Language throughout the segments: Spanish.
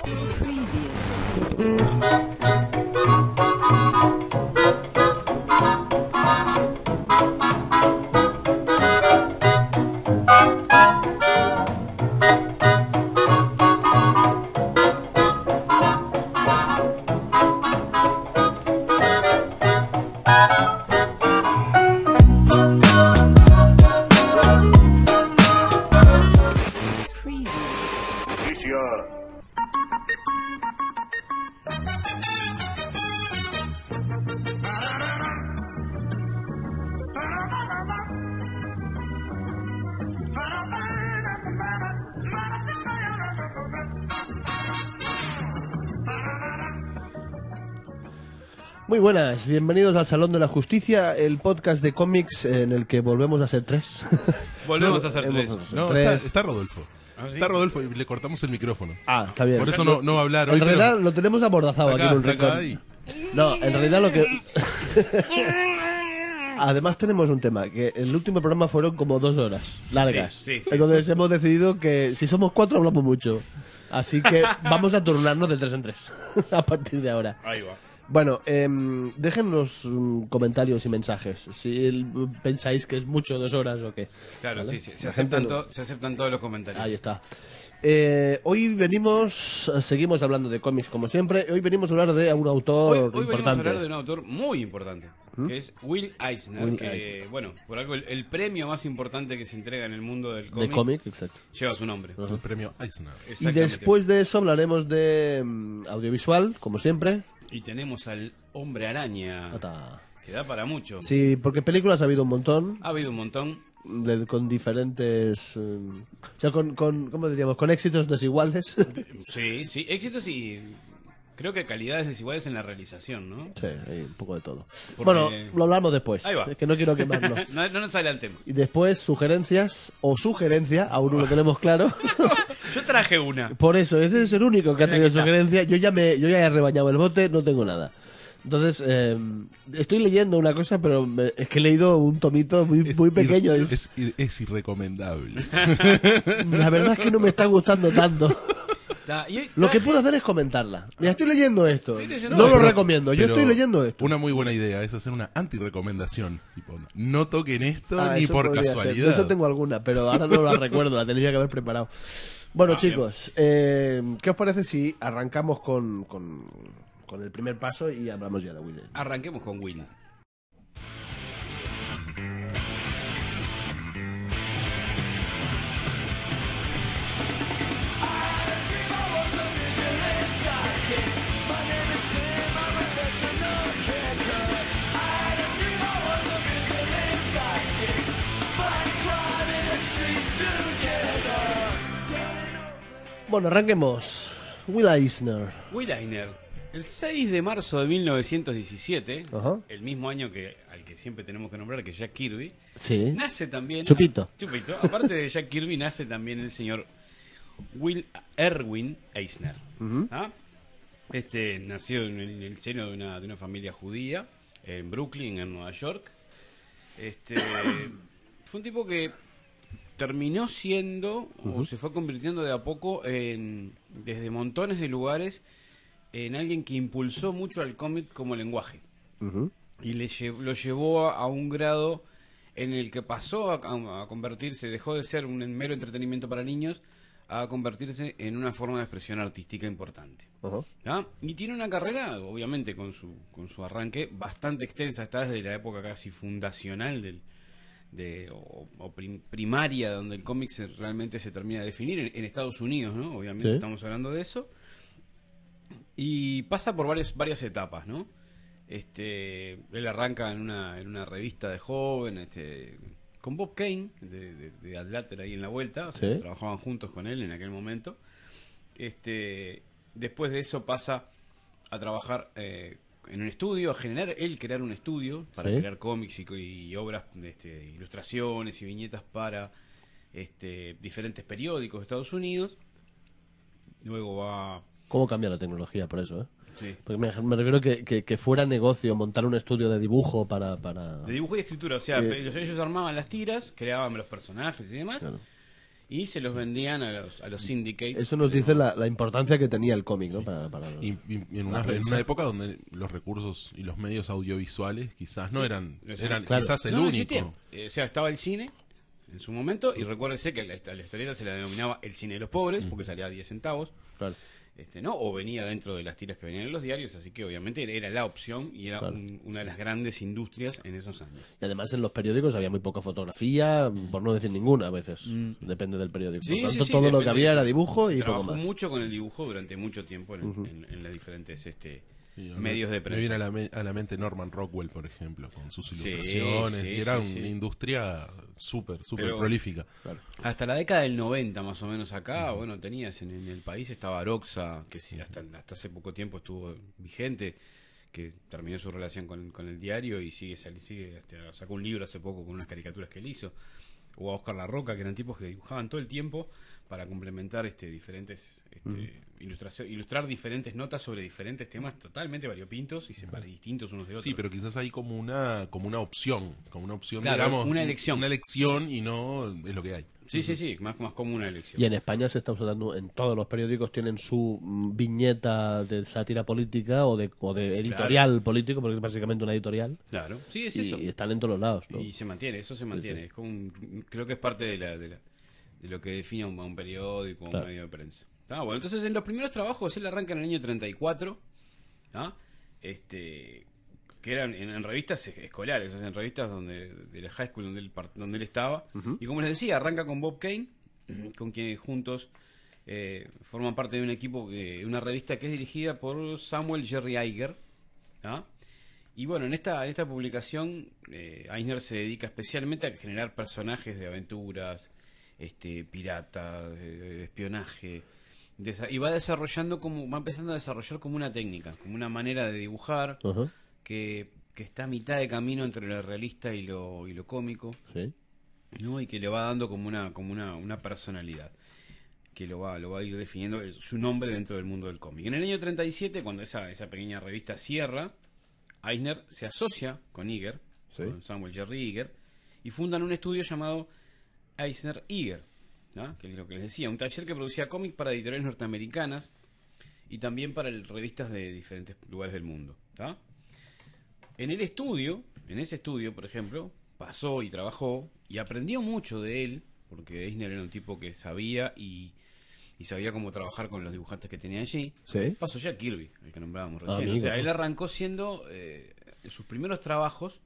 Muy buenas, bienvenidos al Salón de la Justicia, el podcast de cómics en el que volvemos a ser tres. Volvemos a ser tres. No, tres. está Rodolfo. ¿Ah, sí? Está Rodolfo y le cortamos el micrófono. Ah, está bien. Por eso no va a hablar hoy. En pero realidad lo tenemos amordazado acá, aquí en un acá rincón. y- No, en realidad lo que... Además tenemos un tema, que el último programa fueron como 2 horas largas. Sí. Entonces hemos decidido que si somos 4 hablamos mucho. Así que vamos a turnarnos de 3 en 3 a partir de ahora. Ahí va. Bueno, déjennos comentarios y mensajes. Si pensáis que es mucho 2 horas o qué. Claro, ¿Vale? sí. La gente Se aceptan todos los comentarios. Ahí está. Hoy seguimos hablando de cómics como siempre. Hoy venimos a hablar de un autor Hoy venimos a importante. hablar de un autor muy importante, que es Will Eisner, Will que, Eisner. bueno, por algo el premio más importante que se entrega en el mundo del De cómic, exacto. lleva su nombre. El premio Eisner. Y Exactamente. después de eso hablaremos de audiovisual, como siempre. Y tenemos al Hombre Araña, Ota. que da para mucho. Sí, porque películas ha habido un montón, Ha habido un montón. con diferentes... o sea, con ¿cómo diríamos? Con éxitos desiguales. Sí, éxitos y creo que calidades desiguales en la realización, ¿no? Sí, hay un poco de todo. Porque- Bueno, lo hablamos después. Ahí va. Es que no quiero quemarlo. No nos adelantemos. Y después sugerencias o sugerencia, aún no lo tenemos claro. Yo traje una. Por eso, ese es el único que ha tenido Aquí está. sugerencia. Yo ya he rebañado el bote, no tengo nada. Entonces, estoy leyendo una cosa, pero es que he leído un tomito muy pequeño. Es irrecomendable. La verdad es que no me está gustando tanto. Y hoy Lo que traje- puedo hacer es comentarla. Mira, estoy leyendo esto. Estoy leyendo No lo esto. recomiendo, yo Pero estoy leyendo esto. Una muy buena idea es hacer una anti-recomendación. Tipo, no toquen esto Ah, ni eso por podría ser. casualidad. De eso tengo alguna, pero ahora no la recuerdo, la tendría que haber preparado. Bueno, chicos, ¿qué os parece si arrancamos con el primer paso y hablamos ya de Will? Arranquemos con Will. Bueno, arranquemos. Will Eisner. Will Eisner, el 6 de marzo de 1917, Ajá. el mismo año al que siempre tenemos que nombrar, que es Jack Kirby, Sí. nace también... Chupito. Chupito. Aparte de Jack Kirby, nace también el señor Will Erwin Eisner. Ujú. ¿Ah? Nació en el seno de una familia judía, en Brooklyn, en Nueva York. Fue un tipo que terminó siendo, o se fue convirtiendo de a poco, desde montones de lugares, en alguien que impulsó mucho al cómic como lenguaje. Ujú. Y lo llevó a un grado en el que pasó a convertirse, dejó de ser un mero entretenimiento para niños, a convertirse en una forma de expresión artística importante. Ajá. ¿Ah? Y tiene una carrera, obviamente, con su arranque bastante extensa, está desde la época casi fundacional primaria, donde el cómic realmente se termina de definir, en Estados Unidos, ¿no? Obviamente Sí. estamos hablando de eso. Y pasa por varias etapas, ¿no? Él arranca en una revista de joven, con Bob Kane, de Adlater ahí en la vuelta, o sea, Sí. trabajaban juntos con él en aquel momento. Después de eso pasa a trabajar en un estudio, a crear un estudio para Sí. crear cómics y obras, ilustraciones y viñetas para diferentes periódicos de Estados Unidos. Luego va... ¿Cómo cambia la tecnología por eso, eh? Sí. Porque me refiero que fuera negocio montar un estudio de dibujo para... De dibujo y escritura, o sea, Sí. ellos armaban las tiras, creaban los personajes y demás, Claro. y se los vendían a los syndicates. Eso nos dice la importancia que tenía el cómic, ¿no? Para Y en una época donde los recursos y los medios audiovisuales quizás no eran, eran claro. quizás el No, único. existía. O sea, estaba el cine en su momento, y recuérdese que la historieta se la denominaba el cine de los pobres, porque salía a 10 centavos. Claro. ¿No? O venía dentro de las tiras que venían en los diarios, así que obviamente era la opción y era Claro. una de las grandes industrias en esos años. Y además en los periódicos había muy poca fotografía, por no decir ninguna a veces. Depende del periódico. Sí, por tanto, sí, todo lo depende. que había era dibujo y Se poco trabajó más. mucho con el dibujo durante mucho tiempo en las diferentes Sí, medios de me prensa. viene a la mente Norman Rockwell, por ejemplo, con sus Sí, ilustraciones. sí, y era sí, sí. una industria súper Pero- prolífica. Hasta la década del 90 más o menos acá, bueno, tenías en el país estaba Aroxa, que sí, hasta hace poco tiempo estuvo vigente, que terminó su relación con el diario y sigue sacó un libro hace poco con unas caricaturas que él hizo. O a Oscar La Roca, que eran tipos que dibujaban todo el tiempo para complementar diferentes ilustrar diferentes notas sobre diferentes temas totalmente variopintos y distintos unos de otros. Sí, pero quizás hay como una opción, Claro, digamos, una elección. una elección y no es lo que hay. Sí, más como una elección. Y en España se está usando, en todos los periódicos tienen su viñeta de sátira política o de editorial político, porque es básicamente una editorial. Claro, sí, es eso. Y están en todos los lados, ¿no? Y se mantiene, eso se mantiene. sí. Es como creo que es parte de lo que define a un periódico, a Claro. un medio de prensa. Bueno, entonces en los primeros trabajos él arranca en el año 34, ¿ah? Que eran en revistas escolares, o sea, en revistas de la high school donde él estaba. Y como les decía, arranca con Bob Kane, con quien juntos forman parte de un equipo, de una revista que es dirigida por Samuel Jerry Iger, ¿ah? Y bueno, en esta publicación Eisner se dedica especialmente a generar personajes de aventuras, piratas, espionaje, y va empezando a desarrollar como una técnica, como una manera de dibujar Ajá. que está a mitad de camino entre lo realista y lo cómico, Sí. ¿no? Y que le va dando como una personalidad que lo va a ir definiendo su nombre dentro del mundo del cómic. En el año 37, cuando esa pequeña revista cierra, Eisner se asocia con Iger, Sí. con Samuel Jerry Iger, y fundan un estudio llamado Eisner Iger, ¿no? Que es lo que les decía, un taller que producía cómics para editoriales norteamericanas y también para revistas de diferentes lugares del mundo, ¿tá? En ese estudio, por ejemplo, pasó y trabajó y aprendió mucho de él, porque Eisner era un tipo que sabía y sabía cómo trabajar con los dibujantes que tenía allí. Sí. Pasó Jack Kirby, el que nombrábamos recién. Amigo. O sea, él arrancó siendo sus primeros trabajos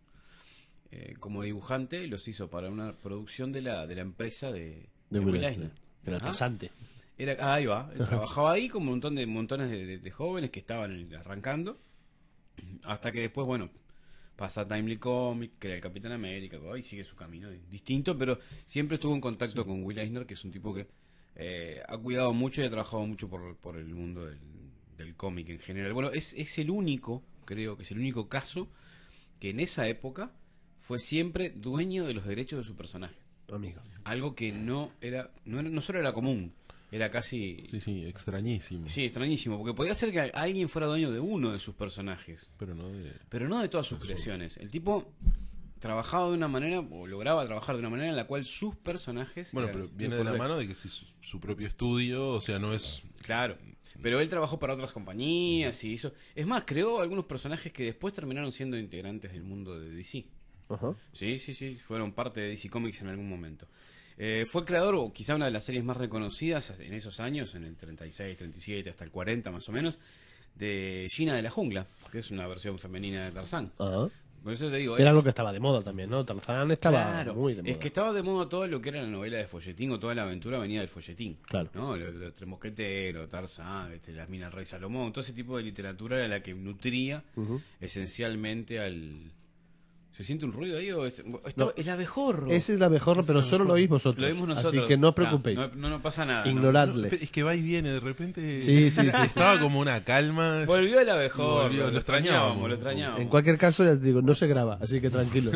como dibujante, los hizo para una producción de la empresa de Will Eisner. Era el ¿Ah? tasante. Ahí va, él trabajaba ahí con montones de jóvenes que estaban arrancando, hasta que después, bueno, pasa a Timely Comic, crea el Capitán América, y sigue su camino distinto, pero siempre estuvo en contacto con Will Eisner, que es un tipo que ha cuidado mucho y ha trabajado mucho por el mundo del cómic en general. Bueno, es el único, creo que es el único caso que en esa época fue siempre dueño de los derechos de su personaje. Amigo. Algo que no solo era común, era casi... Sí, extrañísimo. Sí, extrañísimo, porque podía ser que alguien fuera dueño de uno de sus personajes, Pero no de... pero no de todas sus creaciones. El tipo trabajaba de una manera, o lograba trabajar de una manera en la cual sus personajes... Bueno, eran pero viene de la importantes. mano de que si su propio estudio, o sea, no es... Claro, pero él trabajó para otras compañías y hizo... Es más, creó algunos personajes que después terminaron siendo integrantes del mundo de DC. Ajá. Sí, fueron parte de DC Comics en algún momento. Fue el creador, o quizá una de las series más reconocidas en esos años, en el 36, 37, hasta el 40 más o menos, de Gina de la Jungla, que es una versión femenina de Tarzán. Ajá. Por eso te digo, Era lo que estaba de moda también, ¿no? Tarzán estaba claro, muy de moda. es que estaba de moda todo lo que era la novela de folletín, o toda la aventura venía del folletín. Claro. ¿No? Los Tres Mosqueteros, Tarzán, las Minas Rey Salomón, todo ese tipo de literatura era la que nutría esencialmente al... ¿Se siente un ruido ahí? No. El abejorro. Ese es la mejor, pero solo lo oís vosotros. Lo vimos nosotros. Así que no os preocupéis. No pasa nada. ¿no? Ignoradle. Es que va y viene, de repente... Sí, sí, sí. Estaba como una calma. Volvió el abejorro. Volvió, lo extrañábamos. En cualquier caso, ya te digo, no se graba, así que tranquilo.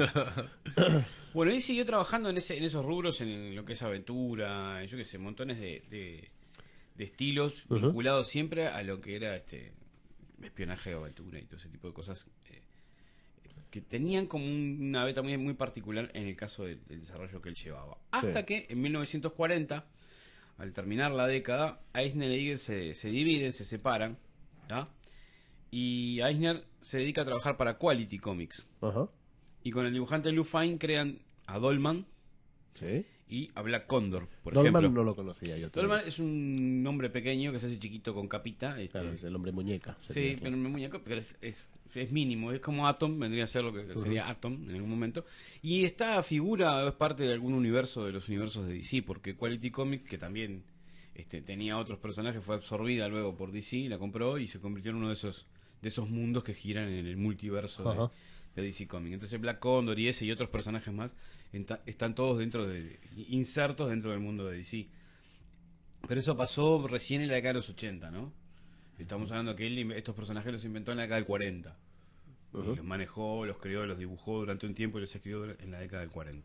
Bueno, él siguió trabajando en esos rubros, en lo que es aventura, yo qué sé, montones de estilos vinculados siempre a lo que era espionaje o aventura y todo ese tipo de cosas. que tenían como una beta muy, muy particular en el caso del desarrollo que él llevaba. Hasta que en 1940, al terminar la década, Eisner y Eagle se dividen, se separan, ¿tá? Y Eisner se dedica a trabajar para Quality Comics. Ajá. Y con el dibujante Lou Fine crean a Dolman Sí. y a Black Condor, por Dolman ejemplo. no lo conocía yo. Dolman es un hombre pequeño que se hace chiquito con capita. Claro, es el hombre muñeca. Sí, sería, pero no es muñeco, pero es mínimo, es como Atom, vendría a ser lo que sería Atom en algún momento. Y esta figura es parte de algún universo de los universos de DC, porque Quality Comics, que también tenía otros personajes, fue absorbida luego por DC, la compró y se convirtió en uno de esos mundos que giran en el multiverso Ajá. de DC Comics. Entonces Black Condor y ese y otros personajes más están todos insertos dentro del mundo de DC. Pero eso pasó recién en la década de los 80, ¿no? Estamos hablando que él estos personajes los inventó en la década del 40. Y los manejó, los creó, los dibujó durante un tiempo y los escribió en la década del 40.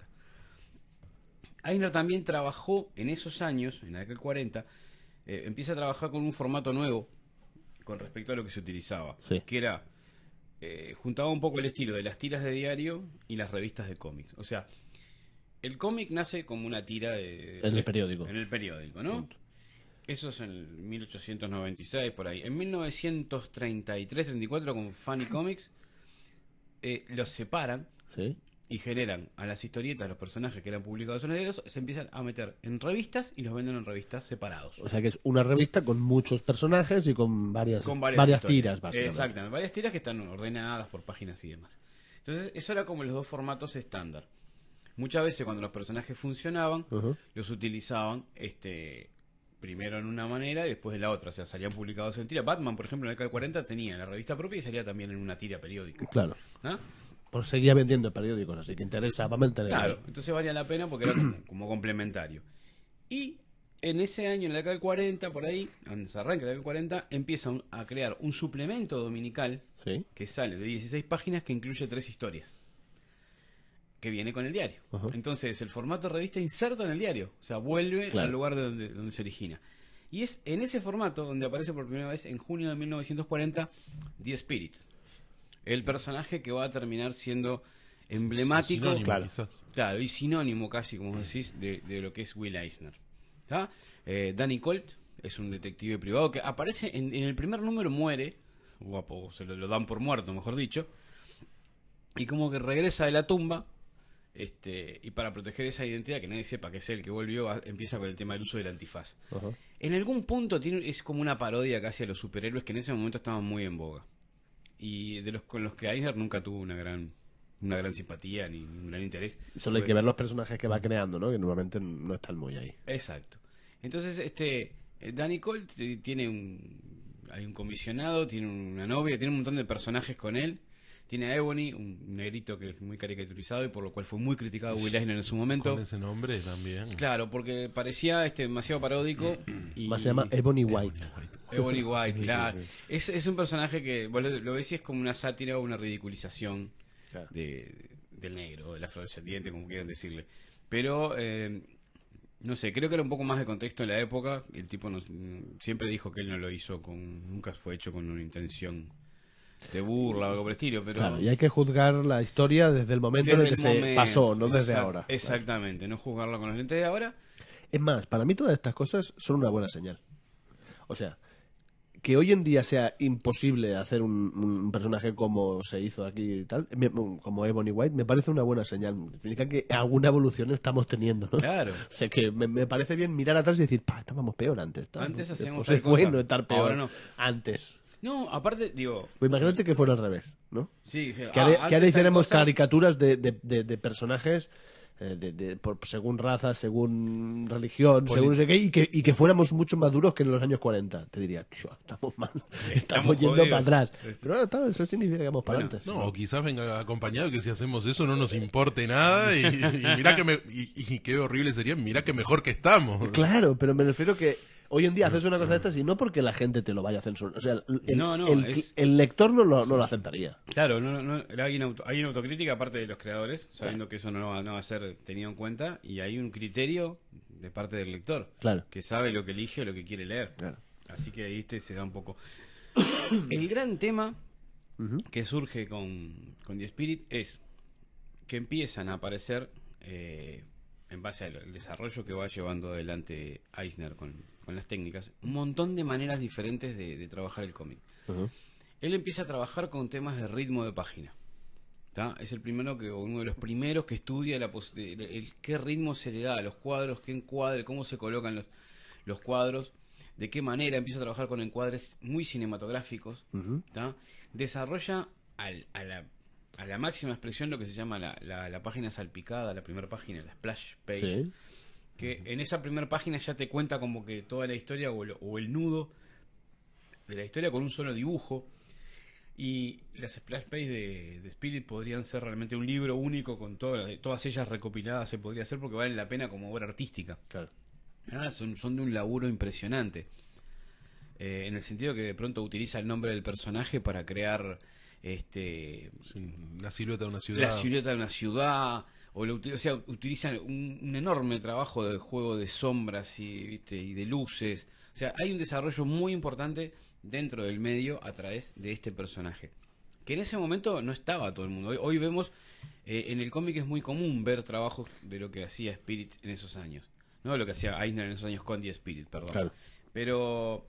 Eisner también trabajó en esos años, en la década del 40, empieza a trabajar con un formato nuevo con respecto a lo que se utilizaba. Sí. Que era, juntaba un poco el estilo de las tiras de diario y las revistas de cómics. O sea, el cómic nace como una tira En el periódico. En el periódico, ¿no? Eso es en el 1896, por ahí. En 1933-34, con Funny Comics, los separan Sí. y generan a las historietas, los personajes que eran publicados en ellos, se empiezan a meter en revistas y los venden en revistas separados. O sea que es una revista con muchos personajes y con varias historias. tiras, básicamente. Exactamente, varias tiras que están ordenadas por páginas y demás. Entonces, eso era como los dos formatos estándar. Muchas veces cuando los personajes funcionaban, los utilizaban primero en una manera y después de la otra. O sea, salían publicados en tira. Batman, por ejemplo, en la década del 40 tenía la revista propia y salía también en una tira periódica. Claro. ¿Ah? Pues seguía vendiendo periódicos, así que interesaba mantener. Claro, entonces valía la pena porque era como complementario. Y en ese año, en la década del 40, por ahí, donde se arranca la década del 40, empiezan a crear un suplemento dominical Sí. que sale de 16 páginas que incluye 3 historias. Que viene con el diario. Ajá. Entonces, el formato de revista inserta en el diario. O sea, vuelve Claro. al lugar de donde se origina. Y es en ese formato donde aparece por primera vez en junio de 1940 The Spirit. El personaje que va a terminar siendo emblemático. Sinónimo, claro. quizás. Claro, y sinónimo casi, como decís, de lo que es Will Eisner. ¿Tá? Danny Colt es un detective privado que aparece en el primer número, muere, o se lo dan por muerto, mejor dicho, y como que regresa de la tumba, y para proteger esa identidad, que nadie sepa que es él que volvió, empieza con el tema del uso del antifaz. Ajá. En algún punto es como una parodia casi a los superhéroes que en ese momento estaban muy en boga. Y con los que Eisner nunca tuvo una gran simpatía ni un gran interés. Solo hay que ver los personajes que va creando, ¿no? Que normalmente no están muy ahí. Exacto. Entonces, Danny Colt hay un comisionado, tiene una novia, tiene un montón de personajes con él. Tiene a Ebony, un negrito que es muy caricaturizado y por lo cual fue muy criticado Will Eisner en su momento. Con ese nombre también. Claro, porque parecía demasiado paródico. Y Más se llama Ebony White. Ebony White, claro. Sí. Es un personaje que vos lo ves y es como una sátira o una ridiculización Claro. del negro, del afrodescendiente, como quieran decirle. Pero, no sé, creo que era un poco más de contexto en la época. El tipo siempre dijo que él no lo hizo nunca fue hecho con una intención de burla o algo por el estilo, pero... Claro, y hay que juzgar la historia desde el momento en el que se pasó, no desde ahora. Exactamente, no juzgarlo con los lentes de ahora. Es más, para mí todas estas cosas son una buena señal. O sea, que hoy en día sea imposible hacer un personaje como se hizo aquí y tal, como Ebony White, me parece una buena señal. Significa que alguna evolución estamos teniendo, ¿no? Claro. O sea, que me parece bien mirar atrás y decir, estábamos peor antes. Antes hacíamos pues es tal cosa, bueno estar peor ahora no. antes. No, aparte, digo... Pues imagínate que fuera al revés, ¿no? Sí, Que ahora antes hiciéramos tal cosa- caricaturas de personajes según raza, según religión, según no sé qué, y que fuéramos mucho más duros que en los años 40. Te diría, tío, estamos mal, estamos yendo jodidos. para atrás. Pero ahora eso significa que vamos para Bueno, adelante. No, o quizás venga acompañado que si hacemos eso no nos importe nada y mirá y qué horrible sería, mirá que mejor que estamos. Claro, pero me refiero que hoy en día haces una cosa de estas y no porque la gente te lo vaya a censurar. O sea, el lector no lo aceptaría. Claro, hay una autocrítica aparte de los creadores, sabiendo que eso no va a ser tenido en cuenta, y hay un criterio de parte del lector, Claro. que sabe lo que elige o lo que quiere leer. Claro. Así que ahí se da un poco... El gran tema Ujú. que surge con The Spirit es que empiezan a aparecer, en base al desarrollo que va llevando adelante Eisner con las técnicas, un montón de maneras diferentes de trabajar el cómic. Ujú. Él empieza a trabajar con temas de ritmo de página. ¿Tá? Es uno de los primeros que estudia qué ritmo se le da a los cuadros, qué encuadre, cómo se colocan los cuadros, de qué manera empieza a trabajar con encuadres muy cinematográficos. Ujú. ¿Tá? Desarrolla a la máxima expresión lo que se llama la página salpicada, la primera página, la splash page, Sí. que en esa primera página ya te cuenta como que toda la historia o el nudo de la historia con un solo dibujo. Y las splash page de Spirit podrían ser realmente un libro único con todas ellas recopiladas, se podría hacer porque valen la pena como obra artística. Claro. Son de un laburo impresionante. En el sentido que de pronto utiliza el nombre del personaje para crear Sí, la silueta de una ciudad. la silueta de una ciudad, o sea, utilizan un enorme trabajo de juego de sombras y de luces. O sea, hay un desarrollo muy importante dentro del medio a través de este personaje, que en ese momento no estaba todo el mundo. Hoy vemos, en el cómic es muy común ver trabajos de lo que hacía Spirit en esos años, no lo que hacía Eisner en esos años con The Spirit, perdón. Claro. Pero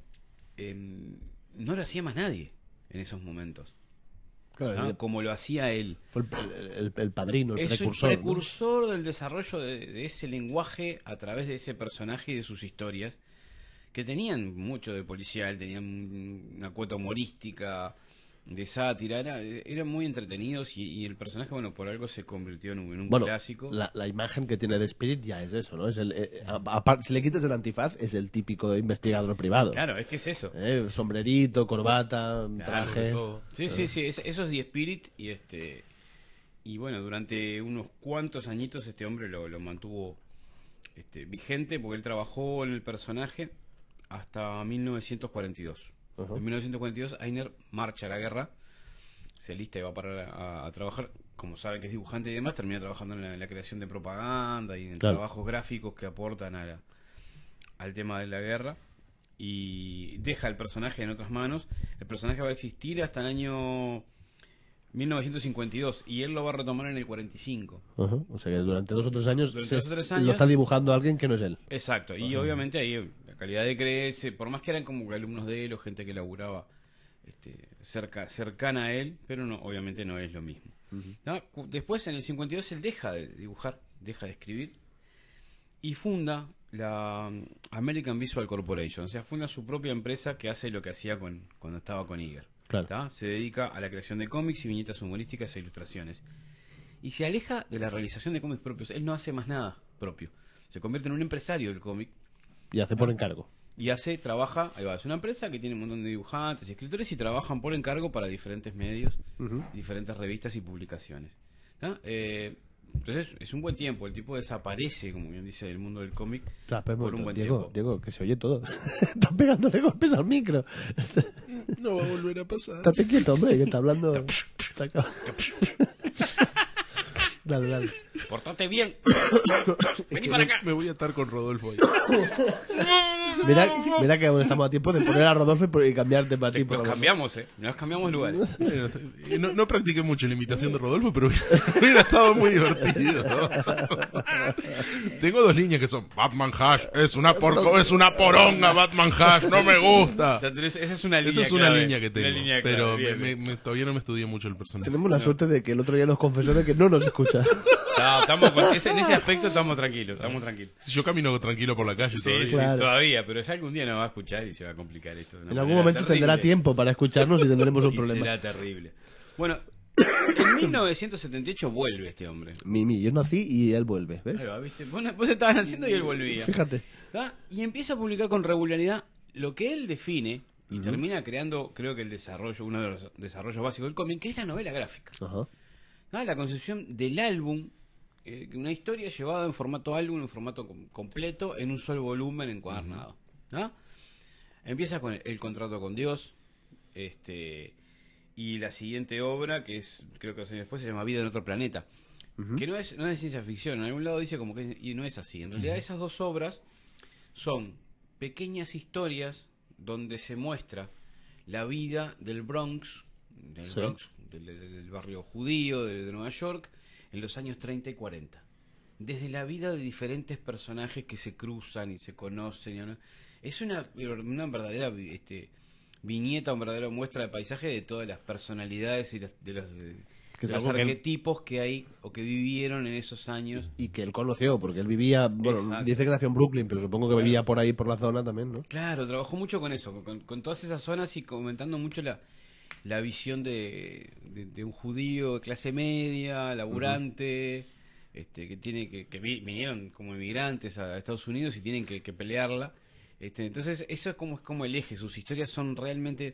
no lo hacía más nadie en esos momentos. Claro, ¿Ah? Como lo hacía él. fue el padrino, el Es precursor. el precursor del desarrollo de ese lenguaje a través de ese personaje y de sus historias, que tenían mucho de policial, tenían una cuota humorística, de sátira, eran muy entretenidos y el personaje, bueno, por algo se convirtió en un Bueno, clásico. la imagen que tiene de Spirit ya es eso, ¿no? Es si le quitas el antifaz, es el típico investigador privado. Claro, es que es eso. Sombrerito, corbata, traje. Sobre todo. Sí, eso es The Spirit y bueno, durante unos cuantos añitos este hombre lo mantuvo vigente porque él trabajó en el personaje hasta 1942. Ajá. En 1942 Eisner marcha a la guerra, se alista y va a parar a trabajar. Como saben que es dibujante y demás, termina trabajando en la creación de propaganda y en Claro. trabajos gráficos que aportan al tema de la guerra. Y deja el personaje en otras manos. El personaje va a existir hasta el año 1952 y él lo va a retomar en el 45. Ajá. O sea que durante 2 o 3 años, Durante 2 o 3 años lo está dibujando alguien que no es él. Exacto, y obviamente ahí la calidad decrece, por más que eran como que alumnos de él o gente que laburaba cercana a él, pero no, obviamente no es lo mismo. ¿No? Después en el 52 él deja de dibujar, deja de escribir y funda la American Visual Corporation, o sea, funda su propia empresa que hace lo que hacía cuando estaba con Iger. Claro. ¿Tá? Se dedica a la creación de cómics y viñetas humorísticas e ilustraciones. Y se aleja de la realización de cómics propios. Él no hace más nada propio. Se convierte en un empresario del cómic Y hace por encargo. y trabaja, ahí va, es una empresa que tiene un montón de dibujantes y escritores y trabajan por encargo para diferentes medios, diferentes revistas y publicaciones. ¿Tá? Entonces es un buen tiempo, el tipo desaparece, como bien dice, del mundo del cómic Claro, pero por un buen Diego, tiempo. Diego, que se oye todo. Estás pegándole golpes al micro. No va a volver a pasar. Estate quieto, hombre, que está hablando. Está acá. Dale. ¡Pórtate bien! ¡Vení para acá! Me voy a estar con Rodolfo ahí. Mira que aún estamos a tiempo de poner a Rodolfo y cambiarte para ti. Nos cambiamos, nos cambiamos lugares. No practiqué mucho la imitación de Rodolfo, pero hubiera estado muy divertido. Tengo 2 líneas que son Batman Hash, es una poronga Batman Hash, no me gusta. O sea, esa es una línea Esa es una clave, línea que tengo, una línea pero clave, bien. todavía no me estudié mucho el personaje. Tenemos la suerte de que el otro día nos confesó de que no nos escucha. En ese aspecto estamos tranquilos. Yo camino tranquilo por la calle Sí, todavía. sí, Claro. todavía, pero ya algún día nos va a escuchar y se va a complicar esto. de una En algún manera momento tendrá terrible. tiempo para escucharnos y tendremos un Y problema. será terrible. Bueno, en 1978 vuelve este hombre. Mimi, yo nací y él vuelve, ¿ves? Ahí va, ¿viste? Vos estabas haciendo y él volvía. Fíjate. ¿Tá? Y empieza a publicar con regularidad lo que él define y termina creando, creo que uno de los desarrollos básicos del cómic, que es la novela gráfica. Ajá. ¿Ah? La concepción del álbum, una historia llevada en formato álbum, en formato completo, en un solo volumen encuadernado. ¿Ah? Empieza con el contrato con Dios, y la siguiente obra, que es, creo que 2 años después, se llama Vida en otro planeta, que no es de ciencia ficción. En algún lado dice como que y no es así. En realidad esas 2 obras son pequeñas historias donde se muestra la vida del Bronx del Sí. Bronx, del barrio judío de Nueva York, en los años 30 y 40. Desde la vida de diferentes personajes que se cruzan y se conocen. ¿No? Es una verdadera viñeta, una verdadera muestra de paisaje de todas las personalidades y Que es de los algo que él- arquetipos que hay o que vivieron en esos años. Y que él conoció, porque él vivía, bueno, Exacto. dice que nació en Brooklyn, pero supongo que Claro. vivía por ahí, por la zona también, ¿no? Claro, trabajó mucho con eso, con todas esas zonas y comentando mucho la visión de un judío de clase media, laburante, que tiene que vinieron como inmigrantes a Estados Unidos y tienen que pelearla. Entonces eso es como el eje. Sus historias son realmente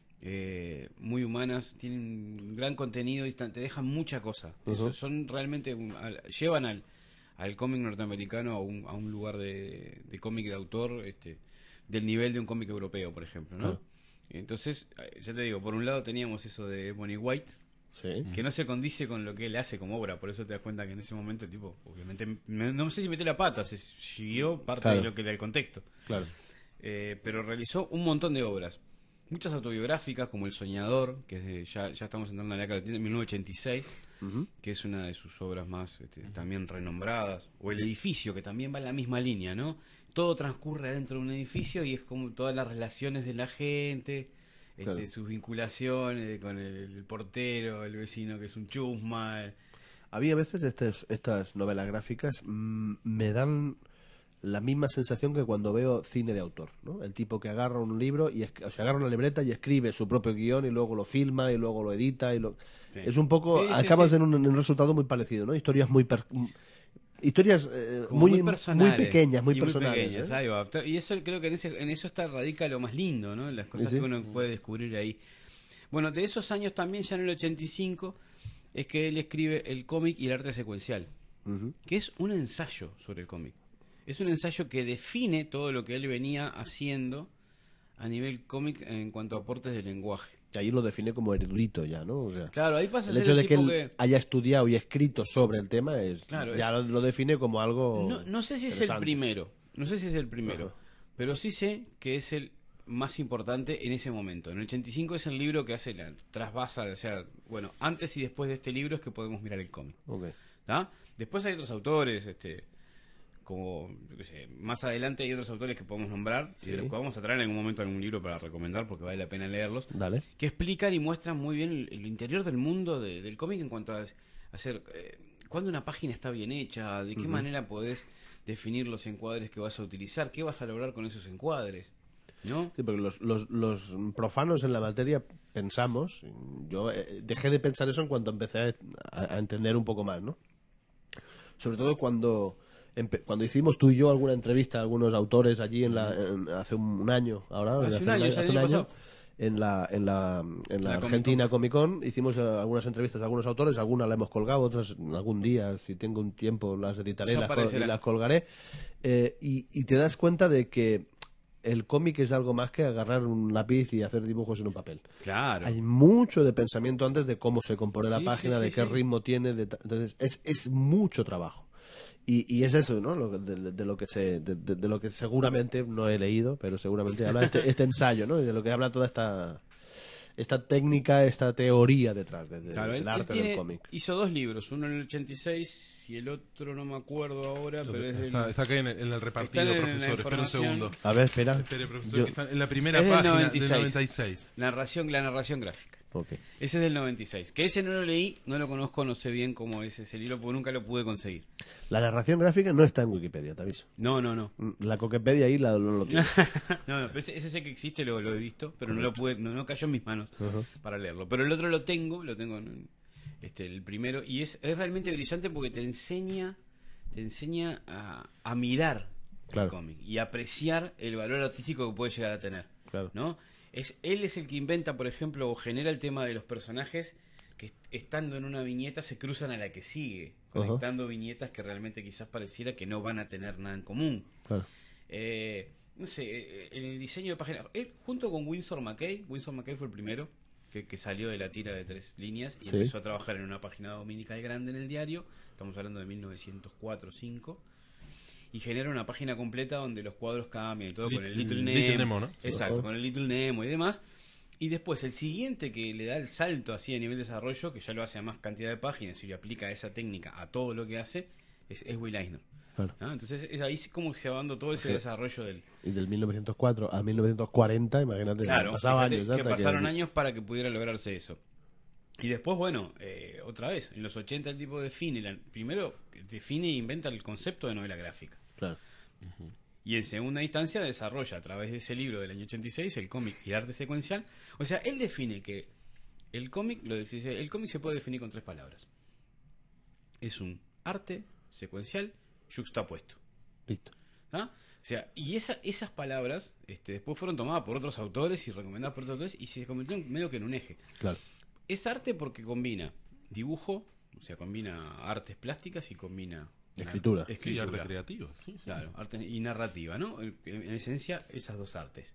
muy humanas, tienen un gran contenido y te dejan mucha cosa. Son realmente llevan al cómic norteamericano a un lugar de cómic de autor del nivel de un cómic europeo, por ejemplo, ¿no? Claro. Entonces, ya te digo, por un lado teníamos eso de Ebony White, Sí. que no se condice con lo que él hace como obra, por eso te das cuenta que en ese momento, tipo, obviamente, no sé si metió la pata, se siguió parte Claro. de lo que era el contexto. Claro. Pero realizó un montón de obras. Muchas autobiográficas, como El Soñador, que es ya estamos entrando en la década de 1986, Ujú. que es una de sus obras más también renombradas. O El Edificio, que también va en la misma línea, ¿no? Todo transcurre dentro de un edificio y es como todas las relaciones de la gente, Claro. sus vinculaciones con el portero, el vecino que es un chusma. A mí a veces estas novelas gráficas me dan la misma sensación que cuando veo cine de autor, ¿no? El tipo que agarra un libro y o sea, agarra una libreta y escribe su propio guión y luego lo filma y luego lo edita Sí. es un poco, Sí, sí, acabas sí. en un resultado muy parecido, ¿no? Historias historias Como muy personales, pequeñas, muy y personales. pequeñas, ¿eh? ahí va. Y eso creo que en eso radica lo más lindo, ¿no? Las cosas Sí, sí. que uno puede descubrir ahí. Bueno, de esos años también, ya en el 85, es que él escribe el cómic y el arte secuencial, Ujú. que es un ensayo sobre el cómic. Es un ensayo que define todo lo que él venía haciendo a nivel cómic en cuanto a aportes de lenguaje. Y ahí lo define como erudito ya, ¿no? O sea, Claro, ahí pasa a el ser hecho el de que tipo él haya estudiado y escrito sobre el tema Claro, ya lo define como algo No sé si es el interesante. primero, no sé si es el primero, Ajá. pero sí sé que es el más importante en ese momento. En el 85 es el libro que hace trasvasa, o sea, bueno, antes y después de este libro es que podemos mirar el cómic. Ok. ¿Tá? Después hay otros autores, como, yo qué sé, más adelante hay otros autores que podemos nombrar, Sí. y de los que vamos a traer en algún momento algún libro para recomendar porque vale la pena leerlos, Dale. que explican y muestran muy bien el interior del mundo del cómic en cuanto a hacer cuándo una página está bien hecha, de qué manera podés definir los encuadres que vas a utilizar, qué vas a lograr con esos encuadres, ¿no? Sí, porque los profanos en la materia pensamos, yo dejé de pensar eso en cuanto empecé a entender un poco más, ¿no? Sobre todo cuando hicimos tú y yo alguna entrevista a algunos autores allí hace un año, ahora, Hace un año, hace el un año año, pasado. en la La Argentina Comic Con, hicimos algunas entrevistas a algunos autores, algunas las hemos colgado, otras algún día, si tengo un tiempo, las editaré Ya y aparecerá. las colgaré. Y te das cuenta de que el cómic es algo más que agarrar un lápiz y hacer dibujos en un papel. Claro. Hay mucho de pensamiento antes de cómo se compone la Sí, página, sí, de sí, qué sí. ritmo tiene, entonces es mucho trabajo. Y es eso, ¿no? De lo que seguramente no he leído, pero seguramente habla este ensayo, ¿no? Y de lo que habla toda esta técnica, esta teoría detrás Claro, del él arte del cómic. hizo dos libros, uno en el 86 y el otro no me acuerdo ahora, pero es del... Está acá en el repartido, Está en la profesor. Espera un información. segundo. A ver, espera. Espere, profesor, Yo- que está en la primera Es del página 96. del 96. La narración gráfica. Ok. Ese es del 96. Que ese no lo leí, no lo conozco, no sé bien cómo es ese libro, porque nunca lo pude conseguir. La narración gráfica no está en Wikipedia, te aviso. No, no, no. La Coquepedia ahí no lo tiene. No, no, ese sé que existe, lo he visto, pero no lo pude, no cayó en mis manos Ujú. para leerlo. Pero el otro lo tengo el primero, y es realmente brillante porque te enseña a mirar Claro. el cómic y apreciar el valor artístico que puede llegar a tener. Claro. ¿No? Él es el que inventa, por ejemplo, o genera el tema de los personajes que estando en una viñeta se cruzan a la que sigue, Ajá. conectando viñetas que realmente quizás pareciera que no van a tener nada en común. Claro. No sé, en el diseño de páginas, él junto con Winsor McCay fue el primero que salió de la tira de 3 líneas y Sí. empezó a trabajar en una página dominical grande en el diario, estamos hablando de 1904-5, y genera una página completa donde los cuadros cambian y todo con el Little Nemo. Little Nemo, ¿no? Exacto, con el Little Nemo y demás. Y después el siguiente que le da el salto así a nivel de desarrollo, que ya lo hace a más cantidad de páginas y le aplica esa técnica a todo lo que hace, es Will Eisner. Claro. Entonces es ahí como se va dando todo ese desarrollo del... Y del 1904 a 1940, imagínate, Claro, pasaban fíjate años. que hasta pasaron años para que pudiera lograrse eso. Y después, bueno, otra vez, en los 80 el tipo define, primero define e inventa el concepto de novela gráfica. Claro. Y en segunda instancia desarrolla a través de ese libro del año 86 el cómic y el arte secuencial. O sea, él define que el cómic se puede definir con 3 palabras. Es un arte secuencial yuxtapuesto. Listo. ¿Ah? O sea, y esas palabras después fueron tomadas por otros autores y recomendadas por otros autores y se convirtieron medio que en un eje. Claro. Es arte porque combina dibujo, o sea, combina artes plásticas y combina Escritura. Y arte creativo. Sí, sí. Claro, arte y narrativa, ¿no? En esencia, esas dos artes.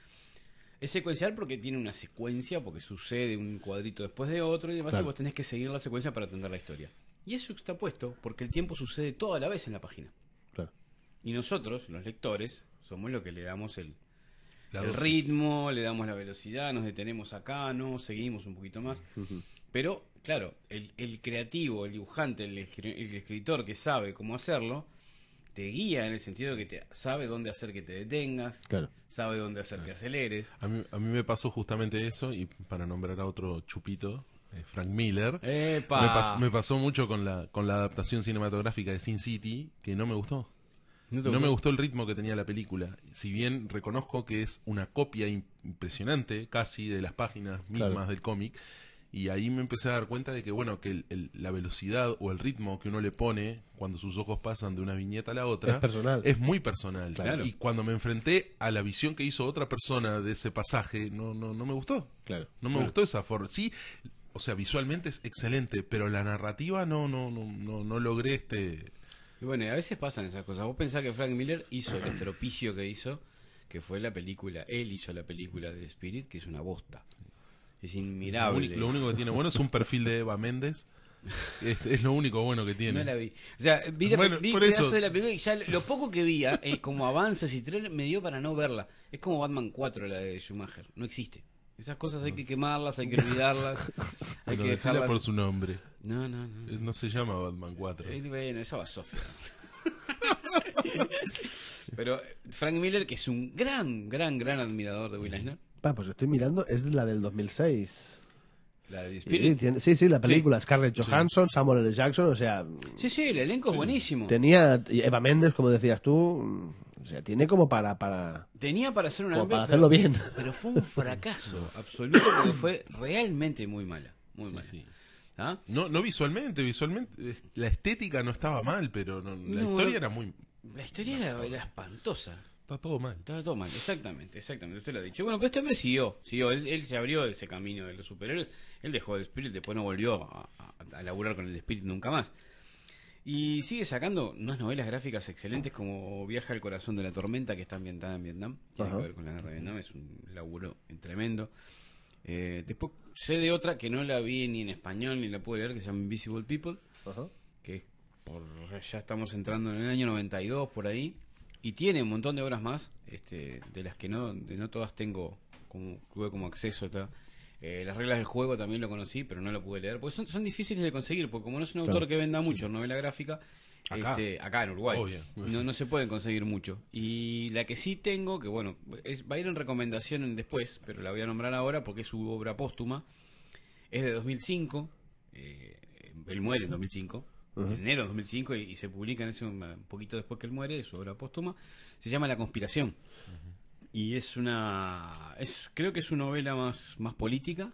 Es secuencial porque tiene una secuencia, porque sucede un cuadrito después de otro y demás, Claro. y vos tenés que seguir la secuencia para entender la historia. Y eso está puesto porque el tiempo sucede toda la vez en la página. Claro. Y nosotros, los lectores, somos los que le damos el Dosis. ritmo, le damos la velocidad, nos detenemos acá, no, seguimos un poquito más. Pero, claro, el creativo, el dibujante, el escritor que sabe cómo hacerlo, te guía en el sentido de que sabe dónde hacer que te detengas, Claro. sabe dónde hacer que aceleres. A mí me pasó justamente eso, y para nombrar a otro chupito, Frank Miller, ¡Epa! me pasó mucho con la adaptación cinematográfica de Sin City, que no me gustó. ¿No te No me gustó? gustó el ritmo que tenía la película. Si bien reconozco que es una copia impresionante, casi, de las páginas mismas Claro. del cómic, y ahí me empecé a dar cuenta de que, bueno, que la velocidad o el ritmo que uno le pone cuando sus ojos pasan de una viñeta a la otra Es personal. es muy personal. Claro. Y cuando me enfrenté a la visión que hizo otra persona de ese pasaje, no me gustó. Claro. No me gustó esa forma. Sí, o sea, visualmente es excelente, pero la narrativa no logré Y bueno, y a veces pasan esas cosas. Vos pensás que Frank Miller hizo el estropicio que hizo, que fue la película, él hizo la película de Spirit, que es una bosta. Es inmirable. Lo único que tiene bueno es un perfil de Eva Méndez. Es lo único bueno que tiene. No la vi. O sea, vi Bueno, vi por pedazos eso. de la película y ya lo poco que vi, como avances y trailer, me dio para no verla. Es como Batman 4, la de Schumacher. No existe. Esas cosas hay que quemarlas, hay que olvidarlas, hay Pero que decila dejarlas. por su nombre. No. No se llama Batman 4. Bueno, esa va Sofía. Pero Frank Miller, que es un gran admirador de Will Eisner, Pues estoy mirando, es la del 2006. la de Sí, Spirit. sí, la película. Scarlett Johansson, Samuel L. Jackson, o sea, Sí, el elenco es buenísimo. tenía Eva Méndez, como decías tú, o sea, tiene como para Tenía para hacer una como para pero- hacerlo bien. Pero fue un fracaso absoluto porque fue realmente muy mala. Muy mala. Sí. ¿Ah? No visualmente, la estética no estaba mal, pero la No, historia era muy... La historia era espantosa. Está todo mal. Estaba todo mal, exactamente, usted lo ha dicho. Bueno, pero este hombre siguió, él se abrió de ese camino de los superhéroes, él dejó el Spirit, después no volvió a laburar con el Spirit nunca más. Y sigue sacando unas novelas gráficas excelentes como Viaja al corazón de la tormenta, que está ambientada en Vietnam, tiene Ajá. que ver con la guerra de Vietnam, es un laburo tremendo. Después sé de otra que no la vi ni en español ni la pude leer, que se llama Invisible People, Ajá. que es ya estamos entrando en el año 92 por ahí, y tiene un montón de obras más, de las que no todas tuve como acceso. Las reglas del juego también lo conocí, pero no lo pude leer, porque son difíciles de conseguir, porque como no es un autor Claro. que venda mucho novela gráfica, acá en Uruguay, Obvio. no se pueden conseguir mucho. Y la que sí tengo, que bueno, va a ir en recomendación después, pero la voy a nombrar ahora porque es su obra póstuma, es de 2005, él muere en 2005, en enero de 2005, y se publica en ese un poquito después que él muere, de su obra póstuma, se llama La conspiración. Y creo que es su novela más política,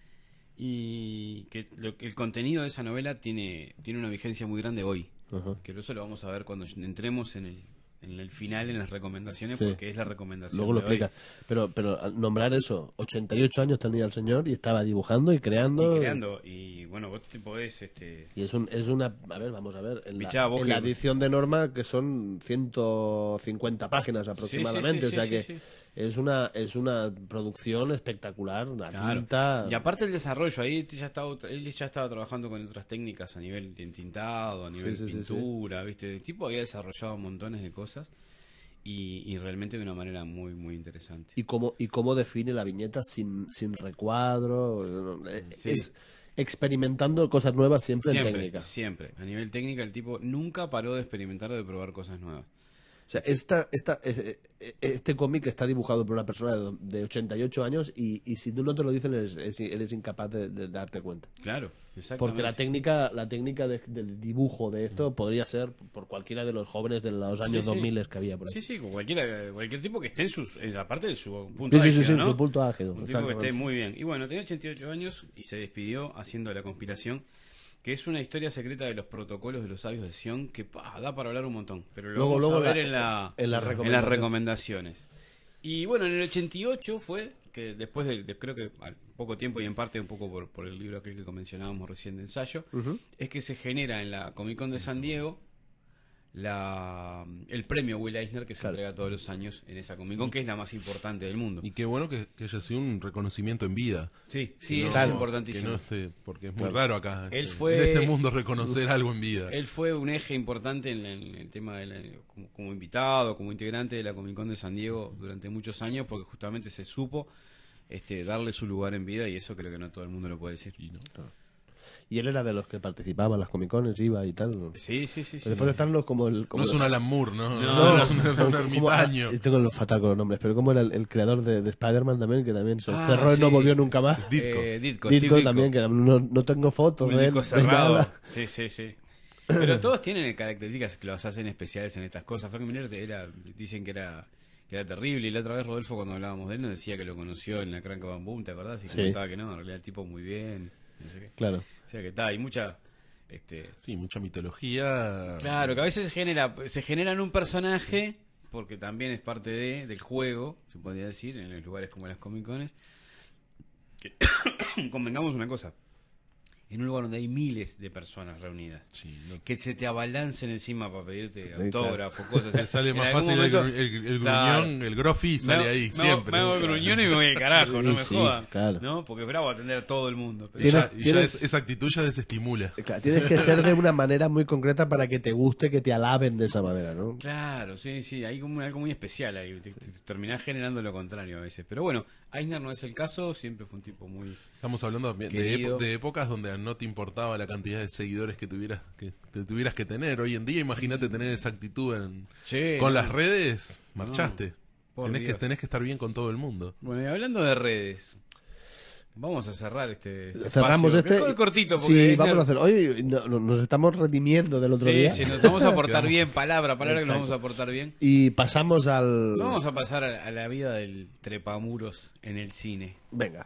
y que el contenido de esa novela tiene una vigencia muy grande hoy, Ajá. que eso lo vamos a ver cuando entremos en el final, en las recomendaciones, Sí. porque es la recomendación Luego lo de hoy. explica. Pero al nombrar eso, 88 años tenía el señor y estaba dibujando y creando. Y bueno, vos te podés Y es una. A ver, vamos a ver. En Pichá, vos la que- edición de Norma, que son 150 páginas aproximadamente. sí, o sea sí, que sí. es una producción espectacular. La Claro. tinta. Y aparte el desarrollo, ahí él ya estaba trabajando con otras técnicas a nivel de entintado, a nivel Sí, sí, sí, pintura, ¿viste? El tipo había desarrollado montones de cosas. y realmente de una manera muy, muy interesante. ¿Y cómo define la viñeta sin recuadro? Sí. Es experimentando cosas nuevas siempre en técnica. Siempre. A nivel técnica, el tipo nunca paró de experimentar o de probar cosas nuevas. O sea, este cómic está dibujado por una persona de 88 años y si tú no te lo dicen eres incapaz de darte cuenta. Claro, exactamente. Porque la técnica del dibujo de esto podría ser por cualquiera de los jóvenes de los años 2000 que había por ahí. Sí, sí, con cualquier tipo que esté en la parte de su punto Sí, álgido, ¿no? su punto álgido. Un tipo que esté muy bien. Y bueno, tenía 88 años y se despidió haciendo La Conspiración, que es una historia secreta de los protocolos de los sabios de Sion que da para hablar un montón. Pero lo vamos a ver en las recomendaciones. Y bueno, en el 88 fue que después de creo que al poco tiempo y en parte un poco por el libro aquel que mencionábamos recién de ensayo, es que se genera en la Comic Con de San Diego el premio Will Eisner que se entrega todos los años en esa Comic Con, que es la más importante del mundo. Y qué bueno que haya sido un reconocimiento en vida. Sí, No, eso es importantísimo. Que no esté, porque es muy raro acá Él en fue- este mundo reconocer algo en vida. Él fue un eje importante en el tema como invitado, como integrante de la Comic Con de San Diego durante muchos años, porque justamente se supo darle su lugar en vida, y eso creo que no todo el mundo lo puede decir. Y él era de los que participaban en las Comic-Cones, iba y tal. Sí. Pero después están los como el... No es un Alan Moore, ¿no? No, es un como- ermitaño. tengo lo fatal con los nombres, pero como era el creador de Spider-Man también, que también se cerró y sí. no volvió nunca más. Ditko. Ditko también, que no tengo fotos Un de él. disco no hay cerrado. nada. Sí. Pero todos tienen características que los hacen especiales en estas cosas. Frank Miller dicen que era terrible, y la otra vez Rodolfo, cuando hablábamos de él, nos decía que lo conoció en la Cranca Bam Boom, ¿te acordás? Y Sí. comentaba que no, en realidad el tipo muy bien, no sé qué. Claro. O sea que está, hay mucha... Sí, mucha mitología. Claro, que a veces se genera en un personaje, porque también es parte del juego, se podría decir, en los lugares como las Comic-Cones. Que convengamos una cosa, en un lugar donde hay miles de personas reunidas, Sí, no- que se te abalancen encima para pedirte claro. autógrafo, cosas. O sea, Te sale en más algún fácil momento- el Claro. gruñón, el grofi sale ahí, siempre. Me hago el gruñón y me voy al carajo, no me Sí, jodan. claro. ¿No? Porque es bravo atender a todo el mundo. Pero Y Tienes- ya tienes- esa actitud ya desestimula. Claro, tienes que ser de una manera muy concreta para que te guste que te alaben de esa manera, ¿no? claro, sí, hay como algo muy especial ahí, te terminás generando lo contrario a veces. Pero bueno, Eisner no es el caso, siempre fue un tipo muy... Estamos hablando de, Querido. de épocas donde no te importaba la cantidad de seguidores que tuvieras que tener. Hoy en día, imagínate tener esa actitud Sí, con no. las redes, marchaste. Por Tenés Dios. que estar bien con todo el mundo. Bueno, y hablando de redes, vamos a cerrar este Cerramos espacio. este. Cortito, porque Sí, Eisner- vamos a hacer. Hoy nos estamos redimiendo del otro día. Sí, nos vamos a portar Quedamos- bien, palabra que nos Exacto. vamos a portar bien. Y pasamos al. Vamos a pasar a la vida del trepamuros en el cine. Venga.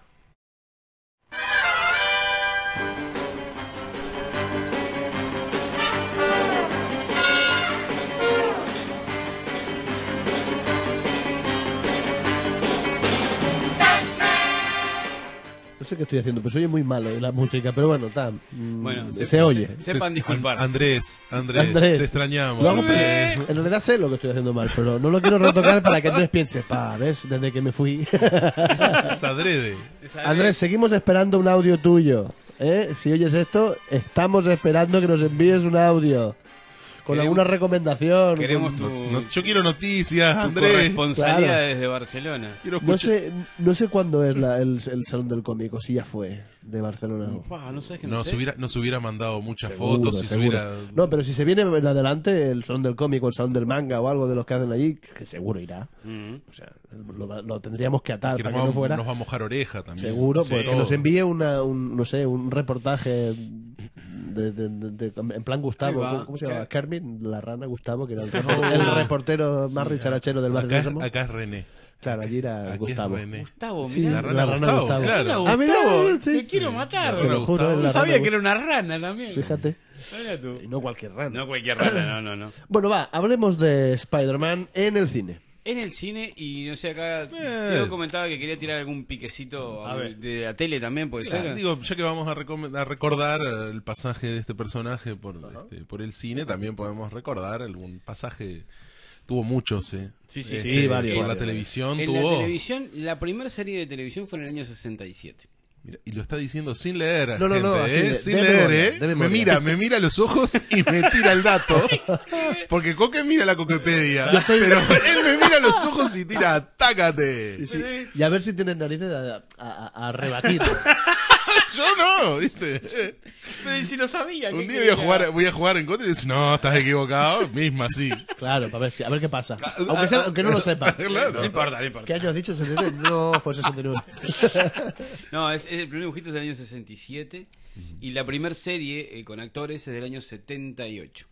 No sé qué estoy haciendo, pero se oye muy malo la música, pero bueno, está. Bueno, se oye. Sepan disculpar. Andrés, Andrés. te extrañamos. Lo hago Andrés. en realidad sé lo que estoy haciendo mal, pero no lo quiero retocar para que Andrés piense, ¿ves? Desde que me fui. Es adrede. Andrés, seguimos esperando un audio tuyo. Si oyes esto, estamos esperando que nos envíes un audio. Con Queremos- alguna recomendación. Queremos con- tu, Yo quiero noticias, tu Andrés. corresponsalía Claro. desde Barcelona. Quiero No escuchar. no sé cuándo es el Salón del Cómico, si ya fue de Barcelona. No sé, que no sé. Nos hubiera mandado muchas Seguro, fotos. Si se seguro. hubiera... No, pero si se viene en adelante el Salón del Cómico, el Salón del Manga o algo de los que hacen allí, que seguro irá. O sea, lo tendríamos que atar que para nos, que no fuera. nos va a mojar oreja también. Seguro, Sí. pues que Todo. nos envíe no sé, un reportaje en plan Gustavo. Ahí va. ¿Cómo se llama? ¿Qué? Kermit, la rana Gustavo, que era el reportero más richarachero del barrio de Sésamo. Acá es René. Claro, allí era Aquí Gustavo. es René. Gustavo, Sí, mirá. La rana Gustavo, claro. Mira, Ah, mirá, Gustavo, sí, me sí. quiero matar. Te lo juro, es No la sabía rana que era una rana también. Fíjate. Mira tú. Y no cualquier rana. No cualquier rana, no. Bueno, va, hablemos de Spider-Man en el cine. En el cine, y no sé, acá Diego comentaba que quería tirar algún piquecito de la tele también, puede ser. Digo, ya que vamos a recordar el pasaje de este personaje por el cine, también podemos recordar algún pasaje. Tuvo muchos, Sí, Sí, varios, por la varios. televisión En tuvo. la televisión, la primera serie de televisión fue en el año 67. Mira, y lo está diciendo sin leer, No, gente, así sin de leer, memoria, de memoria. me mira a los ojos y me tira el dato. Porque Coque mira la Coquepedia, pero él me mira a los ojos y tira, atácate. Sí, y a ver si tienes narices a rebatir. Yo no, ¿viste? Pero ¿y si lo sabía? Un día voy a jugar en contra y dice, no, estás equivocado, misma sí. Claro, para ver, a ver qué pasa. Aunque no lo sepa. Claro. No importa, no importa. ¿Qué año has dicho? ¿69? No, fue 69. No, es el primer dibujito es del año 67 y la primer serie con actores es del año 78.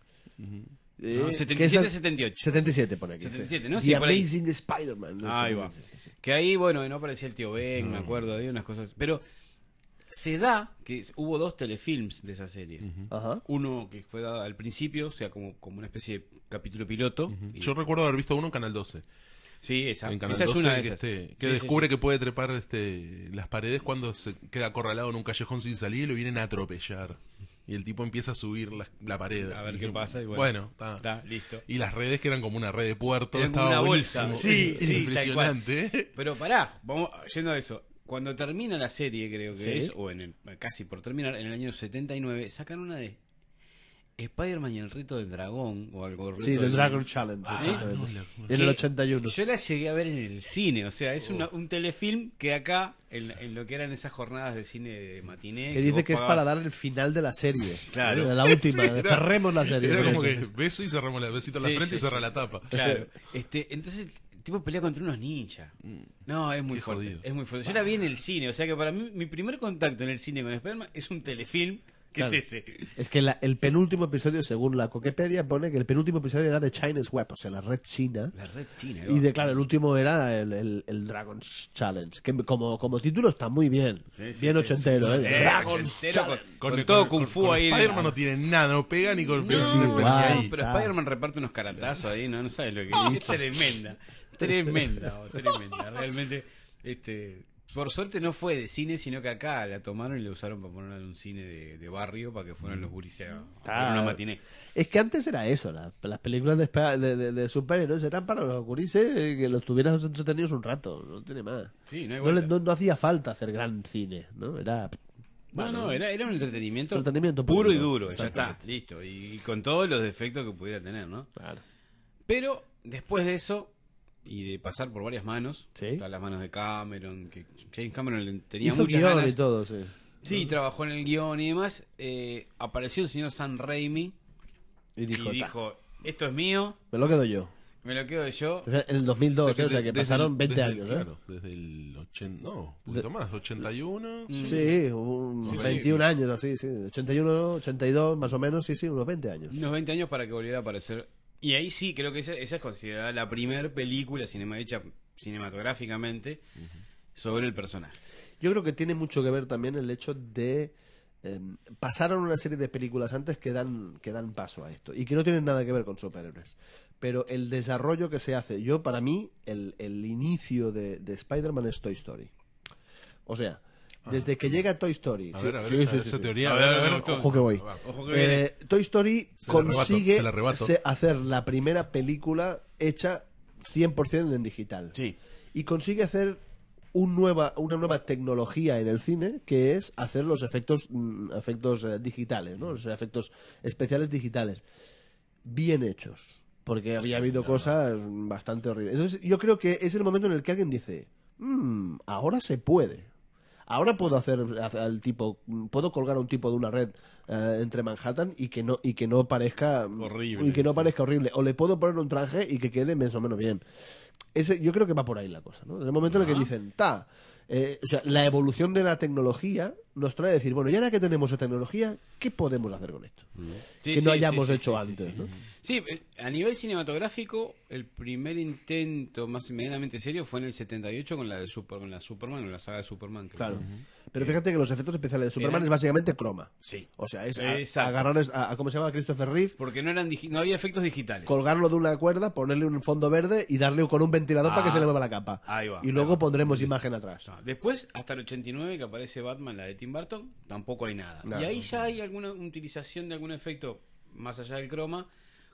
No, 77-78. 77 pone aquí. 77, sí. ¿no? The Sí, por ahí. Amazing Spider-Man. ¿no? Ahí va. Que ahí, bueno, no aparecía el tío Ben, me acuerdo, había unas cosas. Pero se da que hubo 2 telefilms de esa serie. Ajá. Uno que fue dado al principio, o sea, como una especie de capítulo piloto. Y- Yo recuerdo haber visto uno en Canal 12. Sí, esa, En Canal esa 12 es una de que, esas. que Sí, descubre sí, que puede trepar las paredes cuando se queda acorralado en un callejón sin salir y lo vienen a atropellar. Y el tipo empieza a subir la pared. A ver Y qué yo, pasa. Y bueno, está. está, listo. Y las redes que eran como una red de puerto. Eran como Estaba una bolsa. buenísimo. Sí, sí, impresionante. Pero pará, vamos yendo a eso. Cuando termina la serie, creo que Sí. es, o casi por terminar, en el año 79, sacan una de Spider-Man y el reto del dragón, o algo. Sí, reto The Dragon Challenge. Ah, exactamente. no, En el 81. Yo la llegué a ver en el cine, o sea, es un telefilm que acá, en lo que eran esas jornadas de cine de matiné... Que dice vos que es pagabas- para dar el final de la serie. Claro. De la última. Sí, era- Cerremos la serie. Era Sí. como que beso y cerramos la besito en la Sí, frente y sí, cerra sí. la tapa. Claro. Entonces, el tipo pelea contra unos ninjas. No, es muy Qué fuerte. jodido. Es muy fuerte. Yo la vi en el cine, o sea que para mí, mi primer contacto en el cine con Spider-Man es un telefilm. ¿Qué Claro. es ese? Es que el penúltimo episodio, según la Wikipedia, pone que el penúltimo episodio era de Chinese Web, o sea, la red china. La red china. Y claro, el último era el Dragon's Challenge, que como título está muy bien. Sí, sí, bien sí, ochentero, sí. ¿eh? Dragon's Ochentero Challenge. con todo Kung Fu ahí. Spider-Man no tiene nada, no pega ni golpea. No, Sí, ni igual. ahí. pero Ah. Spider-Man reparte unos caratazos ahí, no sabes lo que es. Tremenda. Tremenda, tremenda. Realmente, por suerte no fue de cine, sino que acá la tomaron y la usaron para ponerla en un cine de barrio para que fueran los gurises a ver una matiné. Es que antes era eso, las películas de superhéroes eran para los gurises que los tuvieras entretenidos un rato, no tiene más. Sí, no hay No, vuelta. no hacía falta hacer gran cine, ¿no? Era... No, era un entretenimiento, Entretenimiento puro y puro, duro, ya está, exactamente. listo. Y con todos los defectos que pudiera tener, ¿no? Claro. Pero después de eso, y de pasar por varias manos, Sí. están las manos de Cameron, que James Cameron tenía Hizo muchas guión ganas. y todo, sí. Sí, trabajó en el guión y demás. Apareció el señor Sam Raimi Y dijo, y dijo, esto es mío, me lo quedo yo. me lo quedo yo. O sea, en el 2002, o sea que desde pasaron el- 20 desde el- años, Claro, desde el 80, no, un poquito más, 81. Sí, un Sí, 21 sí. años así, sí. 81, 82, más o menos, sí, unos 20 años. Unos 20 años para que volviera a aparecer. Y ahí sí, creo que esa es considerada la primera película hecha cinematográficamente sobre el personaje. Yo creo que tiene mucho que ver también el hecho de... pasaron una serie de películas antes que dan paso a esto y que no tienen nada que ver con superhéroes. Pero el desarrollo que se hace, para mí, el inicio de Spider-Man es Toy Story. O sea, desde que llega Toy Story... A ver, esa sí. teoría. A ver, me gustó. Ojo que voy. Ojo que viene. Toy Story Se la arrebato, consigue se la arrebato. hacer la primera película hecha 100% en digital. Sí. Y consigue hacer una nueva tecnología en el cine, que es hacer los efectos digitales, ¿no? O sea, efectos especiales digitales. Bien hechos. Porque había habido cosas bastante horribles. Entonces, yo creo que es el momento en el que alguien dice, ahora se puede. Ahora puedo hacer al tipo, puedo colgar a un tipo de una red entre Manhattan y que no parezca Horrible, y que no sí. parezca horrible. O le puedo poner un traje y que quede más o menos bien. Yo creo que va por ahí la cosa, ¿no? En el momento en el que dicen, o sea, la evolución de la tecnología nos trae a decir, bueno, ya ahora que tenemos esa tecnología, ¿qué podemos hacer con esto? Sí, que sí, no hayamos sí, sí, hecho sí, antes, sí, ¿no? Sí, a nivel cinematográfico, el primer intento más medianamente serio fue en el 78 con la Superman, con la saga de Superman. Claro. Pero fíjate que los efectos especiales de Superman Eran- es básicamente croma. Sí. O sea, es Exacto. agarrar a ¿cómo se llama? Christopher Reeve, Porque no había efectos digitales. colgarlo de una cuerda, ponerle un fondo verde y darle con un ventilador para que se le mueva la capa. ahí va, Y luego ahí va. pondremos imagen atrás. Después, hasta el 89 que aparece Batman, la de Tim Burton, tampoco hay nada. Nada. Y ahí ya hay alguna utilización de algún efecto más allá del croma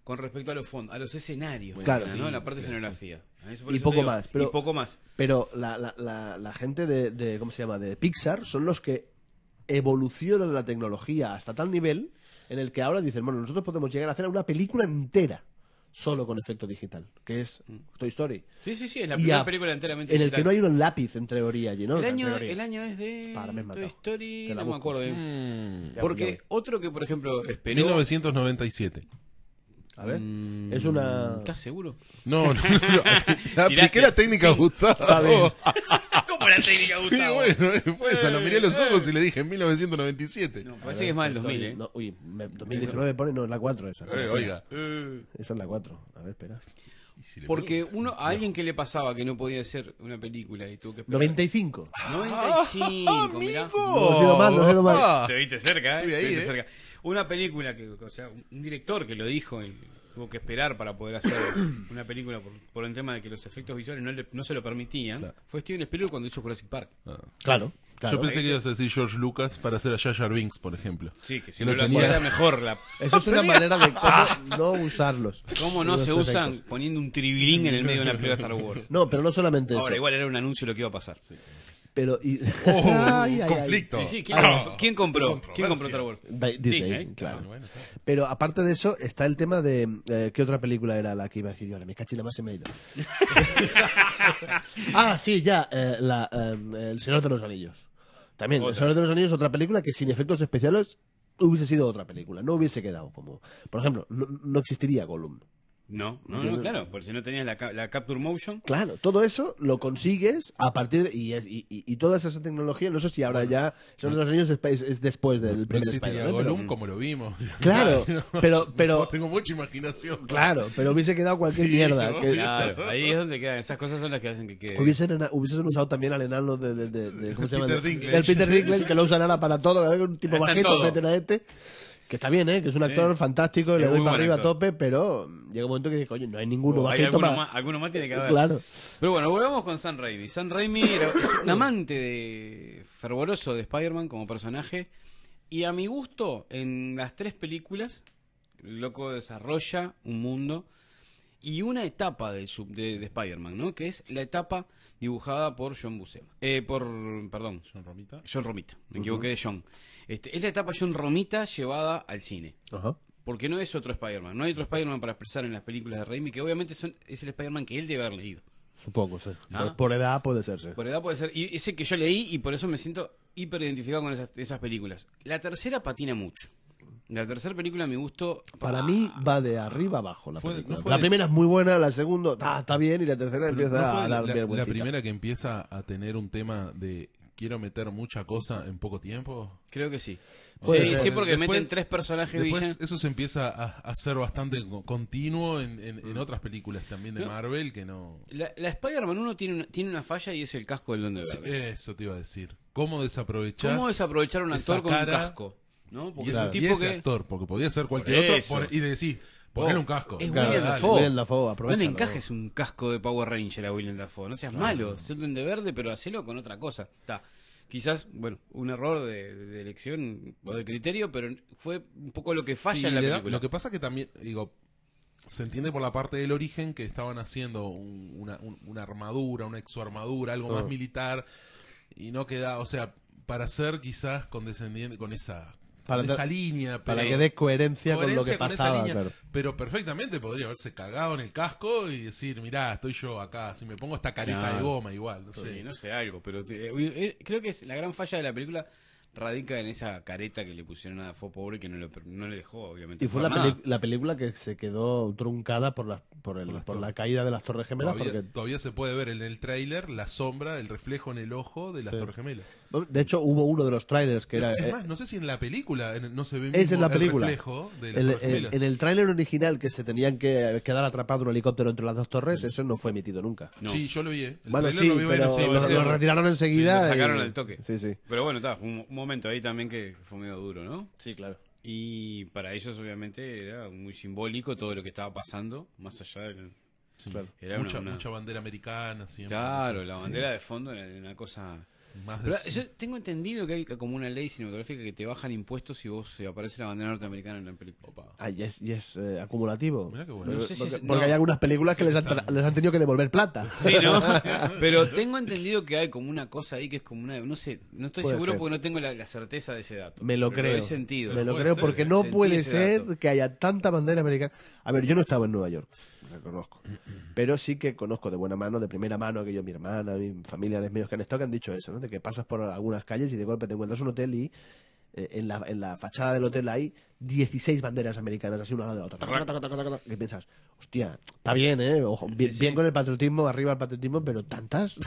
con respecto a los fondos, a los escenarios, Claro. ¿no? La parte de Claro, escenografía. Y poco más, pero- y poco más. Pero la gente de, ¿cómo se llama? De Pixar son los que evolucionan la tecnología hasta tal nivel en el que ahora dicen, bueno, nosotros podemos llegar a hacer una película entera solo con efecto digital, que es Toy Story. Sí, es la Y primera película enteramente en el que digital. no hay un lápiz en teoría allí, ¿no? O sea, en El teoría. año es de Para, me he matado. Toy Story, Te la no me busco. acuerdo bien. Ya, Porque ya. otro que, por ejemplo, esperó... 1997. A ver, es una... ¿Estás seguro? No, apliqué la técnica Está Gustavo. bien. ¿Cómo la técnica, Y Gustavo? bueno, fue esa, lo miré a los ojos y le dije 1997. No, parece que es más del Toy 2000, Story, ¿eh? no, uy, 2019 pone, no, es la 4 esa. Oiga. Esa es la 4. A ver, espera. Y si le Porque a alguien que le pasaba que no podía hacer una película y tuvo que esperar... 95. 95, mirá. No he sido mal, no he sido mal. Te viste cerca, ¿eh? Estuve ahí, Te viste ¿eh? cerca. Una película que, o sea, un director que lo dijo y tuvo que esperar para poder hacer una película por el tema de que los efectos visuales no se lo permitían, Claro. fue Steven Spielberg cuando hizo Jurassic Park. Claro. Yo pensé que ibas a decir George Lucas para hacer a Jar Jar Binks, por ejemplo. Sí, que si Que no lo lo hacía tenía- era mejor. Eso es una manera de cómo no usarlos. ¿Cómo no Los se usan efectos. poniendo un tribilín en el medio de una película de Star Wars? No, pero no solamente eso. Ahora, igual era un anuncio lo que iba a pasar. Pero y... Oh, Ay, ay, ay. conflicto. Sí, ¿quién, Ah. ¿quién compró? Controversia. ¿Quién compró Star Wars? Disney, claro. Bueno, claro. Pero aparte de eso, está el tema de... ¿qué otra película era la que iba a decir yo? Ahora me cachina más se me ha ido. Sí, ya. El Señor de los Anillos. También, El Otra. Señor de los Anillos, otra película que sin efectos especiales hubiese sido otra película. No hubiese quedado como... Por ejemplo, no existiría Gollum. No, Yo- claro, porque si no tenías la Capture Motion. Claro, todo eso lo consigues a partir de... Y toda esa tecnología, no sé si ahora ya... El Señor de los Anillos es después del No primer existiría Spider-Man, pero- Gollum como lo vimos. Claro, pero- No, tengo mucha imaginación. Claro, pero hubiese quedado cualquier Sí, mierda. ¿no? que- Claro, ahí es donde quedan. Esas cosas son las que hacen que quede. Hubiesen usado también al enano de ¿cómo se llama? Peter Dinklage. Del Peter Dinklage, que lo usan ahora para todo. Un tipo Está en bajito, todo. meten a este. Que está bien, que es un actor fantástico, le Es doy muy para buen arriba a actor. tope, pero llega un momento que dices, coño, no hay ninguno Hay bajito alguno más tiene que haber. Claro. Pero bueno, volvamos con Sam Raimi. Sam Raimi es un amante fervoroso de Spider-Man como personaje. Y a mi gusto, en las tres películas, el loco desarrolla un mundo y una etapa de Spider-Man, ¿no? Que es la etapa dibujada por John Buscema. Perdón, John Romita. John Romita. Me equivoqué de John. Es la etapa John Romita llevada al cine. Ajá. Porque no es otro Spider-Man. No hay otro Spider-Man para expresar en las películas de Raimi, que obviamente es el Spider-Man que él debe haber leído. Supongo, sí. Ah. Por edad puede ser, sí. Por edad puede ser. Y ese que yo leí y por eso me siento hiper identificado con esas películas. La tercera patina mucho. La tercera película, a mi gusto... Para mí va de arriba abajo la Fue- película. no fue La de- primera es muy buena, la segunda está bien y la tercera Pero empieza ¿no fue a dar bien la vueltita. primera que empieza a tener un tema de quiero meter mucha cosa en poco tiempo. Creo que sí. Puede Sí, ser. sí, porque Después- meten tres personajes Después villanos. eso se empieza a hacer bastante continuo en otras películas también de No. Marvel que no... La Spider-Man 1 tiene una falla y es el casco del Duende Sí, Verde. eso te iba a decir. ¿Cómo desaprovechar ¿Cómo desaprovechar a un esa actor con un cara casco? ¿No? Porque y es ese, un tipo ese que... actor? Porque podía ser cualquier Por otro eso. y decir, ponerle Oh, un casco. es Claro, William dale, Dafoe. William Dafoe, No le aprovechalo. encajes un casco de Power Ranger a William Dafoe. No seas malo. Sé el Duende Verde, pero hacelo con otra cosa. Está. Quizás, bueno, un error de elección o de criterio, pero fue un poco lo que falla Sí, en la le da- película. lo que pasa que también, digo, se entiende por la parte del origen que estaban haciendo una armadura, una exoarmadura, algo más Ah. militar, y no queda, o sea, para ser quizás condescendiente con esa, Para con dar- esa línea, Para pero- que dé coherencia con lo coherencia que con esa pasaba, línea, claro. pero perfectamente podría haberse cagado en el casco y decir, mirá, estoy yo acá, si me pongo esta careta Claro. de goma igual, no sé. Sí, no sé, algo, pero creo que la gran falla de la película radica en esa careta que le pusieron a Dafoe pobre que no le dejó, obviamente. Y fue la, formar nada. la película que se quedó truncada por la caída de las Torres Gemelas. Todavía, Porque, todavía se puede ver en el tráiler la sombra, el reflejo en el ojo de las Sí. Torres Gemelas. de hecho, hubo uno de los trailers que era... Es más, no sé si en la película no se ve Es en la el película. reflejo de las el- Torres Gemelas. en el tráiler original que se tenían que quedar atrapado un helicóptero entre las dos torres, eso no fue emitido nunca. No. Sí, yo lo vi. El Bueno, tráiler sí, lo vi, pero sí, lo, sí, lo sí. retiraron enseguida. Sí, lo sacaron y- al toque. Sí, sí. Pero bueno, está, fue un momento ahí también que fue medio duro, ¿no? Sí, claro. Y para ellos obviamente era muy simbólico todo lo que estaba pasando, más allá del... Sí. Claro. Era mucha, una- mucha bandera americana siempre. Claro, Sí. la bandera de fondo era una cosa... Más Pero de- yo tengo entendido que hay como una ley cinematográfica que te bajan impuestos si vos aparece la bandera norteamericana en la película. Ah, y es acumulativo. Mirá qué bueno. No sé si porque es- porque no. hay algunas películas que Sí, les han tenido que devolver plata. Sí, ¿no? Pero tengo entendido que hay como una cosa ahí que es como una... No sé, no estoy Puede seguro ser. porque no tengo la certeza de ese dato. Me lo Pero creo. he sentido. Me lo Puede creo ser, porque ¿eh? no Sentí puede ese ser dato. que haya tanta bandera americana. A ver, yo no estaba en Nueva York, reconozco. Pero sí que conozco de buena mano, de primera mano, que yo, mi hermana, mis familiares míos que han estado, que han dicho eso, ¿no? De que pasas por algunas calles y de golpe te encuentras un hotel y en la fachada del hotel hay 16 banderas americanas, así una al lado de la otra. ¿Qué piensas? Hostia, está bien, ¿eh? Ojo, bien, sí. bien con el patriotismo, arriba el patriotismo, pero tantas.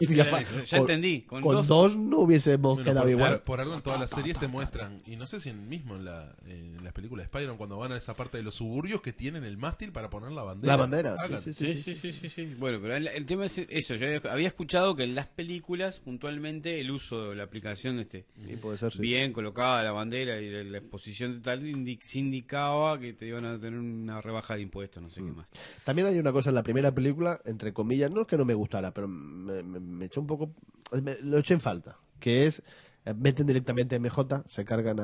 Ya entendí. Con Con dos no hubiésemos Bueno, quedado igual. por algo en todas las series te muestran, y no sé si mismo en las películas de Spider-Man, cuando van a esa parte de los suburbios que tienen el mástil para poner la bandera. La bandera, Hagan. sí. Sí. Bueno, pero el tema es eso. Yo había escuchado que en las películas, puntualmente, el uso de la aplicación Y puede ser, sí. bien colocada la bandera y la exposición de tal se indicaba que te iban a tener una rebaja de impuestos, no sé qué más. También hay una cosa en la primera película, entre comillas, no es que no me gustara, pero me echó un poco, lo eché en falta, que es, meten directamente a MJ, se cargan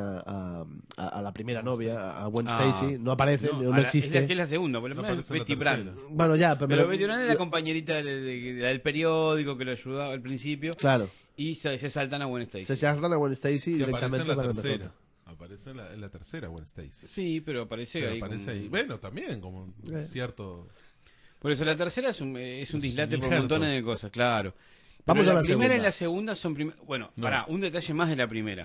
a la primera novia, a Gwen Stacy, no aparece, no existe. Es la segunda, por lo No menos aparece en la Betty tercera. Brand. Bueno, ya, Pero Betty Brand es la compañerita del periódico que lo ayudaba al principio. Claro, Y se saltan a Gwen Stacy. se salgan a Gwen Stacy Que aparece directamente en la para tercera. MJ. Aparece en la tercera Gwen Stacy. Sí, pero aparece Pero ahí. aparece como- ahí. Bueno, también como cierto... Por eso la tercera es un dislate por injerto. montones de cosas, claro. Vamos Pero a la la primera segunda. y la segunda son bueno, No. pará, un detalle más de la primera.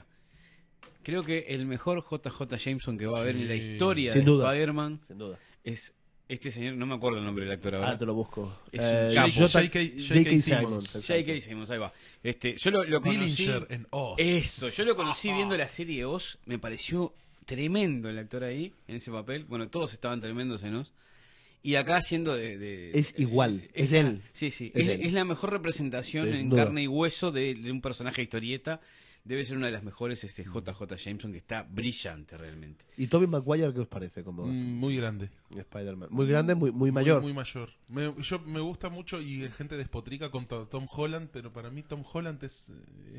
Creo que el mejor JJ Jameson que va a haber en la Sí. historia Sin de duda. Spider-Man Sin duda. es este señor, no me acuerdo el nombre del actor ahora. Ahora te lo busco. Es un capo. J.K. Simmons. J.K. Simmons, ahí va. Yo lo conocí. Dillinger en Oz. Eso, yo lo conocí viendo la serie Oz, me pareció tremendo el actor ahí, en ese papel. Bueno, todos estaban tremendos en Oz. Y acá haciendo Es igual, es la- él. Sí, sí, Es es, él. es la mejor representación Sí, en sin duda. carne y hueso de un personaje de historieta. Debe ser una de las mejores JJ Jameson, que está brillante realmente. ¿Y Tobey Maguire qué os parece como Muy grande. Spider-Man? Muy grande, muy mayor. Muy mayor. Me gusta mucho y gente despotrica con Tom Holland, pero para mí Tom Holland es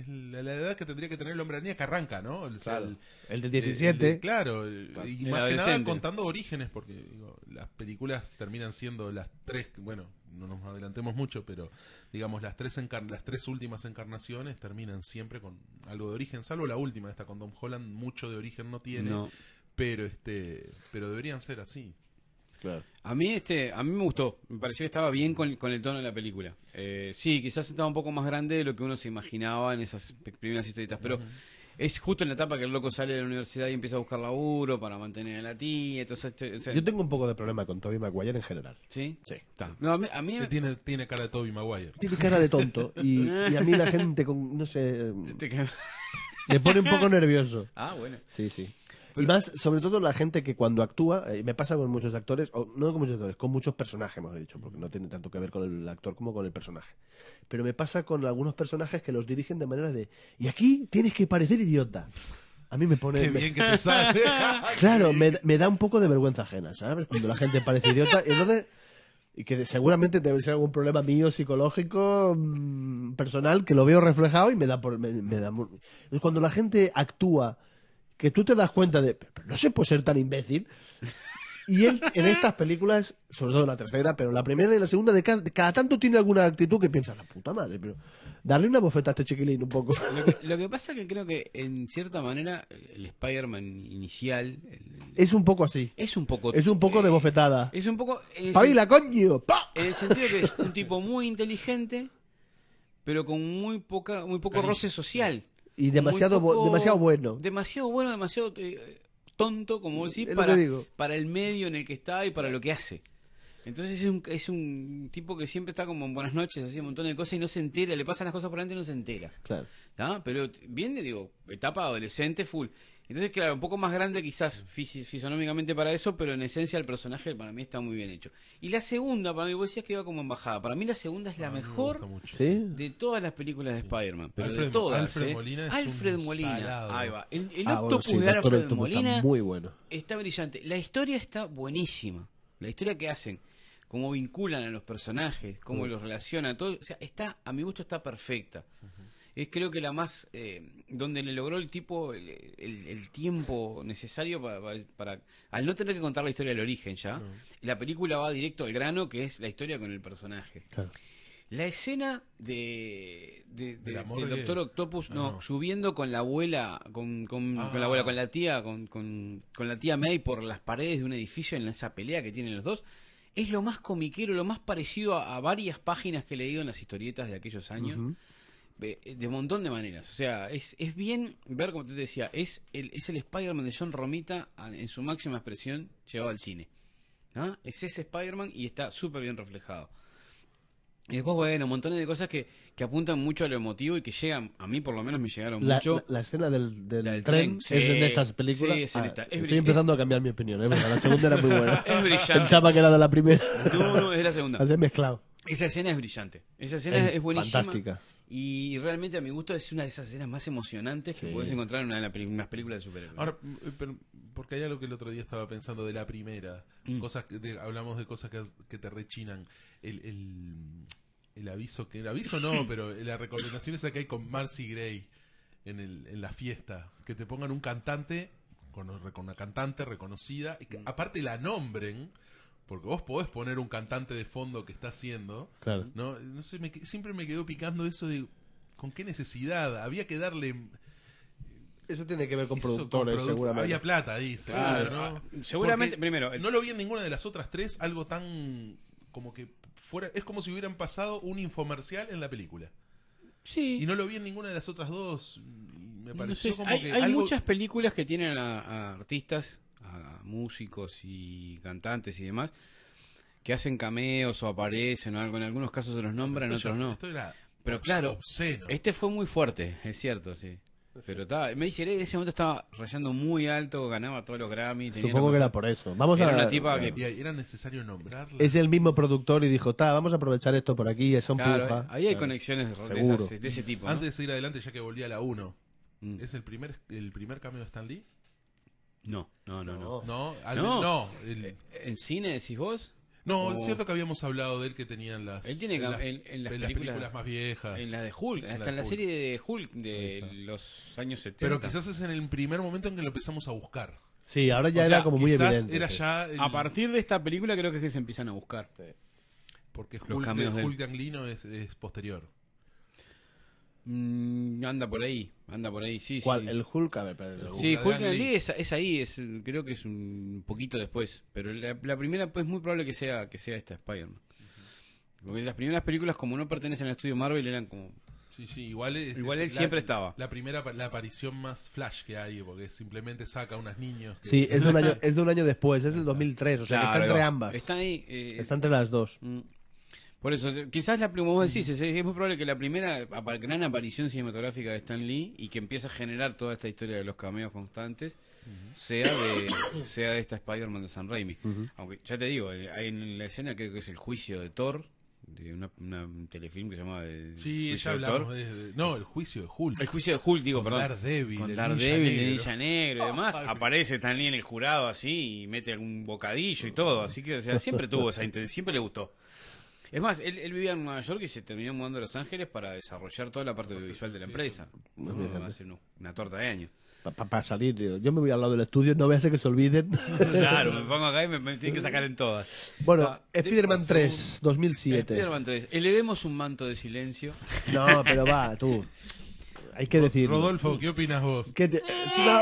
la edad que tendría que tener el hombre araña que arranca, ¿no? O sea, Claro. El de 17. claro, y El más que nada adolescente. contando orígenes, porque digo, las películas terminan siendo las tres, bueno, no nos adelantemos mucho, pero digamos las tres últimas encarnaciones terminan siempre con algo de origen, salvo la última, esta con Tom Holland, mucho de origen no tiene, No. pero deberían ser así. Claro. A mí me gustó, me pareció que estaba bien con el tono de la película. Sí, quizás estaba un poco más grande de lo que uno se imaginaba en esas primeras historietas, pero es justo en la etapa que el loco sale de la universidad y empieza a buscar laburo para mantener a la tía. Entonces, o sea, Yo tengo un poco de problema con Tobey Maguire en general. ¿sí? Sí. Está. No, a mí Que tiene cara de Tobey Maguire. Tiene cara de tonto y a mí la gente con, no sé, te queda- me pone un poco nervioso. Ah, bueno. Sí, sí. Y más, sobre todo la gente que cuando actúa, me pasa con muchos actores, o no con muchos actores, con muchos personajes, mejor dicho, porque no tiene tanto que ver con el actor como con el personaje. Pero me pasa con algunos personajes que los dirigen de manera de, y aquí tienes que parecer idiota. A mí me pone... Qué bien que te sale. Claro, me da un poco de vergüenza ajena, ¿sabes? Cuando la gente parece idiota. Y entonces, y que seguramente debe ser algún problema mío psicológico, personal, que lo veo reflejado y me da Entonces, cuando la gente actúa, que tú te das cuenta de, pero no se puede ser tan imbécil. Y él, en estas películas, sobre todo en la tercera, pero en la primera y la segunda, de cada tanto tiene alguna actitud que piensas, la puta madre, pero darle una bofeta a este chiquilín un poco. Lo que pasa que creo que en cierta manera el Spider-Man inicial Es un poco así. es un poco De bofetada. es un poco ¡Pabila, coño! ¡Pa! en el sentido que es un tipo muy inteligente, pero con muy poco roce social. Y demasiado Muy poco- demasiado bueno. Demasiado bueno, demasiado tonto, como vos decís, Es lo que digo. para el medio en el que está y para lo que hace. Entonces es un tipo que siempre está como en buenas noches, hacía un montón de cosas y no se entera, le pasan las cosas por delante y no se entera. Claro. ¿Tá? Pero viene, digo, etapa adolescente full. Entonces, claro, un poco más grande quizás fisonómicamente para eso, pero en esencia el personaje para mí está muy bien hecho. Y la segunda, para mí, vos decías que iba como embajada. Para mí la segunda es la A mí me mejor gusta mucho. ¿Sí? de todas las películas de Spider-Man. Pero de Alfred- todas. Alfred Molina es Alfred un Molina. salado. Ahí va. El Ah, bueno, octopus sí, de Doctor Alfred Octopus está Molina muy bueno. está brillante. La historia está buenísima. La historia que hacen, cómo vinculan a los personajes, cómo los relacionan, todo, o sea, a mi gusto está perfecta. es creo que la más donde le logró el tipo el tiempo necesario para al no tener que contar la historia del origen ya, la película va directo al grano, que es la historia con el personaje. Claro. La escena del morgue. Doctor Octopus, No. subiendo con la abuela, con la abuela, con la tía, con la tía May por las paredes de un edificio en esa pelea que tienen los dos, es lo más comiquero, lo más parecido a varias páginas que he leído en las historietas de aquellos años, Ujú. de montón de maneras. O sea, es bien ver, como te decía, es el Spider-Man de John Romita en su máxima expresión llevado al cine. ¿No? Es ese Spider-Man y está súper bien reflejado. Y después, bueno, montones de cosas que apuntan mucho a lo emotivo y que llegan, a mí por lo menos me llegaron mucho. La escena del La del tren tren, es sí, en estas películas. sí, es en esta. Es Estoy empezando a cambiar mi opinión, porque la segunda era muy buena. Es brillante. Pensaba que era de la primera. No, es la segunda. Las he mezclado. Esa escena es brillante. Esa escena es buenísima. Fantástica. Y realmente a mi gusto es una de esas escenas más emocionantes que Sí. puedes encontrar en una de unas películas de superhéroes. Ahora, pero, porque hay algo que el otro día estaba pensando de la primera. Cosas hablamos de cosas que te rechinan. El aviso, que el aviso no, pero la recomendación esa que hay con Marcy Gray en la fiesta. Que te pongan un cantante, con una cantante reconocida, y que aparte la nombren. Porque vos podés poner un cantante de fondo que está haciendo. Claro. No sé, siempre me quedó picando eso de ¿con qué necesidad? Había que darle Eso tiene que ver con eso productores, seguramente. Había plata ahí, seguro, Claro, ¿no? seguramente, Porque primero, no lo vi en ninguna de las otras tres algo tan como que fuera, es como si hubieran pasado un infomercial en la película. sí. Y no lo vi en ninguna de las otras dos. Me No pareció sé, como hay que hay algo... muchas películas que tienen a artistas, a músicos y cantantes y demás, que hacen cameos o aparecen o algo. En algunos casos se los nombran, en Esto otros ya- no. esto era Pero claro, obsceno. este fue muy fuerte, es cierto, sí. Pero estaba, Macy Gray en ese momento estaba rayando muy alto, ganaba todos los Grammy. tenía Supongo lo que era mejor. por eso. Vamos Era a... una tipa que- Y era necesario nombrarla. Es el mismo productor y dijo, vamos a aprovechar esto por aquí, esa Claro, empuja. ahí hay Claro. conexiones Seguro. de ese tipo, ¿no? Antes de seguir adelante, ya que volví a la 1, Mm. ¿es el primer cameo de Stan Lee? No. No, No. el- ¿En cine decís vos? no, O- es cierto que habíamos hablado de él que tenían las, Él tiene en las, en las en películas más viejas. En la de Hulk, En la hasta de en la Hulk. serie de Hulk Ahí de está. los años 70. Pero quizás es en el primer momento en que lo empezamos a buscar. Sí, ahora ya O sea, era como muy Quizás evidente. era sí. ya el- A partir de esta película creo que es que se empiezan a buscar. porque los cameos de él. Hulk de Ang Lee no es posterior. Anda por ahí, sí. ¿Cuál? Sí. El Hulk, a ver, espera, el Hulk. Sí, La de Hulk Ang de Lee. Lee es ahí, creo que es un poquito después. Pero la primera, pues es muy probable que sea esta Spider-Man. Porque las primeras películas, como no pertenecen al estudio Marvel, eran como... Sí, igual Igual él siempre estaba. La aparición más flash que hay, porque simplemente saca a unos niños. que- Sí, es de un año después, es del 2003, o sea que está entre ambas. Está ahí. Está entre las dos. Por eso, quizás como vos decís, es muy probable que la primera gran aparición cinematográfica de Stan Lee y que empieza a generar toda esta historia de los cameos constantes sea de esta Spider-Man de Sam Raimi. Aunque ya te digo, hay en la escena creo que es el juicio de Thor, de un telefilm que se llama El Sí, juicio ya de hablamos Thor. no, el juicio de Hulk. El juicio de Hulk, digo, Con perdón. Daredevil, Con el Daredevil, Ninja el Negro. Ninja Negro y demás. Ay, Aparece Stan Lee en el jurado así y mete algún bocadillo y todo. Así que, o sea, siempre tuvo esa intención, siempre le gustó. Es más, él vivía en Nueva York y se terminó mudando a Los Ángeles para desarrollar toda la parte audiovisual de la empresa. No, ¿no? fíjate. Hace una torta de años. Para salir, digo, yo me voy al lado del estudio, no voy a hacer que se olviden. Claro, me pongo acá y me tienen que sacar en todas. Bueno, Ah, Spider-Man 3, 2007. Spider-Man 3. Elevemos un manto de silencio. No, pero va, tú. Hay que decir. Rodolfo, ¿qué opinas vos? ¡Es una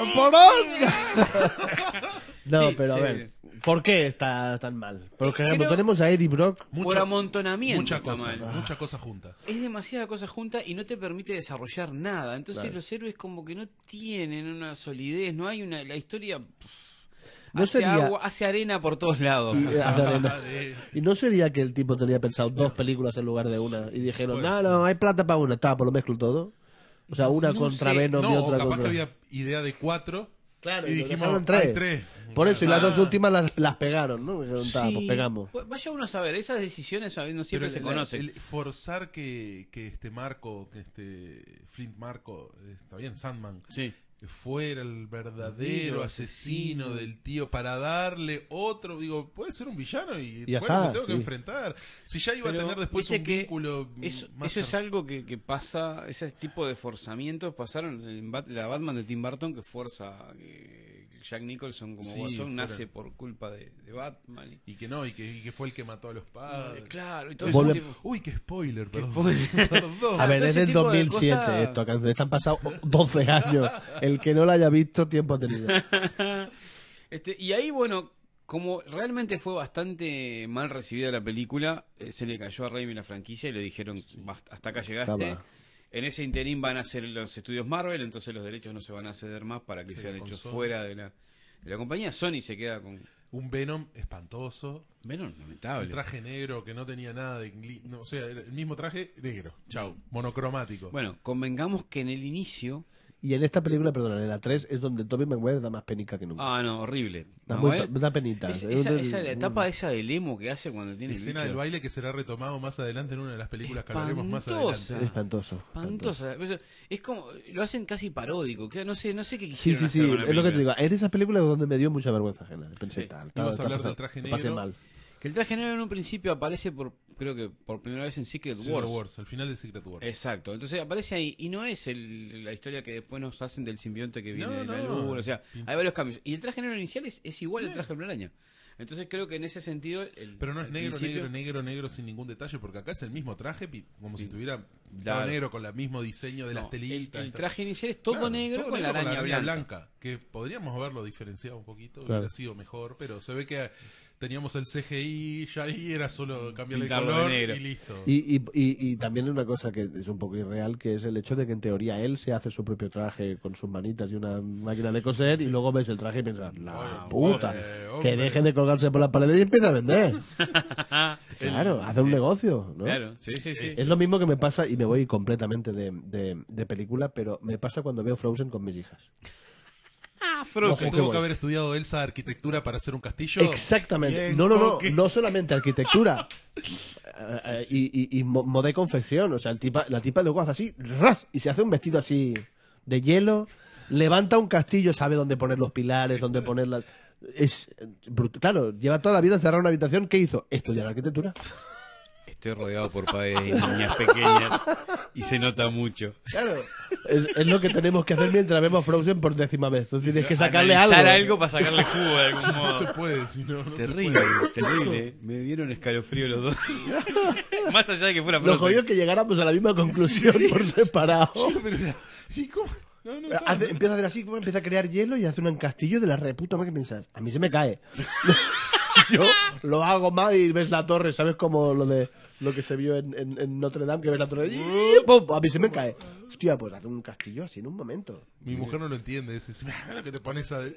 poronga! No, Sí, pero a sí. ver, ¿por qué está tan mal? Porque, por ejemplo, Creo- tenemos a Eddie Brock. Por amontonamiento Mucha está cosa, mal. mucha cosa junta. Es demasiada cosa junta y no te permite desarrollar nada. Entonces Claro. los héroes como que no tienen una solidez, no hay una... La historia No hace sería- agua, hace arena por todos lados. Y no sería que el tipo tenía pensado dos películas en lugar de una y dijeron, Puede no, hay plata para una, está, pues lo mezclo todo. O sea, una No contra sé. Venom y No, o otra capaz contra... que había idea de 4. Claro, y y lo dijimos, dejaron tres. hay 3. Por eso, y las dos últimas las pegaron, ¿no? Dijeron, "Ta, pues Sí. pegamos. Pues vaya uno a saber, esas decisiones no siempre se conocen. El forzar que este Marco, Flint Marco, está bien, Sandman, Sí. que fuera el verdadero asesino del tío para darle otro, digo, puede ser un villano y ya bueno, está, me tengo que sí. enfrentar. Si ya iba a Pero, tener después viste un que vínculo Eso más es algo que pasa, ese tipo de forzamientos pasaron en la Batman de Tim Burton, que fuerza que Jack Nicholson como Sí, Guasón fuera. nace por culpa de Batman. y que no, y que fue el que mató a los padres. Claro, y todo Volve- ese tipo- Uy, qué spoiler, perdón. spoiler. Perdón. A ver, todo es ese del tipo de 2007 cosas- esto, que han pasado 12 años. El que no lo haya visto, tiempo ha tenido. Y ahí, bueno, como realmente fue bastante mal recibida la película, se le cayó a Raimi la franquicia y le dijeron, hasta acá llegaste. Toma. En ese interín van a hacer los estudios Marvel, entonces los derechos no se van a ceder más para que Sí, sean con hechos Sony. fuera de la compañía. Sony se queda con... Un Venom espantoso. Menos Un lamentable. traje negro que no tenía nada de no, o sea, era el mismo traje negro. Chau. Monocromático. Bueno, convengamos que en el inicio... Y en esta película, perdón, en la 3 es donde Tobey Maguire da más penica que nunca. Ah, no, horrible. Da, No, muy, ¿vale? da penita. La etapa esa del emo que hace cuando tiene el Escena bicho. del baile que será retomado más adelante en una de las películas que hablaremos más Espantosa. adelante. Espantoso. Espantosa. Es como, lo hacen casi paródico. Que no sé qué Sí, quisieron sí, hacer sí, con la es lo que te película. digo. En esa película es donde me dio mucha vergüenza ajena. Pensé Sí. tal. Ibas a hablar pasé- del traje lo pasé negro. mal. Que el traje negro en un principio aparece creo que por primera vez en Secret Secret Wars. Wars, al final de Secret Wars. Exacto, entonces aparece ahí y no es la historia que después nos hacen del simbionte que viene No, de la no. luna, o sea, hay varios cambios. Y el traje negro inicial es igual al traje de Hombre Araña. Entonces creo que en ese sentido... Pero no es al negro, principio- negro, negro, negro sin ningún detalle, porque acá es el mismo traje, como si tuviera Claro. todo negro con el mismo diseño de No, las telitas. el y tal. traje inicial es todo Claro, negro todo con la negro araña blanca. que podríamos haberlo diferenciado un poquito, Claro. hubiera sido mejor, pero se ve que teníamos el CGI, ya ahí era solo cambiarle el Pintarlo de color negro. y listo. Y también una cosa que es un poco irreal, que es el hecho de que en teoría él se hace su propio traje con sus manitas y una máquina de coser y luego ves el traje y piensas, la Oye, puta, hombre. que deje de colgarse por las paredes y empieza a vender. Claro, hace un negocio, ¿no? Claro, sí, sí, sí. Es lo mismo que me pasa, y me voy completamente de película, pero me pasa cuando veo Frozen con mis hijas. Lo Ojo que que tuvo voy. que haber estudiado Elsa arquitectura para hacer un castillo. Exactamente. Bien, No, no, no, Coque. no solamente arquitectura. Y moda y confección. O sea, la tipa luego hace así, ¡ras! Y se hace un vestido así de hielo, levanta un castillo, sabe dónde poner los pilares, dónde poner las... Es claro, lleva toda la vida encerrado en una habitación. ¿Qué hizo? Estudiar arquitectura. Estoy rodeado por padres y niñas pequeñas y se nota mucho. Claro. Es lo que tenemos que hacer mientras vemos Frozen por 10ª vez. Entonces tienes que sacarle Analizar algo. algo para sacarle jugo de algún No modo. se puede, si no, no se Terrible, puede. terrible. Me dieron escalofrío los dos. Más allá de que fuera Lo Frozen. jodido es que llegáramos a la misma conclusión por separado. Pero ¿y cómo? No, no, Empieza a hacer así, como empieza a crear hielo y hace un castillo de la reputa más que piensas. A mí se me cae. Yo lo hago mal y ves la torre, ¿sabes? Como lo que se vio en Notre Dame, que ves la torre y ¡pum! A mí se me cae. Hostia, pues hace un castillo así en un momento. Mi mujer no lo entiende, dice, lo que te pones a... Pero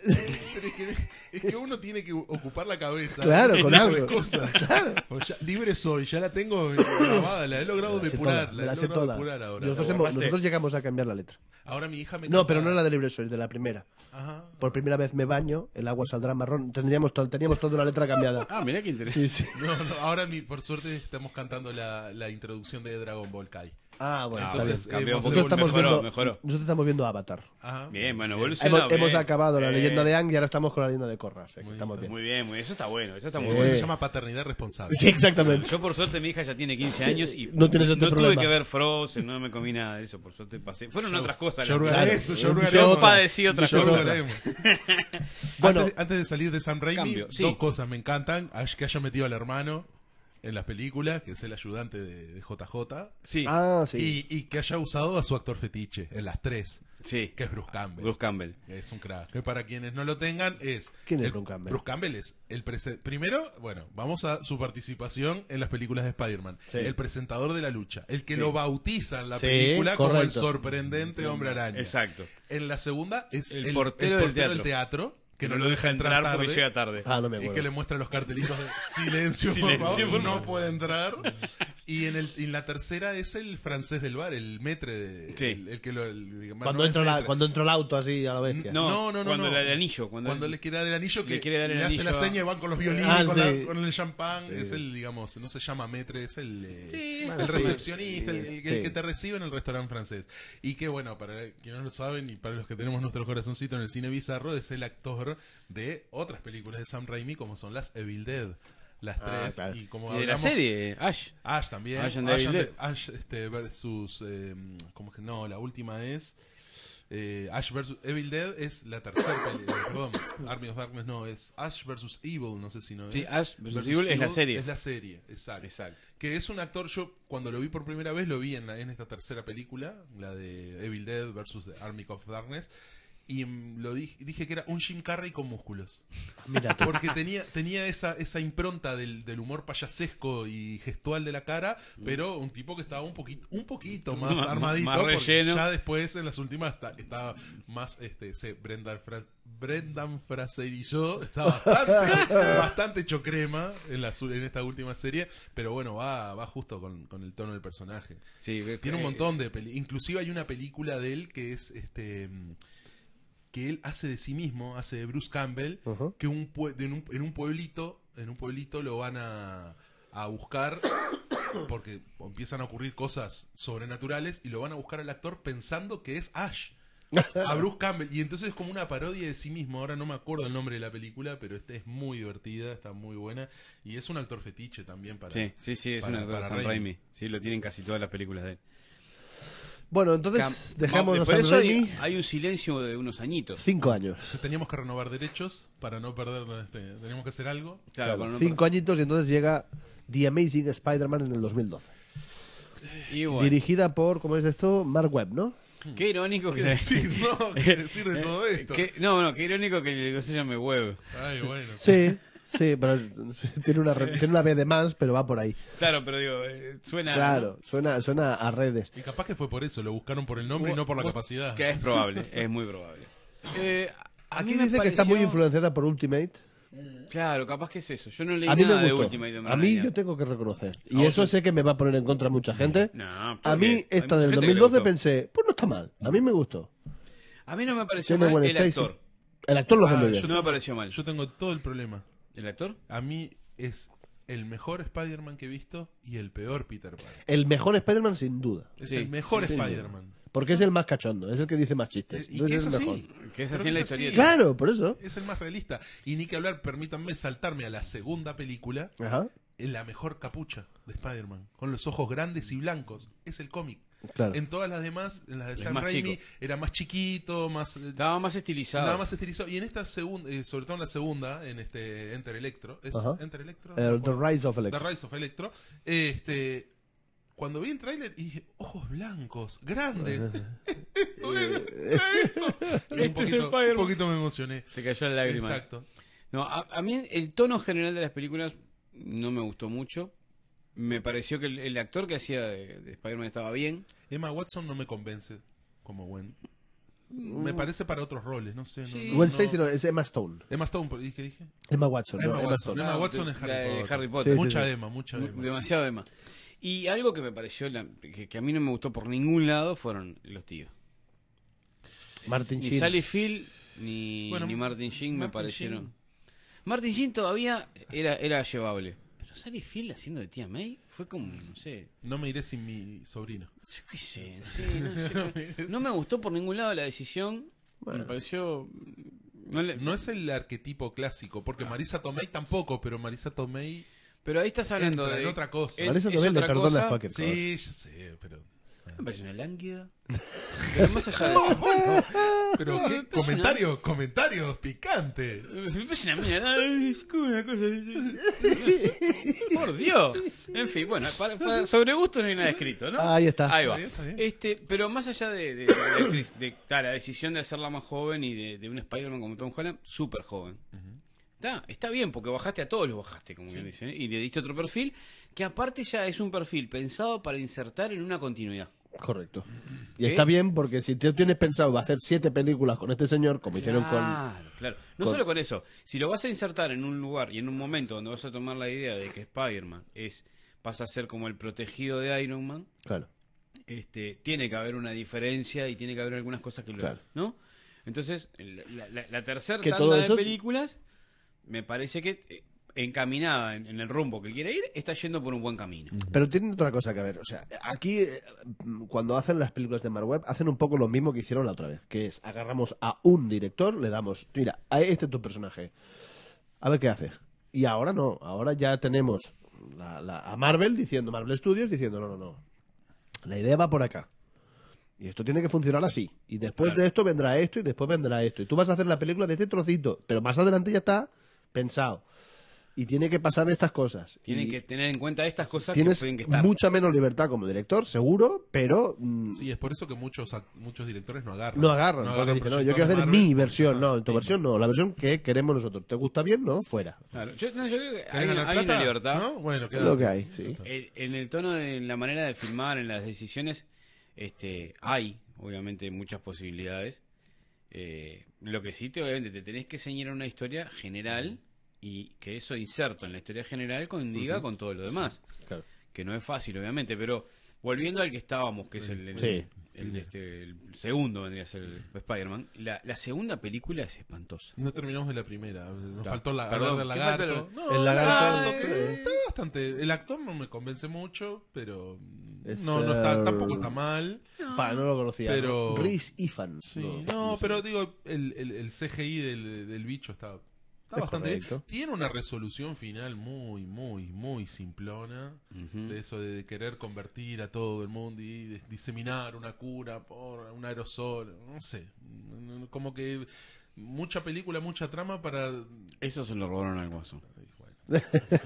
es que uno tiene que ocupar la cabeza. Claro, ese con tipo algo. de cosas. Pues ya, libre soy, ya la tengo grabada, la he logrado La sé depurar, toda, la la he sé logrado toda. depurar ahora. Nosotros llegamos a cambiar la letra. Ahora mi hija me No, canta- pero no la de Libre Soy, de la primera. Ajá. Por primera vez me baño, el agua saldrá marrón. Teníamos toda la letra cambiada. Ah, mirá qué interesante. Sí, sí. No, ahora por suerte estamos cantando la introducción de Dragon Ball Kai. Ah, bueno, Ah, está entonces, bien. cambió un hemos poco. Nosotros Mejoró. nosotros estamos viendo Avatar. Ajá. Bien, bueno, evolucionó. Hemos bien. acabado la leyenda de Aang y ahora estamos con la leyenda de Korra. O sea, que Muy estamos bien. Muy bien, muy bien. Eso está bueno. Eso está muy Eso bueno. se llama paternidad responsable. Sí, exactamente. Yo por suerte mi hija ya tiene 15 años y No tienes este tuve problema. que ver Frozen, no me comí nada de eso, por suerte pasé. Fueron otras cosas. Ya las hurgaré que- eso, ya Yo hurgaremos. Yo padecí otras Ya cosas. hurgaremos. Bueno. Antes de salir de Sam Raimi, Cambio, sí. dos cosas me encantan. Que haya metido al hermano en las películas, que es el ayudante de JJ. Sí, Ah, sí. Y que haya usado a su actor fetiche en las tres, sí. que es Bruce Campbell. Bruce Campbell. Es un crack. Que para quienes no lo tengan es... ¿Quién es Bruce Campbell? Bruce Campbell es el primero, bueno, vamos a su participación en las películas de Spider-Man. Sí. El presentador de la lucha. El que Sí. lo bautiza en la Sí, película como el correcto. sorprendente Hombre Araña. Exacto. En la segunda es El portero del teatro, que no lo deja entrar porque tarde. llega tarde. Ah, no me Y acuerdo. que le muestra los cartelitos de silencio, Silencio, por favor, por no favor. puede entrar. Y en la tercera es el francés del bar, el maître de, Sí. el que lo Cuando entra el auto así a la bestia. No, no, cuando el anillo. Cuando le quiere dar el anillo, que le quiere dar el le hace la anillo a- seña y van con los violines, Ah, con, sí. con el champán. Sí. Es el, digamos, no se llama maître, es Sí, bueno, el sí. recepcionista, el Sí. que te recibe en el restaurante francés. Y que bueno, para quienes no lo saben y para los que tenemos nuestro corazoncito en el cine bizarro, es el actor de otras películas de Sam Raimi, como son las Evil Dead. Las tres. Claro. Y como Y de la hablamos, serie, Ash. Ash también. Ash and the Evil Dead. Ash, versus. ¿Cómo que no? La última es. Ash versus Evil Dead es la tercera película. Perdón, Army of Darkness no, es Ash versus Evil. No sé si no Sí, es. Ash versus Evil es la serie. Es la serie, exacto. Exacto. Que es un actor, yo cuando lo vi por primera vez, lo vi en esta tercera película, la de Evil Dead versus Army of Darkness. Y dije que era un Jim Carrey con músculos. Mira tú. Porque tenía esa impronta del humor payasesco y gestual de la cara, pero un tipo que estaba un poquito más Más armadito, porque relleno. ya después en las últimas estaba más Brendan Fraserizó, está bastante hecho crema en esta última serie, pero bueno, va justo con el tono del personaje. Sí, Tiene un montón de inclusive hay una película de él que es que él hace de sí mismo, hace de Bruce Campbell, Ujú. que en un pueblito lo van a buscar porque empiezan a ocurrir cosas sobrenaturales y lo van a buscar al actor pensando que es Ash, a Bruce Campbell, y entonces es como una parodia de sí mismo. Ahora no me acuerdo el nombre de la película, pero es muy divertida, está muy buena y es un actor fetiche también para Sí, es para- una cosa de para Sam Raimi. Sí, lo tienen casi todas las películas de él. Bueno, entonces dejamos a Por Sam eso Raimi hay un silencio de unos añitos. 5 años. Entonces, teníamos que renovar derechos para no perder, teníamos que hacer algo. Claro, para no 5 añitos y entonces llega The Amazing Spider-Man en el 2012. Y bueno, Dirigida por, ¿cómo es esto? Mark Webb, ¿no? qué irónico ¿Qué que decir, no? ¿Qué decir de todo esto? No, qué irónico que no se llame Web. Ay, bueno. Sí, sí, pero tiene una B de más, pero va por ahí. Claro, pero digo, suena. Claro, suena a redes. Y capaz que fue por eso, lo buscaron por el nombre y no por la capacidad. Que es probable, es muy probable. A mí Aquí me dice que está muy pareció- influenciada por Ultimate. Claro, capaz que es eso. Yo no leí A mí nada me de gustó. Ultimate A mí Hombre-Araña. yo tengo que reconocer. Y A eso otros- sé que me va a poner en contra mucha gente. No, A mí porque hay esta mucha del gente que le 2012 gustó. pensé, pues no está mal. A mí me gustó. A mí no me pareció Tiene mal buen el Stacy. actor. El actor lo hace Ah, muy bien. No me pareció mal. Yo tengo todo el problema. ¿El actor? A mí es el mejor Spider-Man que he visto y el peor Peter Parker. El mejor Spider-Man sin duda. Es Sí, el mejor sí, sí. Spider-Man. Porque es el más cachondo, es el que dice más chistes. Y que Entonces es es el así. mejor. Que es Pero así en la es así. historieta. Claro, por eso. Es el más realista. Y ni que hablar, permítanme saltarme a la segunda película, Ajá, en la mejor capucha de Spider-Man, con los ojos grandes y blancos. Es el cómic. claro. En todas las demás, en las de Es Sam más Raimi, chico. era más chiquito, más... Estaba más estilizado. Nada más estilizado. Y en esta segunda, sobre todo en la segunda, en Enter Electro, ¿es Ajá. Enter Electro? The Rise of The Electro. Rise of Electro. Cuando vi el tráiler y dije, ojos blancos, grandes. Esto es- esto. Y Este es el Spider-Man. un poquito me emocioné. Te cayó la lágrima. Exacto. No, a mí el tono general de las películas no me gustó mucho. Me pareció que el actor que hacía de Spider-Man estaba bien. Emma Watson no me convence como Gwen. Me parece para otros roles, no sé. Sí. Gwen Stacy no, es Emma Stone. Emma Stone, ¿qué dije? Emma Watson, Emma no, Emma Watson. Stone. Emma Watson es La de Harry Potter. Harry Potter. Sí, Mucha sí. Emma, mucha Emma. Demasiado Emma. Y algo que me pareció que a mí no me gustó por ningún lado fueron los tíos. Martin Ni Sheen. Sally Field ni Bueno, Martin Sheen me Martin parecieron. Sheen. Martin Sheen todavía era llevable. Pero Sally Field haciendo de tía May fue como, no sé. No me iré sin mi sobrino. Yo qué sé, sí, no sé. No me gustó por ningún lado la decisión. Bueno. Me pareció. No le- No es el arquetipo clásico, porque Marisa Tomei tampoco, pero Marisa Tomei Pero ahí estás hablando entra de. en otra cosa. Marisa es Tomei le otra perdona cosa. cualquier cosa. Sí, ya sé, pero... Me parece una lánguida. Pero más allá de eso. Pero qué comentarios picantes. Me parece una mierda. Es como una cosa. Por Dios. En fin, bueno, sobre gusto no hay nada escrito, ¿no? Ahí está. Ahí va. Está bien. Pero más allá de la decisión de hacerla más joven y de un Spider-Man como Tom Holland, súper joven. Está bien, porque bajaste a todos los bajaste, como quien dice, ¿eh? Y le diste otro perfil, que aparte ya es un perfil pensado para insertar en una continuidad. Correcto. Y ¿Qué? está bien porque si tú tienes pensado hacer 7 películas con este señor, como hicieron con... Claro. No con- solo con eso, si lo vas a insertar en un lugar y en un momento donde vas a tomar la idea de que Spider-Man es pasa a ser como el protegido de Iron Man, Claro. tiene que haber una diferencia y tiene que haber algunas cosas que Claro. ¿no? Entonces, la tercera Que tanda todo de eso- películas me parece que encaminada en el rumbo que quiere ir, está yendo por un buen camino. Pero tienen otra cosa que ver. O sea, aquí, cuando hacen las películas de Marvel, hacen un poco lo mismo que hicieron la otra vez, que es agarramos a un director, le damos, mira, a este es tu personaje, a ver qué haces. Y ahora no, ahora ya tenemos a Marvel diciendo, Marvel Studios diciendo, no, la idea va por acá. Y esto tiene que funcionar así. Y después Claro. de esto vendrá esto y después vendrá esto. Y tú vas a hacer la película de este trocito, pero más adelante ya está pensado. Y tiene que pasar estas cosas. Tienen Y que tener en cuenta estas cosas que tienes tienen que estar. mucha menos libertad como director, seguro, pero Sí, es por eso que muchos directores no agarran. no agarran. Porque dicen, no, yo quiero hacer mi versión. No, en tu versión no, la versión que queremos nosotros. ¿Te gusta bien? No, fuera. Claro. Yo creo que ¿Querés hay ganar una plata? libertad. ¿No? Bueno, Es quédate. lo que hay, sí. En el tono, en la manera de filmar, en las decisiones, hay, obviamente, muchas posibilidades. Lo que sí, obviamente, te tenés que ceñir a una historia general y que eso inserto en la historia general condiga con todo lo demás. Claro. Que no es fácil, obviamente, pero volviendo al que estábamos, que es Sí. el segundo, vendría a ser el Spider-Man, la segunda película es espantosa. No terminamos de la primera. Nos faltó Perdón, hablar del ¿qué falta? lagarto. No, El lagarto, está bastante. El actor no me convence mucho, pero Es, no está, tampoco está mal. No lo conocía. Pero- Rhys Ifans. Sí, no, pero digo, el CGI del bicho está Es bastante bien. correcto. Tiene una resolución final muy simplona. De eso de querer convertir a todo el mundo y diseminar una cura por un aerosol. No sé. Como que mucha película, mucha trama para. Eso se lo robaron al Guasón. Bueno.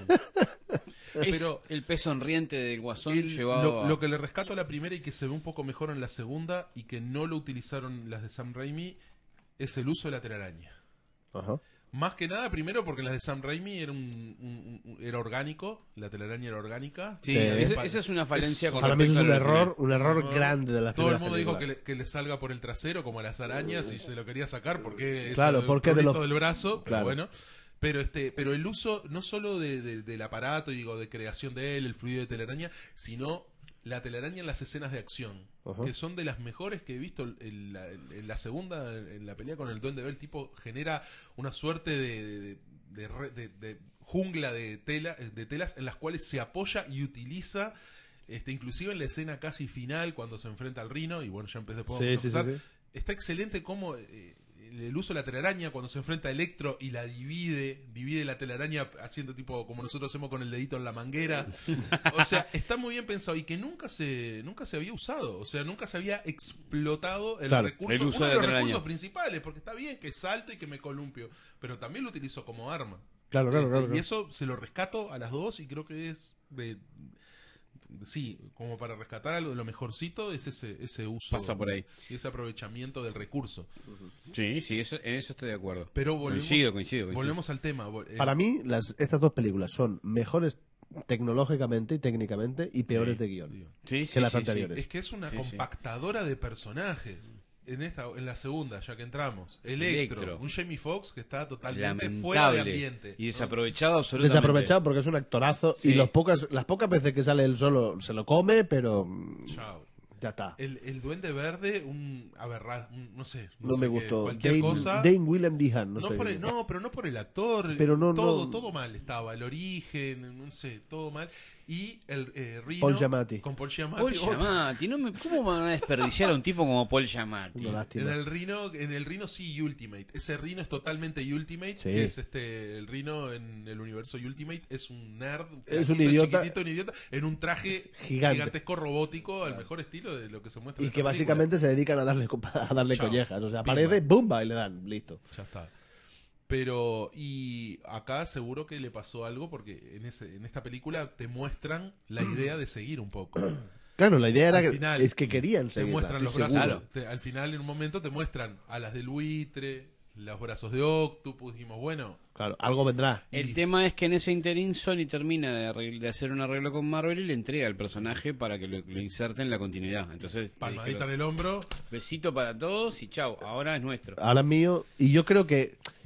Es Pero- el pez sonriente del Guasón El- llevado lo que le rescato a la primera y que se ve un poco mejor en la segunda y que no lo utilizaron las de Sam Raimi es el uso de la telaraña. Ajá. Más que nada, primero porque las de Sam Raimi era era orgánico, la telaraña era orgánica. Sí, Sí. esa es una falencia Eso- con Para mí eso es respecto un a lo error, un error No, grande de las Todo el primeras mundo dijo películas. que le salga por el trasero, como a las arañas, y se lo quería sacar porque es Claro, el porque de prurito los- del brazo, pero Claro. bueno. Pero el uso no solo del aparato, digo, de creación de él, el fluido de telaraña, sino la telaraña en las escenas de acción, Ajá. que son de las mejores que he visto en la segunda, en la pelea con el Duende Verde. El tipo genera una suerte de jungla de telas en las cuales se apoya y utiliza, inclusive en la escena casi final cuando se enfrenta al Rino, y bueno, ya podemos Sí, sí, empezar. sí, sí. Está excelente como el uso de la telaraña cuando se enfrenta a Electro y la divide la telaraña haciendo tipo como nosotros hacemos con el dedito en la manguera. O sea, está muy bien pensado y que nunca se había usado, o sea, nunca se había explotado el Claro, recurso, el uso uno de de la los telaraña. recursos principales, porque está bien que salto y que me columpio, pero también lo utilizo como arma. Claro, claro, claro, Y claro. eso se lo rescato a las dos y creo que es sí, como para rescatar algo de lo mejorcito es ese uso Pasa por ahí. y ese aprovechamiento del recurso. Sí, en eso estoy de acuerdo. Pero volvemos, Coincido. volvemos al tema. Para mí, estas dos películas son mejores tecnológicamente y técnicamente y peores Sí, de guión. digo, Sí, que las anteriores. es que es una Sí, sí. compactadora de personajes. En la segunda, ya que entramos, Electro, Electro. un Jamie Foxx que está totalmente Lamentable. fuera de ambiente. Y ¿no? desaprovechado absolutamente. Desaprovechado porque es un actorazo Sí. y las pocas veces que sale él solo se lo come, pero Chao. ya está. El Duende Verde, no sé. No sé me qué, gustó. cualquier cosa. Dane Willem Dehan, no, No, sé. pero no por el actor. Pero no- todo mal estaba. El origen, no sé, todo mal. Y el Rino. Paul Giamatti. Con Paul Giamatti. Paul otro- Giamatti, ¿cómo van a desperdiciar a un tipo como Paul Giamatti? Una lástima. En el Rino sí Ultimate. Ese Rino es totalmente Ultimate, Sí. que es el Rino en el universo Ultimate es un nerd, Es un flaquito, idiota. chiquitito, un idiota, en un traje Gigante. gigantesco robótico, al mejor estilo de lo que se muestra Y en que esta película. básicamente se dedican a darle Chao. collejas. O sea, Pimba. aparece, ¡bumba! Y le dan, listo. Ya está. Pero, y acá seguro que le pasó algo porque en esta película te muestran la idea de seguir un poco. Claro, la idea era Al que, final, es que querían Te seguirla, muestran los estoy brazos. seguro. Claro. Al final, en un momento, te muestran a las del buitre, los brazos de Octopus. Dijimos, bueno, Claro, algo vendrá. El Y- tema es que en ese interín Sony termina de hacer un arreglo con Marvel y le entrega al personaje para que lo inserte en la continuidad. Entonces, le palmadita en dijeron, el hombro. besito para todos y chau, ahora es nuestro. Ahora es mío. Y yo creo que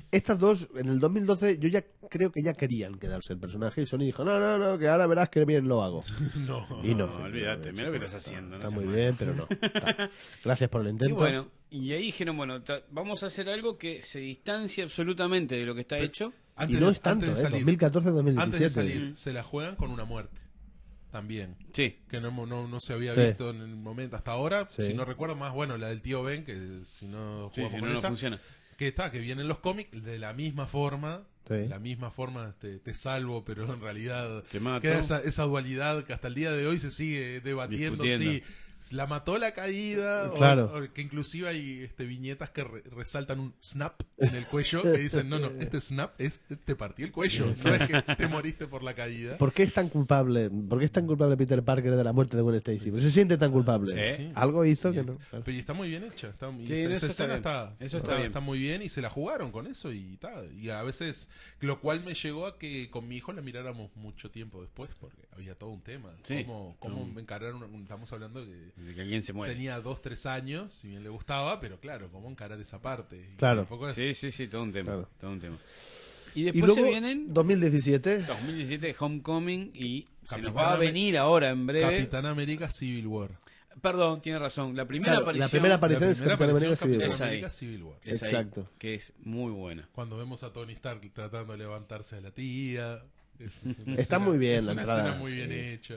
estas dos, en el 2012, yo ya creo que ya querían quedarse el personaje y Sony dijo, no, que ahora verás que bien lo hago. No. Y no, olvídate, mira lo que estás haciendo. Está no muy seas bien, pero no. Está. Gracias por el Y intento. bueno, y ahí dijeron, bueno, vamos a hacer algo que se distancie absolutamente de lo que está hecho. Y no es tanto, antes de salir, 2014-2017. antes de salir, se la juegan con una muerte. También. Sí. Que no se había Sí. visto en el momento hasta ahora. Sí. Si no recuerdo más, bueno, la del tío Ben, que si no Sí, jugamos si con no, no esa, funciona. que viene en los cómics de la misma forma. Sí. La misma forma te salvo, pero en realidad Te mato. queda esa dualidad que hasta el día de hoy se sigue debatiendo Discutiendo. si la mató la caída Claro. o que inclusive hay viñetas que resaltan un snap en el cuello que dicen no, este snap es te partí el cuello, no es que te moriste por la caída. ¿Por qué es tan culpable? ¿Por qué es tan culpable Peter Parker de la muerte de Gwen Stacy? ¿Por qué se siente tan culpable? Sí. Algo hizo que no. Claro. Pero y está muy bien hecha. Y Sí, esa eso está escena bien. Eso está bien. está muy bien y se la jugaron con eso y a veces, lo cual me llegó a que con mi hijo la miráramos mucho tiempo después porque había todo un tema. Sí. Cómo encarar estamos hablando De que alguien se muere. tenía 2-3 años, si bien le gustaba, pero claro, cómo encarar esa parte. Y Claro. tampoco es- Sí, todo un tema. Claro. Todo un tema. Y Y después luego, se vienen 2017, 2017 Homecoming y se nos Capitán va a venir ahora en breve. Capitán América Civil War. Perdón, tiene razón. La primera Claro, aparición. la primera aparición es primera Capitán América aparición, Civil Capitán War. Es ahí. América Civil War. es ahí, Exacto. que es muy buena. Cuando vemos a Tony Stark tratando de levantarse de la tía. Es una Está escena- muy bien es la una entrada. escena muy bien hecha.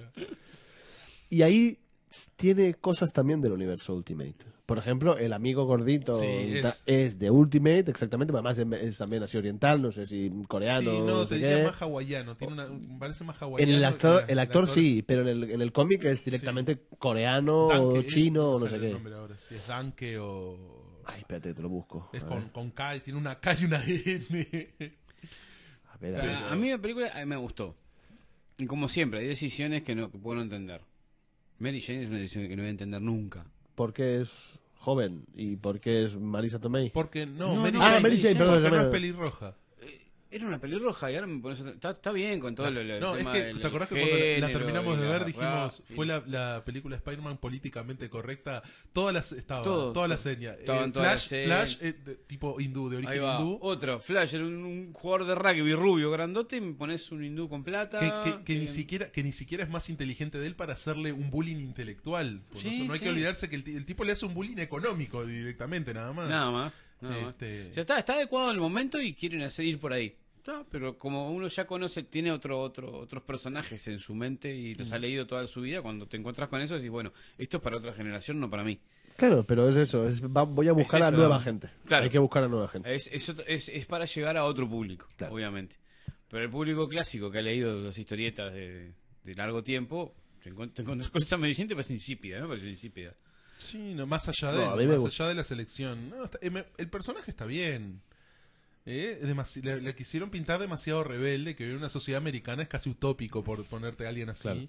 Y ahí tiene cosas también del universo Ultimate. Por ejemplo, el amigo gordito Sí, es de Ultimate, exactamente, además es también así oriental, no sé si coreano, Sí, no, no te sé diría qué. más hawaiano. Parece más En hawaiano. el actor sí, pero en el cómic es directamente coreano Danke, o chino o no sale sé el qué. nombre ahora, si es Danke o... Ay, espérate, te lo busco. Es A con, ver. con K, y tiene una K y una N. A ver, a ver. A mí la película me gustó. Y como siempre, hay decisiones que puedo no entender. Mary Jane es una decisión que no voy a entender nunca. Porque es joven y porque es Marisa Tomei. Porque no, No, Mary no, Jane, Mary Jane, perdón, porque no perdón. es pelirroja. Era una pelirroja y ahora me pones está bien con todo el No, es tema que, del ¿te acordás que género cuando la terminamos y de la ver dijimos, raza? fue la película Spider-Man políticamente correcta? Todas las, Todo. toda la seña. Estaban todas las Flash, señas. tipo hindú, de Ahí origen va, hindú. otro, Flash, era un jugador de rugby rubio, grandote, y me pones un hindú con plata. Que ni siquiera es más inteligente de él para hacerle un bullying intelectual. Pues Sí, no hay sí. que olvidarse que el tipo le hace un bullying económico directamente, nada más. Nada más. Este- Ya está adecuado el momento y quieren ir por ahí. Está, pero como uno ya conoce, tiene otros personajes en su mente y los ha leído toda su vida, cuando te encuentras con eso decís, bueno, esto es para otra generación, no para mí. Claro, pero es eso, voy a buscar Es a eso, nueva ¿no? gente. Claro. Hay que buscar a nueva gente. Es para llegar a otro público, Claro. obviamente. Pero el público clásico que ha leído las historietas de largo tiempo, te encuentras con esa medicina y te parece insípida, ¿no? Me parece insípida. Sí, no, más allá de, No, a mí me más gusta. allá de la selección. No, el personaje está bien. Le quisieron pintar demasiado rebelde, que en una sociedad americana es casi utópico por ponerte a alguien así. Claro.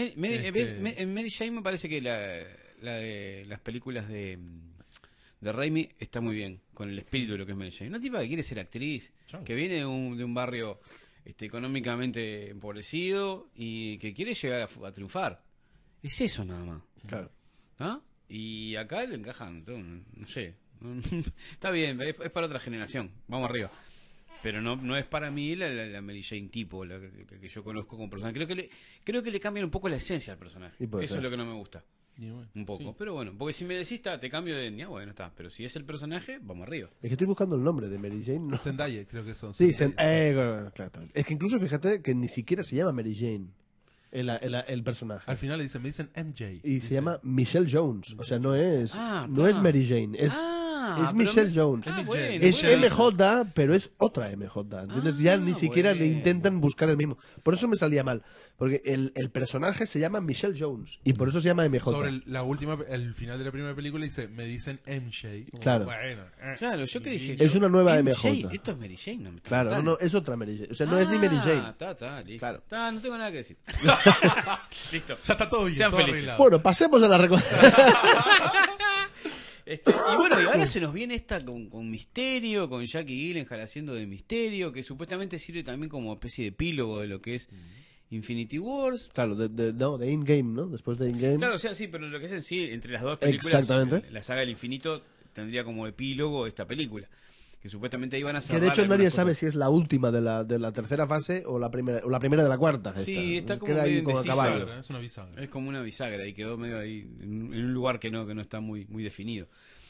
En Mary Jane me parece que la de las películas de Raimi está muy bien, con el espíritu de lo que es Mary Jane. Una tipa que quiere ser actriz, Chau. que viene de un barrio económicamente empobrecido y que quiere llegar a triunfar. Es eso nada más. Claro. ¿Ah? Y acá le encajan, no sé. Está bien, es para otra generación. Vamos arriba. Pero no es para mí la Mary Jane tipo, la que yo conozco como personaje. Creo que le cambian un poco la esencia al personaje. Y puede Eso ser. es lo que no me gusta. Y bueno, Un poco. sí. Pero bueno, porque si me decís, te cambio de etnia, bueno, está. Pero si es el personaje, vamos arriba. Es que estoy buscando el nombre de Mary Jane. No. Zendaya, creo que son. Sí, Zendaya. claro. Es que incluso fíjate que ni siquiera se llama Mary Jane el personaje. Al final me dicen MJ. Y se llama Michelle Jones. O sea, no es está. es Mary Jane, es pero Michelle Jones. bueno, Es bueno. MJ, pero es otra MJ. Entonces ya ni siquiera le bueno. intentan buscar el mismo. Por eso me salía mal. Porque el personaje se llama Michelle Jones. Y por eso se llama MJ. Sobre el final de la primera película dice, me dicen MJ. Como, Claro. Bueno, Claro, yo que dije. Es una nueva MJ. Esto es Mary Jane, no me está Claro, contando. no, es otra Mary Jane. O sea, no es ni Mary Jane. Está, listo. Claro. Está, no tengo nada que decir. Listo. ya está todo bien. Sean todo felices. arreglado. Bueno, pasemos a la Y bueno, y ahora se nos viene esta con Misterio, con Jackie Gyllenhaal haciendo de Misterio, que supuestamente sirve también como especie de epílogo de lo que es Infinity Wars. Claro, de In-Game, ¿no? Después de In-Game. Claro, o sea, sí, pero lo que es en sí, entre las dos películas, Exactamente. la saga del infinito tendría como epílogo esta película. que supuestamente iban a Que cerrar. de hecho nadie algunas sabe cosas. si es la última de la tercera fase o la primera de la cuarta. Sí, está como Queda ahí medio como a indecisa. caballo. Bisagra, es una bisagra. Es como una bisagra y quedó medio ahí en un lugar que no está muy definido.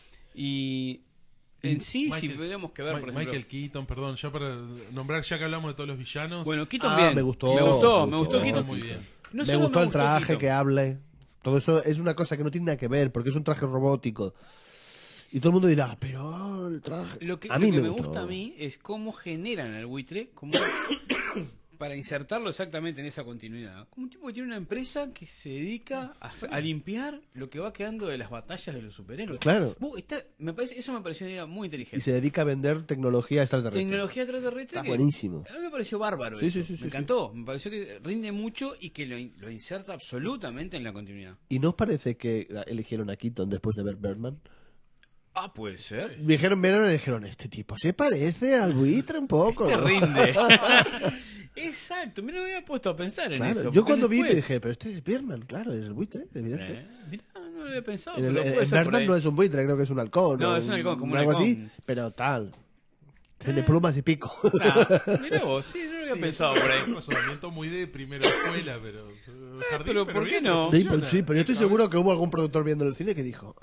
Y en sí, si tuviéramos que ver, por ejemplo... Michael Keaton, perdón, ya para nombrar, ya que hablamos de todos los villanos. Bueno, Keaton Ah, bien. me gustó, Me gustó me Keaton. muy bien. No Me solo gustó el traje, Keaton. que hable. Todo eso es una cosa que no tiene nada que ver, porque es un traje robótico. Y todo el mundo dirá, pero el traje... Lo que, a mí lo que me gustó. gusta a mí es cómo generan al buitre como para insertarlo exactamente en esa continuidad. Como un tipo que tiene una empresa que se dedica a limpiar lo que va quedando de las batallas de los superhéroes. Claro. Eso me pareció una idea muy Y inteligente. se dedica a vender tecnología extraterrestre. Tecnología extraterrestre. Está que buenísimo. A mí me pareció bárbaro. Sí, eso. sí, sí, sí, me encantó. Me pareció que rinde mucho y que lo inserta absolutamente en la continuidad. ¿Y no os parece que eligieron a Keaton después de ver Birdman? Ah, puede ser. Dijeron Birdman y dijeron, este tipo se parece al buitre un poco. Te ¿no?". rinde. Exacto, me lo había puesto a pensar en Claro, eso. yo porque cuando vi después- dije, pero este es Birdman, claro, es el buitre, evidente. Mirá, no lo había pensado. En, pero puede en ser por Birdman ahí. no es un buitre, creo que es un halcón. No, o es un halcón, como un algo halcón. así, pero tal. Tiene plumas y pico. Ah, mirá vos, sí, no lo había Sí, pensado es por un ahí. razonamiento muy de primera escuela, pero jardín, pero ¿por qué bien, no? Sí, funciona. pero yo estoy seguro que hubo algún productor viendo el cine que dijo,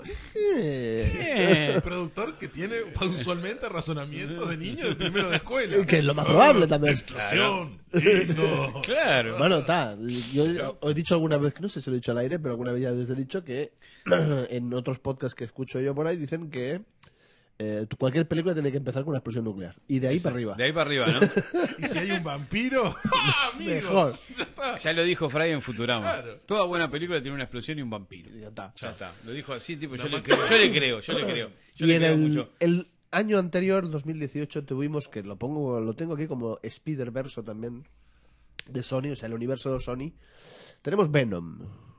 Bien. El productor que tiene usualmente razonamiento de niño de primero de escuela. que es lo más probable también. Explosión, himno. Claro. Bueno, está. Yo he dicho alguna vez, que no sé si lo he dicho al aire, pero alguna vez ya les he dicho que en otros podcasts que escucho yo por ahí dicen que cualquier película tiene que empezar con una explosión nuclear. Y de ahí para arriba. De ahí para arriba, ¿no? Y si hay un vampiro, ¡ah, amigo! Mejor. Ya lo dijo Fry en Futurama. Claro. Toda buena película tiene una explosión y un vampiro. Ya está. Ya está. Lo dijo así, tipo, La yo le máxima. creo. Yo le creo. Yo Y le en creo el, mucho. el año anterior, 2018, tuvimos, que lo tengo aquí como Spider-Verso también, de Sony, o sea, el universo de Sony. Tenemos Venom.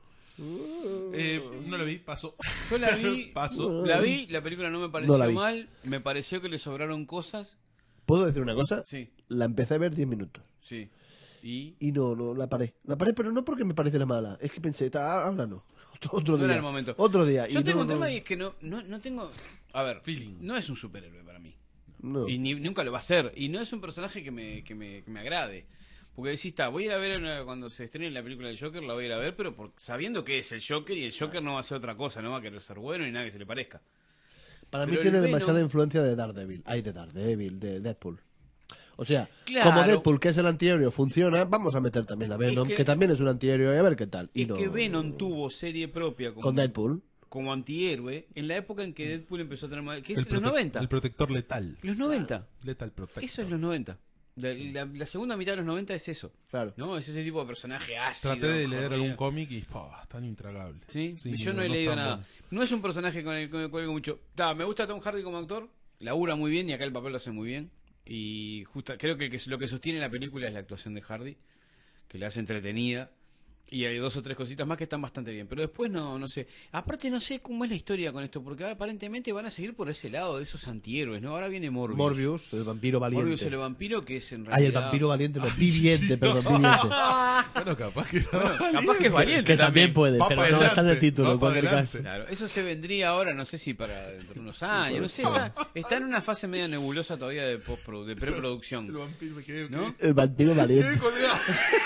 No lo vi, pasó. Yo la vi, Pasó. la película no me pareció No la vi. mal, me pareció que le sobraron cosas. ¿Puedo decir una cosa? Sí, La empecé a ver 10 minutos. sí. Y Y no, la paré. La paré, pero no porque me pareciera mala. Es que pensé, ahora no. Otro no día. era el momento. Otro día. Yo Y tengo no, un tema no, y es que no tengo... A ver, Feeling. no es un superhéroe para mí. no. Y nunca lo va a ser. Y no es un personaje que me agrade. Porque decís, está, voy a ir a ver cuando se estrene la película del Joker, la voy a ir a ver, pero sabiendo que es el Joker y el Joker no va a ser otra cosa, no va a querer ser bueno ni nada que se le parezca. Para mí Pero tiene el demasiada Venom- influencia de Daredevil. Ay, de Daredevil, de Deadpool. O sea, Claro. como Deadpool, que es el antihéroe, funciona, vamos a meter también a Venom, Es que también es un antihéroe, a ver qué tal. Y Es no- que Venom tuvo serie propia con Deadpool. como antihéroe en la época en que Deadpool empezó a tener más... que es El los 90. El protector letal. Los 90. Lethal Protector. Eso es los 90. La segunda mitad de los 90 es eso. Claro. ¿No? Es ese tipo de personaje ácido. Traté de leer corrido. algún cómic y están intragables. ¿Sí? Sí, Yo no he leído están nada. buenos. No es un personaje con el que cuelgo mucho. Me gusta Tom Hardy como actor. Labura muy bien y acá el papel lo hace muy bien. Y creo que lo que sostiene la película es la actuación de Hardy, que la hace entretenida. Y hay dos o tres cositas más que están bastante bien. Pero después no sé. Aparte no sé cómo es la historia con esto, porque aparentemente van a seguir por ese lado de esos antihéroes, ¿no? Ahora viene Morbius. Morbius, el vampiro valiente. Morbius el vampiro, que es en realidad... Ay, el vampiro valiente, no, viviente, perdón, viviente. Bueno, capaz que Capaz que es valiente Que también puede, Va pero para no está en el adelante, título, va en para cualquier adelante. caso. Claro, eso se vendría ahora, no sé si para dentro de unos años, no sé, está en una fase media nebulosa todavía de de El preproducción, vampiro me quedé, ¿no? El vampiro quedé valiente. colgado.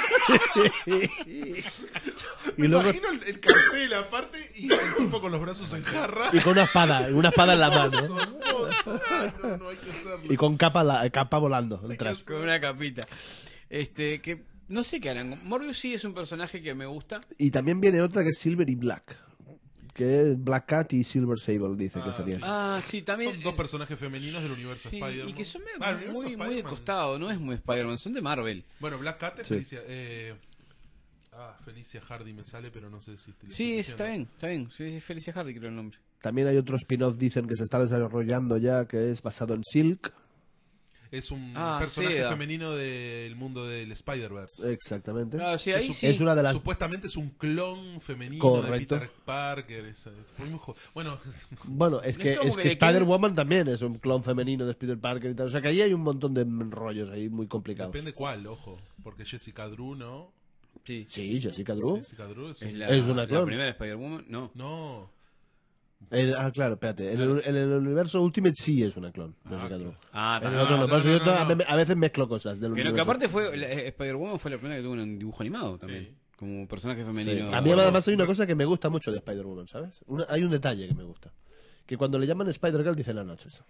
Y Me luego, imagino el cartel aparte y el tipo con los brazos en jarra. y con una espada en la mano. Hermoso. Ay, no hay que hacerlo. Y con capa volando detrás. Con una capita. Que no sé qué harán. Morbius sí es un personaje que me gusta. Y también viene otra que es Silver y Black. Que es Black Cat y Silver Sable, dice que sería. sí. Sí, también. Son dos personajes femeninos del universo Sí, Spider-Man. y que son Ah, el universo muy de Spider-Man. costado, no es muy Spider-Man, son de Marvel. Bueno, Black Cat es Sí. Felicia. Felicia Hardy me sale, pero no sé si. te lo Sí, estoy está diciendo. bien. Sí, es Felicia Hardy, creo el nombre. También hay otro spin-off, dicen, que se está desarrollando ya, que es basado en Silk. Es un Ah, personaje Seda. femenino del mundo del Spider-Verse. Exactamente. Claro, sí, ahí Es- sí. Es una de las... Supuestamente es un clon femenino Correcto. de Peter Parker. Bueno, Bueno, es que, Es como es que que le queda- Spider-Woman también es un clon femenino de Peter Parker y tal. O sea que ahí hay un montón de rollos ahí muy complicados. depende cuál, ojo. Porque Jessica Drew, ¿no? Sí. Sí, Jessica Drew. Jessica Drew es, Es un- la, Es una la clon. primera Spider-Woman, no. No. Claro, espérate. En el universo Ultimate sí es una clon. No sé qué otro. En también. el otro no. no, Por eso no, yo no, no. a veces mezclo cosas del Que universo. aparte fue Spider-Woman fue la primera que tuvo un dibujo animado también. Sí. Como personaje Sí. femenino. A mí además hay una cosa que me gusta mucho de Spider-Woman, ¿sabes? Hay un detalle que me gusta. Que cuando le llaman Spider-Girl dicen las noches.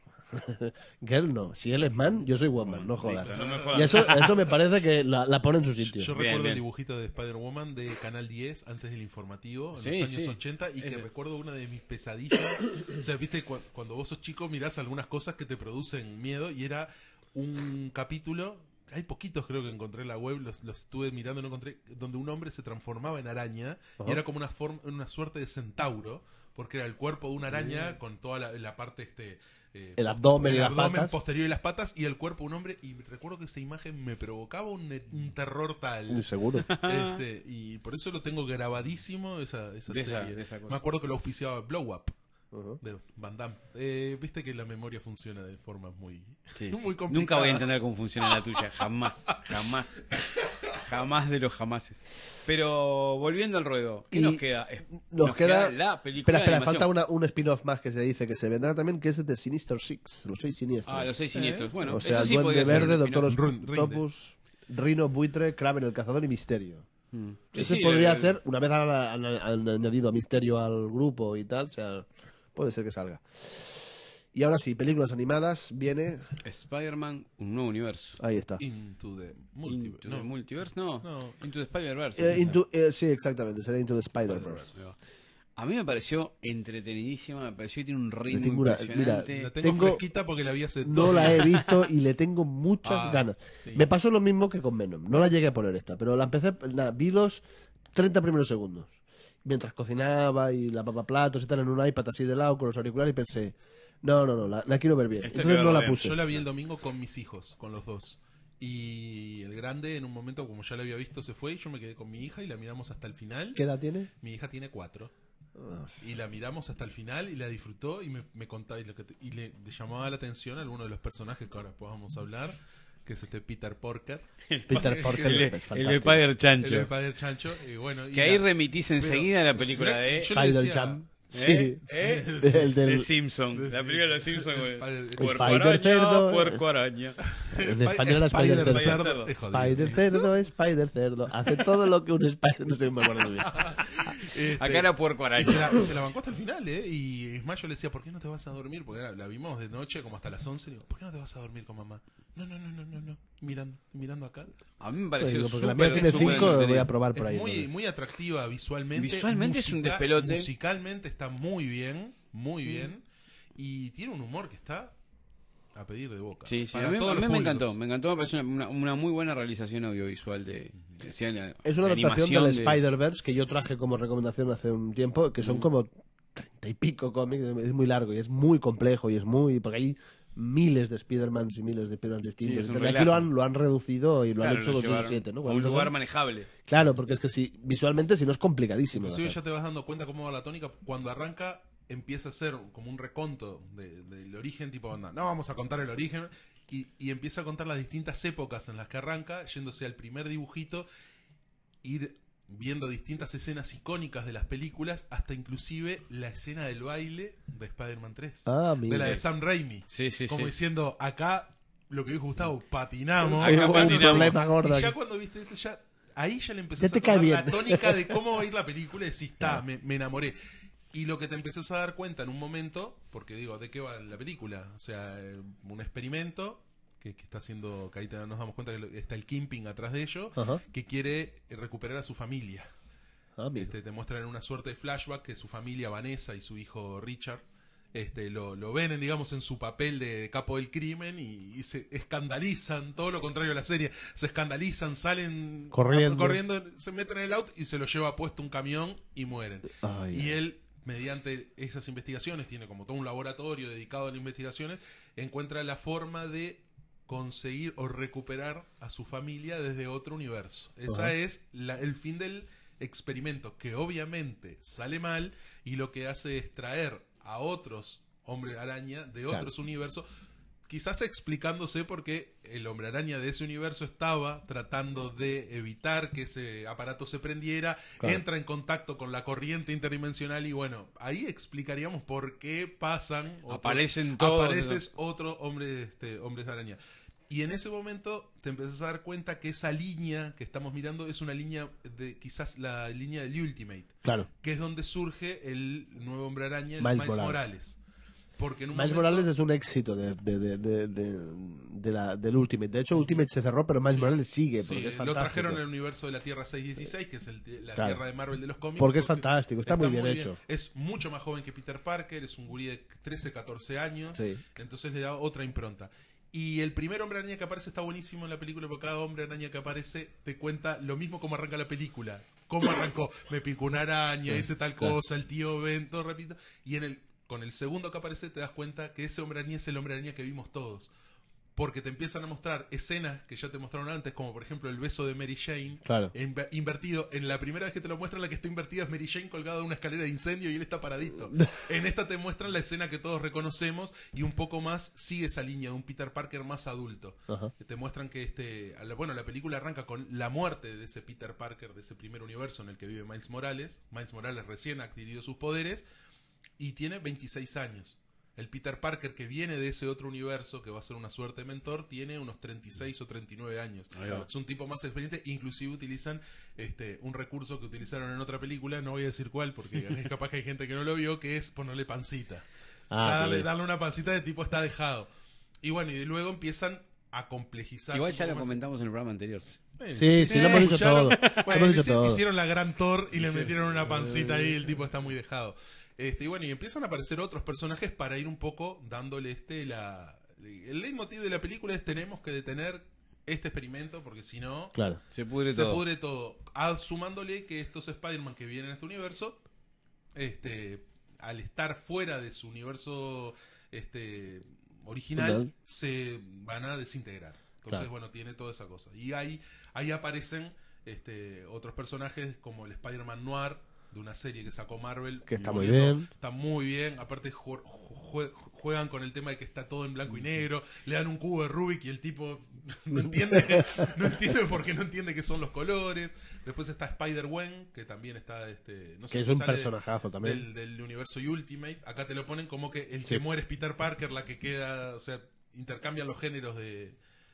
Girl no. Si él es man, yo soy woman. No jodas. Sí, no me jodas. Y eso me parece que la pone en su sitio. Yo Bien, recuerdo bien. el dibujito de Spider-Woman de Canal 10 antes del informativo, en Sí, los años sí. 80, y que Ese. recuerdo una de mis pesadillas. O sea, viste, cuando vos sos chico mirás algunas cosas que te producen miedo, y era un capítulo, hay poquitos creo que encontré en la web, los estuve mirando y no encontré, donde un hombre se transformaba en araña, y era como una suerte de centauro, porque era el cuerpo de una araña con toda la parte El abdomen y el las abdomen patas. posterior y las patas, y el cuerpo de un hombre, y recuerdo que esa imagen me provocaba un terror tal. Seguro. Y por eso lo tengo grabadísimo esa De serie. de esa cosa. Me acuerdo que lo auspiciaba Blow Up Ujú. de Van Damme. Viste que la memoria funciona de formas muy, Sí, muy sí. complicadas. Nunca voy a entender cómo funciona la tuya, jamás, jamás, jamás de los jamases. Pero volviendo al ruedo, ¿qué Y nos queda? Nos queda la película. Espera, de falta animación. un spin-off más que se dice que se vendrá también, que es de Sinister Six, los 6 siniestros. Los 6 siniestros. Bueno, O sea, eso sí Duende podría ser. Verde, un Doctor spin-off. Octopus, Rino, Buitre, Kraven el Cazador y Misterio. Mm. Ese Sí, podría el- ser, una vez han añadido a Misterio al grupo y tal, o sea, puede ser que salga. Y ahora sí, películas animadas, viene... Spider-Man, un nuevo universo. Ahí está. Into the Into the no. Multiverse, no. No. Into the Spider-Verse. Sí, exactamente, será Into the Spider-Verse. A mí me pareció entretenidísima, me pareció que tiene un ritmo tengo una- impresionante. La tengo, Tengo- fresquita porque la vi hace No 2 la he días. visto y le tengo muchas ganas. sí. Me pasó lo mismo que con Venom. No la llegué a poner esta, pero la empecé, vi los 30 primeros segundos. Mientras cocinaba y lavaba platos y tal en un iPad así de lado con los auriculares y pensé, no, la quiero ver bien. Esto hay Entonces que no verlo la bien. puse. Yo la vi el domingo con mis hijos, con los dos. Y el grande, en un momento, como ya la había visto, se fue, y yo me quedé con mi hija y la miramos hasta el final. ¿Qué edad tiene? Mi hija tiene 4. Y la miramos hasta el final y la disfrutó, y me contaba, y le llamaba la atención a alguno de los personajes que ahora podamos hablar, que es Peter Porker, Peter Porker El, es el fantástico. Spider el Chancho. padre Chancho. Y bueno, y Que ahí la- remitís enseguida a la película Sí, de... yo le Spider decía- Jam. ¿Eh? Sí, ¿Eh? El del- De Simpson. La película de los Simpson. Puerco Spider araña, cerdo. puerco araña. En español era Spider Cerdo. Cerdo. Es jodido. Spider Cerdo, Spider Cerdo. Hace todo lo que un Spider... No sé, me acuerdo bien. Acá era puerco Y araña. se la bancó hasta el final, ¿eh? Y es más, yo le decía, ¿por qué no te vas a dormir? Porque la vimos de noche, como hasta las 11. Digo, ¿por qué no te vas a dormir con mamá? No. Mirando acá. A mí me pareció Porque la súper, mía tiene súper 5, voy entretenida. a probar por Es ahí. muy, entonces. muy atractiva visualmente. Visualmente es un despelote. Musicalmente está muy bien. Y tiene un humor que está a pedir de boca. Sí, sí, Para a mí todos me los encantó. públicos. Me encantó, me pareció una muy buena realización audiovisual de Es una de adaptación del animación de- Spider-Verse que yo traje como recomendación hace un tiempo, que son como 30 y pico cómics, es muy largo y es muy complejo y es muy... porque hay miles de Spider-Mans y miles de Spider-Man distintos. Sí, es un Entonces, aquí relajo. lo han reducido y lo han Claro, hecho lo con 6 o llevaron 7, ¿no? a un ¿Cuántos lugar son? manejable. Claro, porque es que si visualmente si no es complicadísimo. de Inclusive hacer. ya te vas dando cuenta cómo va la tónica. Cuando arranca, empieza a ser como un reconto del origen, tipo, no vamos a contar el origen, y empieza a contar las distintas épocas en las que arranca, yéndose al primer dibujito, ir viendo distintas escenas icónicas de las películas, hasta inclusive la escena del baile de Spider-Man 3. Ah, De mira. la de Sam Raimi. Sí, sí, Como sí. diciendo, acá, lo que dijo Gustavo, patinamos. Acá Un patinamos. problema gordo Y ya aquí. cuando viste esto, ahí ya le empezás Ya te a tomar cae la bien. tónica de cómo va a ir la película, y decís, está, me enamoré. Y lo que te empezás a dar cuenta en un momento, porque digo, ¿de qué va la película? O sea, un experimento que está haciendo, que ahí nos damos cuenta que está el Kingpin atrás de ello, Ajá. que quiere recuperar a su familia. Ah, mira. Te muestran en una suerte de flashback que su familia, Vanessa, y su hijo Richard, lo ven, digamos, en su papel de capo del crimen, y se escandalizan, todo lo contrario a la serie, se escandalizan, salen Corriendo. se meten en el auto y se lo lleva puesto un camión y mueren. Ay, Y ay. él, mediante esas investigaciones, tiene como todo un laboratorio dedicado a las investigaciones, encuentra la forma de conseguir o recuperar a su familia desde otro universo. Esa Ajá. es el fin del experimento, que obviamente sale mal, y lo que hace es traer a otros hombres araña de otros universos, quizás explicándose porque el Hombre Araña de ese universo estaba tratando de evitar que ese aparato se prendiera, Claro. entra en contacto con la corriente interdimensional y bueno, ahí explicaríamos por qué pasan Aparecen todos apareces otro hombre, hombres araña. Y en ese momento te empezás a dar cuenta que esa línea que estamos mirando es una línea de, quizás la línea del Ultimate, Claro. que es donde surge el nuevo Hombre Araña, el Miles Miles Morales. Morales. Porque en un Miles momento- Morales es un éxito del Ultimate. De hecho, Ultimate se cerró, pero Miles Sí. Morales sigue, Sí, porque es lo fantástico. trajeron en el universo de la Tierra 616, que es la Claro. Tierra de Marvel de los cómics. Porque es fantástico, está muy bien hecho. Es mucho más joven que Peter Parker, es un gurí de 13, 14 años, Sí. entonces le da otra impronta. Y el primer Hombre Araña que aparece está buenísimo en la película, porque cada Hombre Araña que aparece te cuenta lo mismo como arranca la película. Cómo arrancó, me picó una araña, hice tal claro. cosa, el tío Ben, todo repito. Y con el segundo que aparece te das cuenta que ese Hombre Araña es el Hombre Araña que vimos todos. Porque te empiezan a mostrar escenas que ya te mostraron antes, como por ejemplo el beso de Mary Jane, Claro. invertido. En la primera vez que te lo muestran, la que está invertida es Mary Jane colgada de una escalera de incendio y él está paradito. En esta te muestran la escena que todos reconocemos y un poco más sigue esa línea de un Peter Parker más adulto. Ajá. Te muestran que la película arranca con la muerte de ese Peter Parker, de ese primer universo en el que vive Miles Morales. Miles Morales recién ha adquirido sus poderes y tiene 26 años. El Peter Parker que viene de ese otro universo, que va a ser una suerte de mentor, tiene unos 36 o 39 años. Ahí va. Es un tipo más experiente, inclusive utilizan un recurso que utilizaron en otra película, no voy a decir cuál, porque es capaz que hay gente que no lo vio, que es ponerle pancita. Ah, Ya qué darle una pancita de tipo está dejado. Y bueno, y luego empiezan a complejizar. Igual ya lo comentamos en el programa anterior. Sí, lo hemos dicho todo. Bueno, Hemos dicho todo. hicieron la gran Thor y le metieron una pancita ahí, el tipo está muy dejado. Y bueno, y empiezan a aparecer otros personajes para ir un poco dándole el leitmotiv de la película es tenemos que detener este experimento porque si no Claro. Se pudre se todo. pudre todo. Sumándole que estos Spider-Man que vienen a este universo, al estar fuera de su universo original, Final. se van a desintegrar. Entonces, Claro. bueno, tiene toda esa cosa. Y ahí aparecen otros personajes como el Spider-Man Noir de una serie que sacó Marvel. Que está muy volviendo- bien. Está muy bien. Aparte juegan con el tema de que está todo en blanco y negro. Le dan un cubo de Rubik y el tipo no entiende, no entiende porque no entiende qué son los colores. Después está Spider-Gwen, que también está, no sé Que es si un sale personajazo también. del universo Ultimate. Acá te lo ponen como que el Sí. que muere es Peter Parker, la que queda, o sea, intercambian los géneros de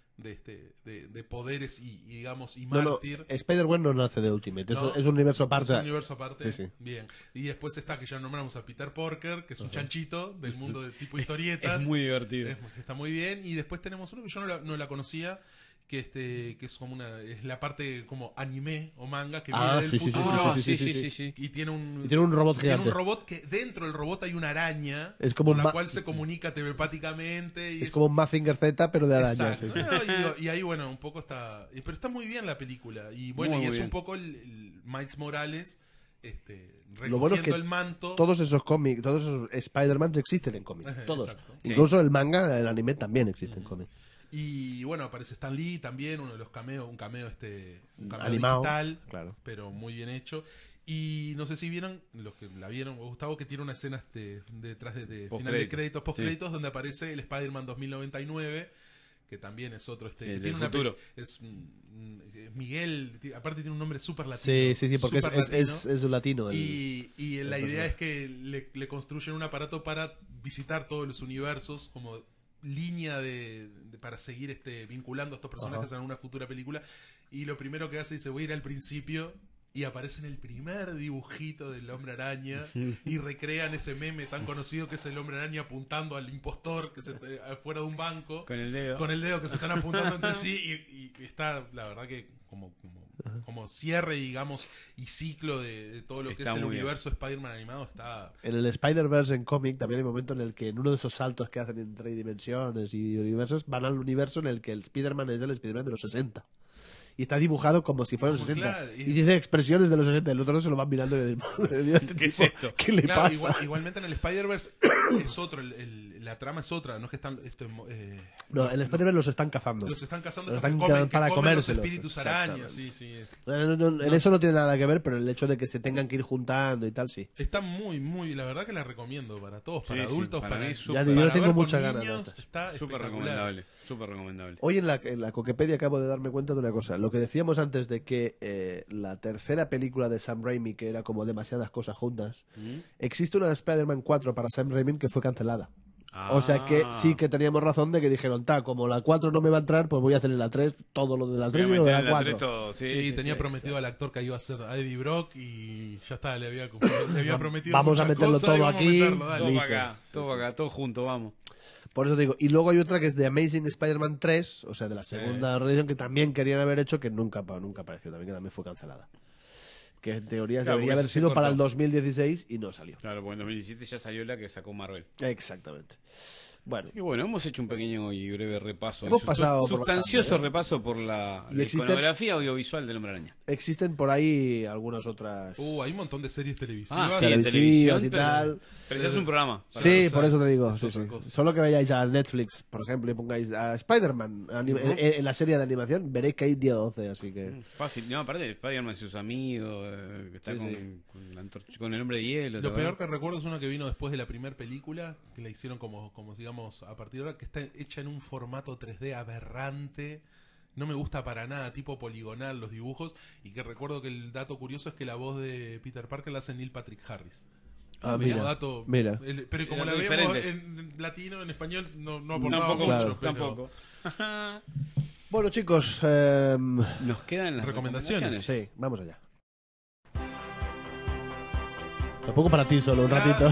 poderes y digamos y No, no, mártir. Spider-Man no nace de Ultimate. ¿No? Es un universo aparte. Es un universo aparte. Sí, sí. Bien. Y después está que ya nombramos a Peter Parker, que es un chanchito del mundo de tipo historietas. Es muy divertido. Está muy bien. Y después tenemos uno que yo no la conocía, que es como es la parte como anime o manga que Ah, viene del sí, sí, sí, futuro. Ah, sí, sí, sí, sí, sí, sí. Y tiene un robot tiene gigante. un robot que dentro del robot hay una araña Es como con un la ma- cual se comunica telepáticamente y Es como un Mazinger Z, pero de araña. Exacto. Sí, sí. No, y ahí, bueno, un poco está. Pero está muy bien la película. Y bueno, Muy y es bien. un poco el Miles Morales recogiendo Lo bueno es que el manto. Todos esos cómics, todos esos Spider-Man existen en cómics. Ajá, Todos. exacto. Incluso el manga, el anime también existe en cómics. Y bueno, aparece Stan Lee también, uno de los cameos, un cameo Animado, digital, claro. pero muy bien hecho. Y no sé si vieron, los que la vieron, Gustavo, que tiene una escena detrás de final de Postcréditos. créditos, post Sí. créditos, donde aparece el Spider-Man 2099, que también es otro Sí, que del una futuro. es Miguel, aparte tiene un nombre súper latino. Sí, sí, sí, porque súper latino. es un latino. Y la el idea personaje. es que le construyen un aparato para visitar todos los universos como línea para seguir vinculando a estos personajes Ajá. en una futura película. Y lo primero que hace dice, voy a ir al principio y aparece en el primer dibujito del Hombre Araña y recrean ese meme tan conocido que es el Hombre Araña apuntando al impostor que afuera de un banco Con el dedo. con el dedo que se están apuntando entre sí y está la verdad que como cierre digamos y ciclo de todo lo que Está es el muy bien. universo Spider-Man animado está En el Spider-Verse en cómic también hay un momento en el que en uno de esos saltos que hacen entre dimensiones y universos van al universo en el que el Spider-Man es el Spider-Man de los 60. Y está dibujado como si fuera los Como 60. claro, y dice expresiones de los 60. El otro no se lo van mirando y dice, ¿Qué es esto? ¿Qué le Claro, pasa? igualmente en el Spider-Verse es otro, la trama es otra, no es que están... No, el Spider-Man los están cazando. Los están cazando Los que están comen, para que comen los comérselos. espíritus arañas, sí, sí. En eso no tiene nada que ver, pero el hecho de que se tengan que ir juntando y tal, sí. Está muy, la verdad que la recomiendo para todos, para Sí, sí, adultos, para para mí Ya, para yo tengo ver con muchas ganas de niños, estas. está Súper espectacular. recomendable. Hoy en la Coquepedia acabo de darme cuenta de una cosa. Lo que decíamos antes de que la tercera película de Sam Raimi, que era como demasiadas cosas juntas, existe una de Spider-Man 4 para Sam Raimi que fue cancelada. O sea que sí que teníamos razón de que dijeron, como la 4 no me va a entrar, pues voy a hacer en la 3 todo lo de la 3 y lo de la 4. Sí, tenía prometido al actor que iba a ser a Eddie Brock y ya está, le había prometido. Vamos a muchas meterlo cosas y todo vamos a aquí. meterlo, dale. Todo Listo. acá, todo acá, todo junto, vamos. Por eso te digo. Y luego hay otra que es de Amazing Spider-Man 3, o sea, de la segunda reedición, que también querían haber hecho, que nunca apareció, también que también fue cancelada. Que en teoría Claro, debería porque haber eso se sido para cortó. el 2016 y no salió. Claro, porque en 2017 ya salió la que sacó Marvel. Exactamente. Bueno, Y bueno, hemos hecho un pequeño y breve repaso. Hemos pasado por sustancioso bastante, repaso por la Y existen- iconografía audiovisual del Hombre Araña. existen por ahí algunas otras Hay un montón de series televisivas. Ah, sí, en televisivas y televisión, tal. Pero ya es un programa. Sí, es por eso te digo. es Sí, otra sí. cosa. Solo que vayáis a Netflix, por ejemplo, y pongáis a Spider-Man en la serie de animación, veréis que hay 10 o 12, así que... Fácil. No, aparte de Spider-Man y sus amigos, que está Sí, con, sí. con la con el hombre de hielo. Lo ¿te peor acordás? que recuerdo es una que vino después de la primera película, que la hicieron como digamos, a partir de ahora, que está hecha en un formato 3D aberrante. No me gusta para nada, tipo poligonal los dibujos. Y que recuerdo que el dato curioso es que la voz de Peter Parker la hace Neil Patrick Harris. Ah, Como mira, dato, mira. pero como Dato la vemos diferente. en latino, en español, no aportaba Tampoco, mucho. claro. pero- tampoco. Bueno, chicos, Nos quedan las Recomendaciones. sí, vamos allá. Lo pongo para ti solo un ratito.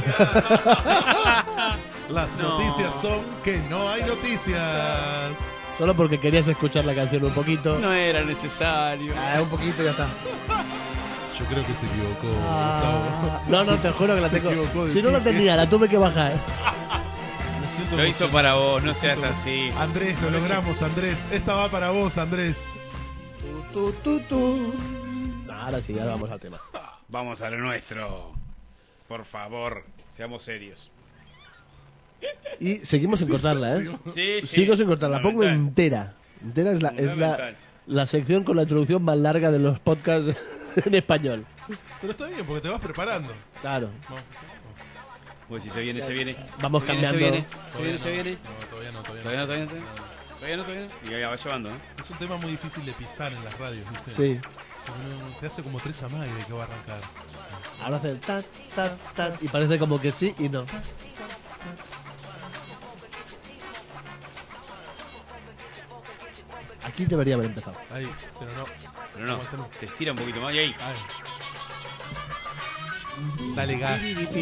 Las No. noticias son que no hay noticias. Solo porque querías escuchar la canción un poquito. No era necesario. Un poquito y ya está. Yo creo que se equivocó, Ah, Gustavo. no, te juro que la Se tengo. equivocó de Si no la ti. tenía, la tuve que bajar. Me siento Lo hizo emocionado. para vos, no seas así. Andrés, lo logramos, Andrés. Esta va para vos, Andrés. Tu. Ahora sí, ya vamos al tema. Vamos a lo nuestro. Por favor, seamos serios. Y seguimos sin cortarla, ¿eh? Sí, sí. Sigo sin cortarla, la pongo Fundamental. entera. Entera es Fundamental. la sección con la introducción más larga de los podcasts en español. Pero está bien, porque te vas preparando. Claro. No, Pues si se viene, se viene. Vamos Se viene, cambiando. Se viene. no, todavía no. Todavía no. Y ya va llevando, ¿eh? Es un tema muy difícil de pisar en las radios, ¿viste? Sí. Porque te hace como 3 amagues de que va a arrancar. Ahora hace el y parece como que sí y no. Aquí debería haber empezado. Ahí, pero no. Pero no, Aguántalo. te estira un poquito más y ahí. Ahí. Dale gas.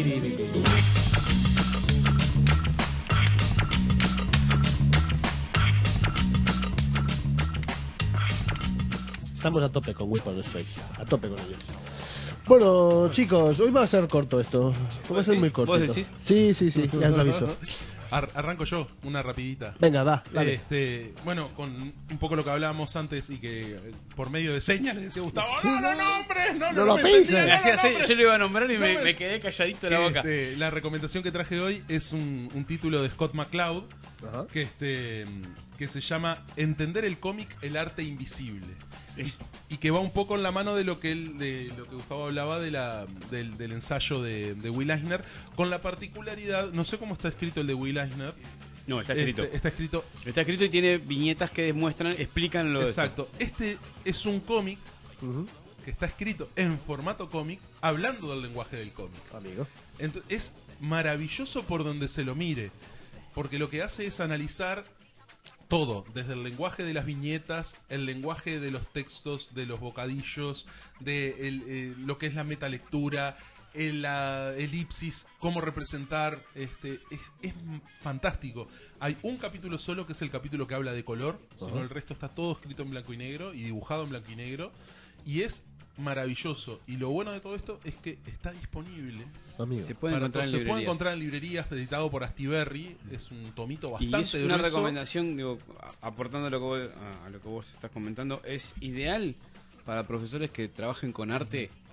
Estamos a tope con Weapon Strike. A tope con ellos. Bueno, chicos, hoy va a ser corto esto. Va a ser muy corto. ¿Vos decís? Sí, ya os lo aviso. Arranco yo, una rapidita. Venga, va, dale. Bueno, con un poco lo que hablábamos antes y que por medio de señas le decía a Gustavo, no nombres, No lo me pienses. entendía, Me hacía así, yo lo iba a nombrar y No me- me quedé calladito de la boca. La recomendación que traje hoy es un título de Scott McCloud Ajá. que se llama Entender el cómic, el arte invisible. Y que va un poco en la mano de lo que Gustavo hablaba del ensayo de Will Eisner, con la particularidad, no sé cómo está escrito el de Will Eisner. No, está escrito. Está escrito. Está escrito y tiene viñetas que demuestran, explican lo de esto. Exacto. Este es un cómic Ujú. que está escrito en formato cómic, hablando del lenguaje del cómic. Amigo. Entonces, es maravilloso por donde se lo mire, porque lo que hace es analizar todo, desde el lenguaje de las viñetas, el lenguaje de los textos, de los bocadillos, de lo que es la metalectura, la elipsis, cómo representar, es fantástico. Hay un capítulo solo que es el capítulo que habla de color, sino el resto está todo escrito en blanco y negro y dibujado en blanco y negro, y es maravilloso. Y lo bueno de todo esto es que está disponible. Amigo. Se puede Para encontrar en se puede librerías. encontrar en librerías, editado por Astiberri. Es un tomito Y bastante es una grueso. recomendación, digo, aportando a lo que vos estás comentando, es ideal para profesores que trabajen con arte,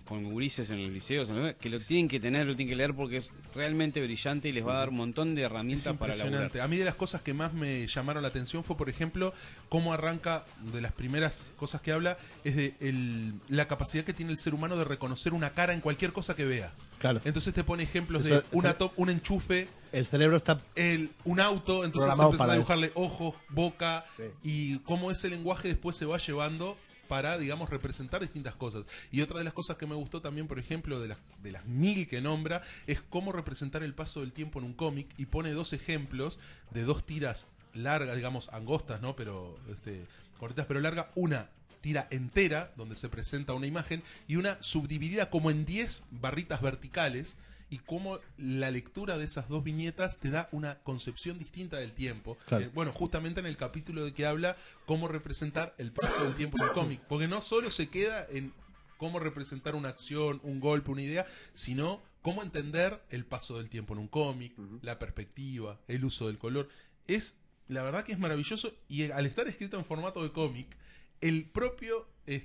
con gurises en los liceos, que lo tienen que tener, lo tienen que leer porque es realmente brillante y les va a dar un montón de Es herramientas para laburar. impresionante. A mí de las cosas que más me llamaron la atención fue, por ejemplo, cómo arranca, de las primeras cosas que habla, es de la capacidad que tiene el ser humano de reconocer una cara en cualquier cosa que vea. Claro. Entonces te pone ejemplos Eso- de un enchufe, El cerebro está... un auto, entonces Programado empiezan a para dibujarle ojos, boca, Sí. y cómo ese lenguaje después se va llevando para, digamos, representar distintas cosas. Y otra de las cosas que me gustó también, por ejemplo, de las 1000 que nombra, es cómo representar el paso del tiempo en un cómic, y pone 2 ejemplos de 2 tiras largas, digamos, angostas, ¿no? Pero cortitas pero largas, una tira entera donde se presenta una imagen y una subdividida como en 10 barritas verticales, y cómo la lectura de esas 2 viñetas te da una concepción distinta del tiempo. Claro. Bueno, justamente en el capítulo de que habla cómo representar el paso del tiempo en el cómic, porque no solo se queda en cómo representar una acción, un golpe, una idea, sino cómo entender el paso del tiempo en un cómic, la perspectiva, el uso del color. La verdad que es maravilloso, y al estar escrito en formato de cómic, el propio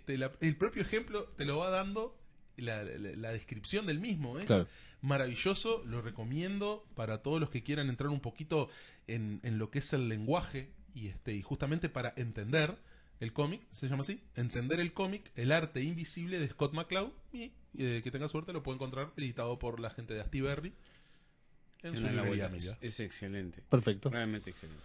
ejemplo te lo va dando la descripción del mismo. Claro. Maravilloso, lo recomiendo para todos los que quieran entrar un poquito en lo que es el lenguaje, y justamente para entender el cómic, se llama así, entender el cómic, el arte invisible de Scott McCloud, y que tenga suerte lo puede encontrar editado por la gente de Astiberri en su Tiene la librería vuelta. amiga. Es excelente. Perfecto. Realmente excelente.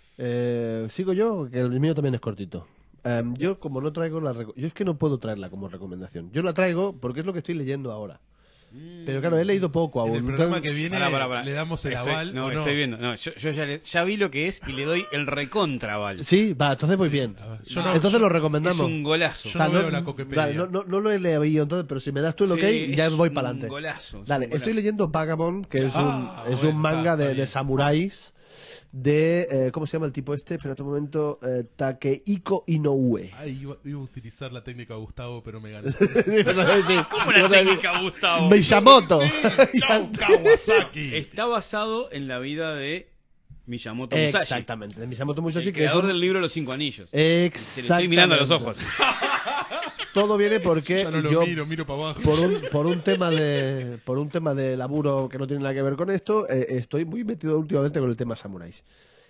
Sigo yo, que el mío también es cortito. Yo, como no traigo yo es que no puedo traerla como recomendación. Yo la traigo porque es lo que estoy leyendo ahora. Pero claro, he leído poco aún. En el programa Entonces- que viene Pará. le damos el aval. No, ¿o no? estoy viendo. No, yo ya vi lo que es y le doy el recontraval. Sí, va, entonces voy bien. A ver, Entonces lo Es recomendamos. un golazo. Yo no veo la Coquepedia. Dale, no lo he leído entonces, pero si me das tú el Sí, ok, ya es voy un para adelante. golazo, es Dale, un golazo. estoy leyendo Vagabond, que es Bueno, un manga está de bien. samuráis de... ¿cómo se llama el tipo este? Espérate un momento. Takehiko Inoue. Ay, iba a utilizar la técnica de Gustavo, pero me gané. ¿Cómo la técnica, Gustavo? Miyamoto. Chau, Kawasaki. Está basado en la vida de Miyamoto Musashi, Exactamente, de Miyamoto Musashi, el que es creador un... del libro Los 5 Anillos. Se le estoy mirando a los ojos. Todo viene porque Ya no lo yo... miro para abajo. por un tema de laburo que no tiene nada que ver con esto, estoy muy metido últimamente con el tema samuráis.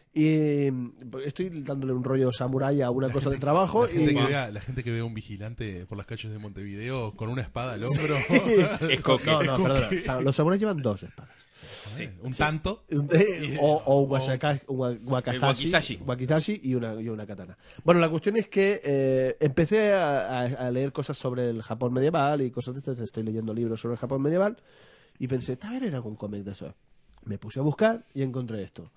Y estoy dándole un rollo samurái a una cosa de trabajo. La gente que vea un vigilante por las calles de Montevideo con una espada al hombro. Es coque. No, perdona. Los samuráis llevan 2 espadas. Un tanto. O un wakizashi, wakizashi y una katana. Bueno, la cuestión es que empecé a leer cosas sobre el Japón medieval y cosas de estas. Estoy leyendo libros sobre el Japón medieval y pensé, tal vez era algún cómic de eso. Me puse a buscar y encontré esto.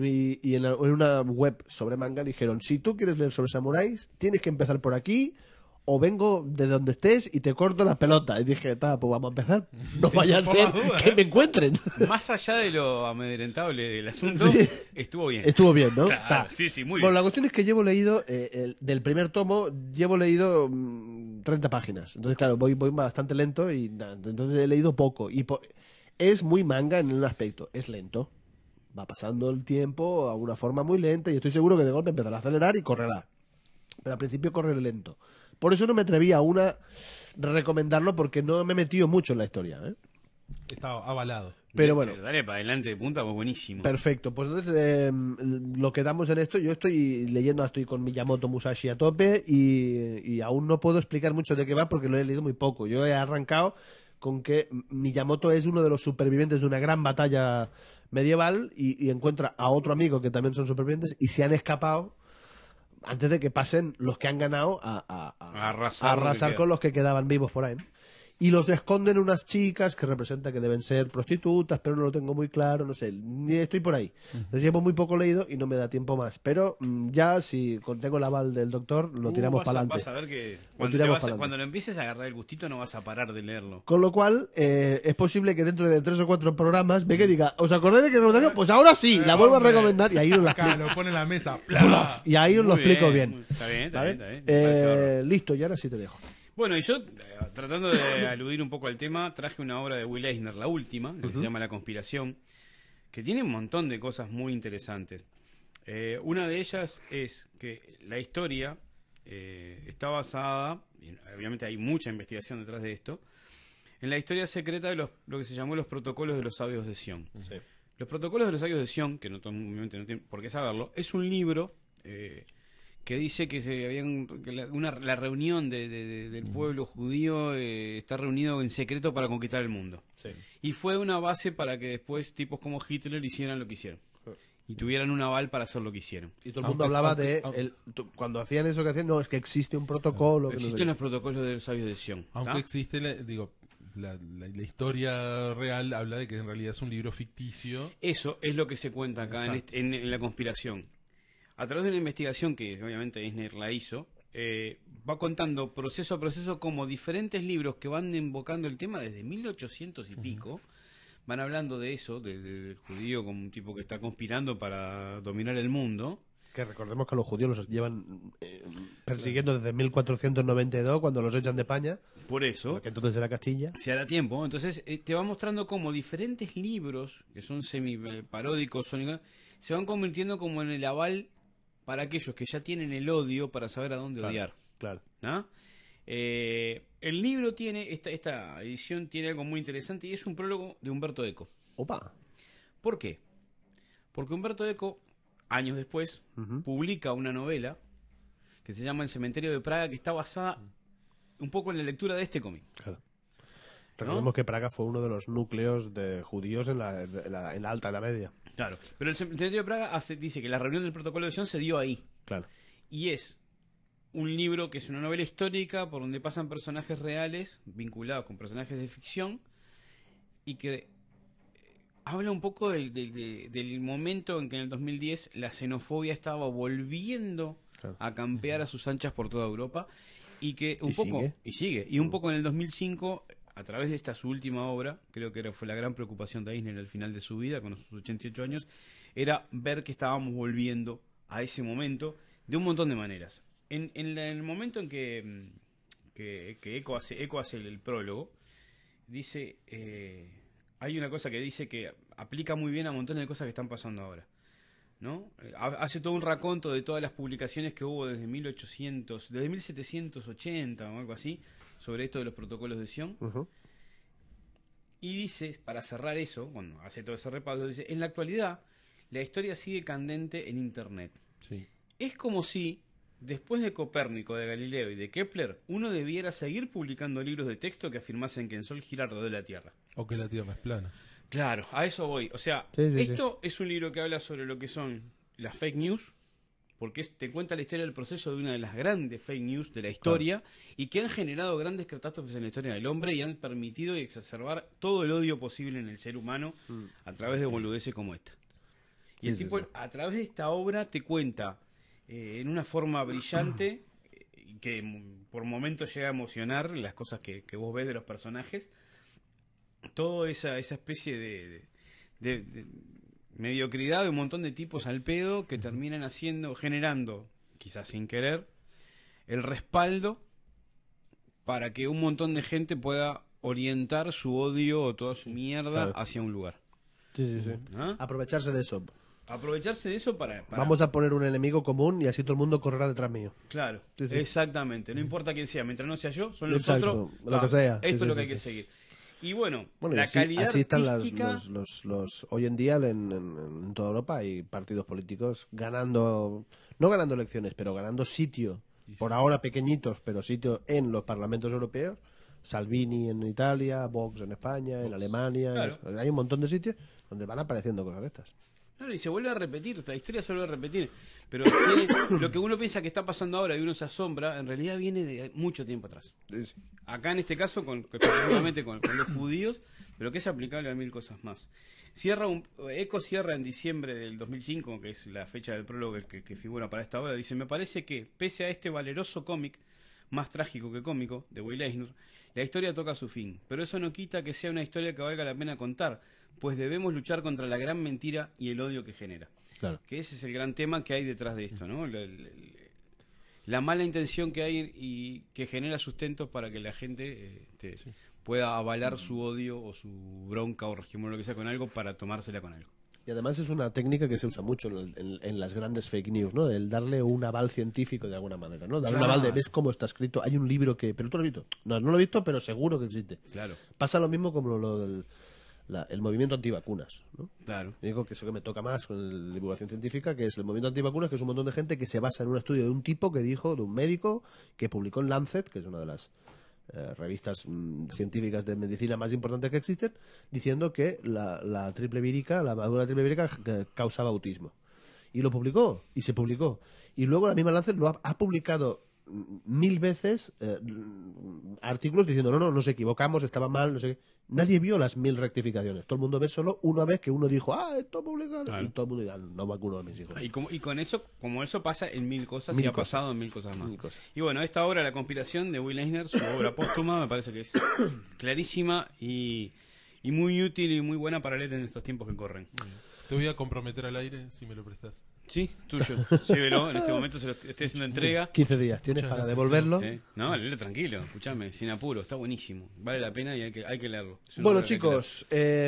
Y en una web sobre manga dijeron, si tú quieres leer sobre samuráis, tienes que empezar por aquí, o vengo de donde estés y te corto la pelota. Y dije, pues vamos a empezar. No vaya a Por ser las dudas, que me encuentren. Más allá de lo amedrentable del asunto, Sí. estuvo bien. Estuvo bien, ¿no? Claro, Ta. sí, muy Bueno, bien. la cuestión es que llevo leído, del primer tomo, llevo leído 30 páginas. Entonces, claro, voy bastante lento y nada, entonces he leído poco. Es muy manga en un aspecto, es lento. Va pasando el tiempo a una forma muy lenta y estoy seguro que de golpe empezará a acelerar y correrá. Pero al principio corre lento. Por eso no me atreví aún a recomendarlo porque no me he metido mucho en la historia, ¿eh? Estaba avalado. Pero bueno. Dale para adelante de punta, pues buenísimo. Perfecto, pues entonces lo quedamos en esto. Yo estoy leyendo, estoy con Miyamoto Musashi a tope y aún no puedo explicar mucho de qué va porque lo he leído muy poco. Yo he arrancado con que Miyamoto es uno de los supervivientes de una gran batalla medieval y encuentra a otro amigo que también son supervivientes y se han escapado antes de que pasen los que han ganado a arrasar lo que queda. con los que quedaban vivos por ahí, ¿no? Y los esconden unas chicas que representan que deben ser prostitutas, pero no lo tengo muy claro, no sé, ni estoy por ahí. Entonces llevo muy poco leído y no me da tiempo más. Pero ya, si tengo el aval del doctor, lo tiramos para adelante. Vas a ver que Lo tiramos pa'lante. cuando lo empieces a agarrar el gustito no vas a parar de leerlo. Con lo cual, es posible que dentro de 3 o 4 programas venga y diga, ¿os acordáis de que recomendación? Pues ahora sí, la vuelvo a Hombre. recomendar y ahí os la Acá explico. lo pone en la mesa. ¡Plaf! Y ahí os lo Muy explico bien. Está bien, está ¿Vale? bien. Me parece bárbaro. Listo, y ahora sí te dejo. Bueno, y yo, tratando de aludir un poco al tema, traje una obra de Will Eisner, la última, que se llama La Conspiración, que tiene un montón de cosas muy interesantes. Una de ellas es que la historia está basada, y obviamente hay mucha investigación detrás de esto, en la historia secreta de lo que se llamó los protocolos de los sabios de Sion. Sí. Los protocolos de los sabios de Sion, que obviamente no tienen por qué saberlo, es un libro que dice que la reunión del pueblo judío está reunido en secreto para conquistar el mundo. Sí. Y fue una base para que después tipos como Hitler hicieran lo que hicieron. Y tuvieran un aval para hacer lo que hicieron. Y todo el mundo hablaba de... cuando hacían eso que hacían, no, es que existe un protocolo. Existen los protocolos de los sabios de Sion. Aunque existe, la historia real habla de que en realidad es un libro ficticio. Eso es lo que se cuenta acá en la conspiración. A través de una investigación que obviamente Eisner la hizo, va contando proceso a proceso como diferentes libros que van invocando el tema desde 1800 y pico. Van hablando de eso, del judío como un tipo que está conspirando para dominar el mundo. Que recordemos que los judíos los llevan persiguiendo desde 1492, cuando los echan de España. Por eso. Que entonces era Castilla. Se hará tiempo. Entonces te va mostrando como diferentes libros, que son semi-paródicos, se van convirtiendo como en el aval para aquellos que ya tienen el odio para saber a dónde odiar. Claro. ¿No? El libro tiene, esta edición tiene algo muy interesante y es un prólogo de Umberto Eco. Opa. ¿Por qué? Porque Umberto Eco, años después, publica una novela que se llama El cementerio de Praga, que está basada un poco en la lectura de este cómic. Claro. Recordemos que Praga fue uno de los núcleos de judíos en la alta Edad Media. Claro. Pero el cementerio de Praga dice que la reunión del protocolo de Sion se dio ahí. Claro. Y es un libro que es una novela histórica por donde pasan personajes reales vinculados con personajes de ficción y que habla un poco del momento en que en el 2010 la xenofobia estaba volviendo a campear a sus anchas por toda Europa y que un poco sigue y un poco en el 2005 a través de esta su última obra, creo que fue la gran preocupación de Eisner al final de su vida con sus 88 años, era ver que estábamos volviendo a ese momento de un montón de maneras. En el momento en que Eco hace el prólogo, dice, hay una cosa que dice que aplica muy bien a montones de cosas que están pasando ahora, ¿no? Hace todo un raconto de todas las publicaciones que hubo desde 1780 o algo así, sobre esto de los protocolos de Sion. Y dice, para cerrar eso, cuando hace todo ese repaso, dice, en la actualidad, la historia sigue candente en Internet. Sí. Es como si, después de Copérnico, de Galileo y de Kepler, uno debiera seguir publicando libros de texto que afirmasen que el Sol gira alrededor de la Tierra. O que la Tierra es plana. Claro, a eso voy. O sea, esto es un libro que habla sobre lo que son las fake news, porque te cuenta la historia del proceso de una de las grandes fake news de la historia y que han generado grandes catástrofes en la historia del hombre y han permitido exacerbar todo el odio posible en el ser humano a través de boludeces como esta. Y el tipo, a través de esta obra, te cuenta en una forma brillante que por momentos llega a emocionar las cosas que vos ves de los personajes, toda esa especie de mediocridad de un montón de tipos al pedo que terminan generando, quizás sin querer, el respaldo para que un montón de gente pueda orientar su odio o toda su mierda hacia un lugar. ¿Ah? Aprovecharse de eso. Aprovecharse de eso para... Vamos a poner un enemigo común y así todo el mundo correrá detrás mío. Claro, exactamente. No importa quién sea, mientras no sea yo, son los Exacto, otros. lo que sea. Esto es lo que hay que seguir. Y bueno la así, calidad así están artística... los hoy en día en toda Europa hay partidos políticos ganando, no ganando elecciones, pero ganando sitio, por ahora pequeñitos, pero sitio en los parlamentos europeos. Salvini en Italia, Vox en España, en Alemania. Claro. Hay un montón de sitios donde van apareciendo cosas de estas. Claro, y se vuelve a repetir, la historia se vuelve a repetir. Pero lo que uno piensa que está pasando ahora y uno se asombra, en realidad viene de mucho tiempo atrás. Acá en este caso, específicamente con los judíos, pero que es aplicable a mil cosas más. Eco cierra en diciembre del 2005, que es la fecha del prólogo que figura para esta obra, dice, me parece que, pese a este valeroso cómic, más trágico que cómico, de Will Eisner, la historia toca su fin, pero eso no quita que sea una historia que valga la pena contar, pues debemos luchar contra la gran mentira y el odio que genera. Claro. Que ese es el gran tema que hay detrás de esto, ¿no? La mala intención que hay y que genera sustentos para que la gente pueda avalar su odio o su bronca o regimos lo que sea con algo para tomársela con algo. Y además es una técnica que se usa mucho en las grandes fake news, ¿no? El darle un aval científico de alguna manera, ¿no? Darle un aval de ves cómo está escrito. Hay un libro que... ¿Pero tú lo has visto? No, no lo he visto, pero seguro que existe. Claro. Pasa lo mismo como lo del el movimiento antivacunas, ¿no? Claro. Digo que eso que me toca más con la divulgación científica, que es el movimiento antivacunas, que es un montón de gente que se basa en un estudio de un tipo que dijo, de un médico, que publicó en Lancet, que es una de las revistas científicas de medicina más importantes que existen, diciendo que la triple vírica, la vacuna triple vírica causaba autismo. Y lo publicó, y se publicó. Y luego la misma Lancet lo ha publicado 1000 veces artículos diciendo no nos equivocamos, estaba mal, no sé qué. Nadie vio las 1000 rectificaciones. Todo el mundo ve solo una vez que uno dijo, esto publicado. Claro. Y todo el mundo dice, no vacuno a mis hijos. Y con eso, como eso pasa en 1000 cosas, Mil y ha cosas. pasado en 1000 cosas más. 1000 cosas. Y bueno, esta obra, La conspiración de Will Eisner, su obra póstuma, me parece que es clarísima y muy útil y muy buena para leer en estos tiempos que corren. Te voy a comprometer al aire si me lo prestas. Sí, tuyo. Llévelo, en este momento se lo estoy haciendo entrega. 15 días tienes Muchas para gracias. devolverlo. Sí. No, léelo tranquilo, escúchame, sin apuro, está buenísimo. Vale la pena y hay que leerlo. Es una Bueno, obra que hay que chicos,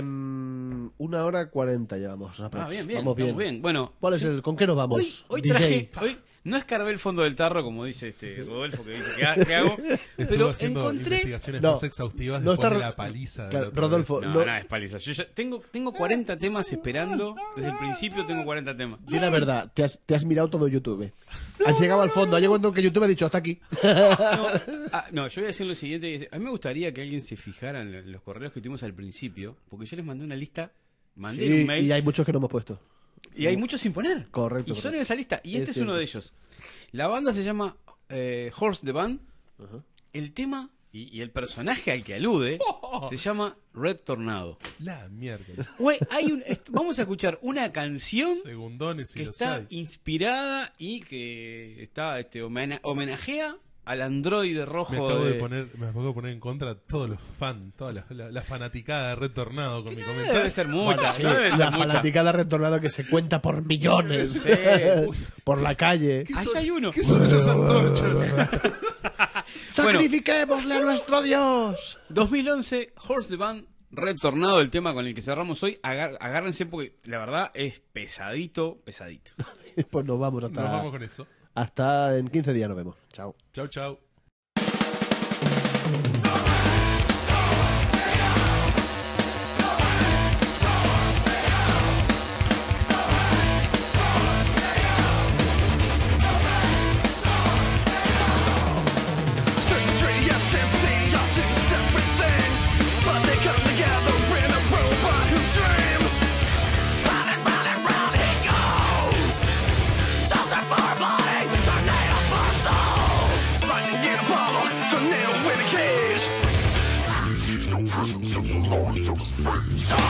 1h40 llevamos. leer. Bien, bien, Vamos estamos bien. Bueno, ¿Cuál es ¿Con qué nos vamos? hoy DJ. traje, hoy no escarbé el fondo del tarro, como dice Rodolfo, que dice que hago, Estuve pero haciendo encontré... investigaciones No, más exhaustivas no después está- de la paliza. de Claro, la otra Rodolfo, vez. No, no- nada, es paliza. Yo ya tengo 40 temas esperando. Desde el principio tengo 40 temas. Di la verdad, te has mirado todo YouTube. Has llegado al fondo, ha llegado un momento que YouTube ha dicho hasta aquí. No, yo voy a decir lo siguiente. A mí me gustaría que alguien se fijara en los correos que tuvimos al principio, porque yo les mandé una lista, mandé Sí, un mail y hay muchos que no hemos puesto. y hay muchos sin poner. Correcto, Y son correcto. en esa lista. Y Es este es uno cierto. de ellos. La banda se llama Horse the Band. Ajá. El tema y el personaje al que alude se llama Red Tornado. La mierda. Güey, vamos a escuchar una canción Segundones y que los está hay. inspirada y que está homenajea al androide rojo Me acabo de poner en contra a todos los fans, toda la fanaticada de Red Tornado con mi No comentario. debe ser mucha, Sí, no debe ser la mucha. fanaticada retornada que se cuenta por millones Sí. por la calle. ¿Qué Allá son- hay uno. ¿Qué son esas antorchas? ¡Sacrifiquémosle a nuestro Dios! 2011, Horse the Band, Red Tornado, el tema con el que cerramos hoy. Agárrense porque la verdad es pesadito. Pues nos vamos Nos vamos con eso. hasta en 15 días nos vemos. Chao. Chau, chau. Surgery and sympathy are two separate things, but they come together in a robot who dreams. Round and round and round he goes. Doesn't for body, tornado for soul. Lightning in a bottle, tornado in a cage. She's no presence in the lines of face.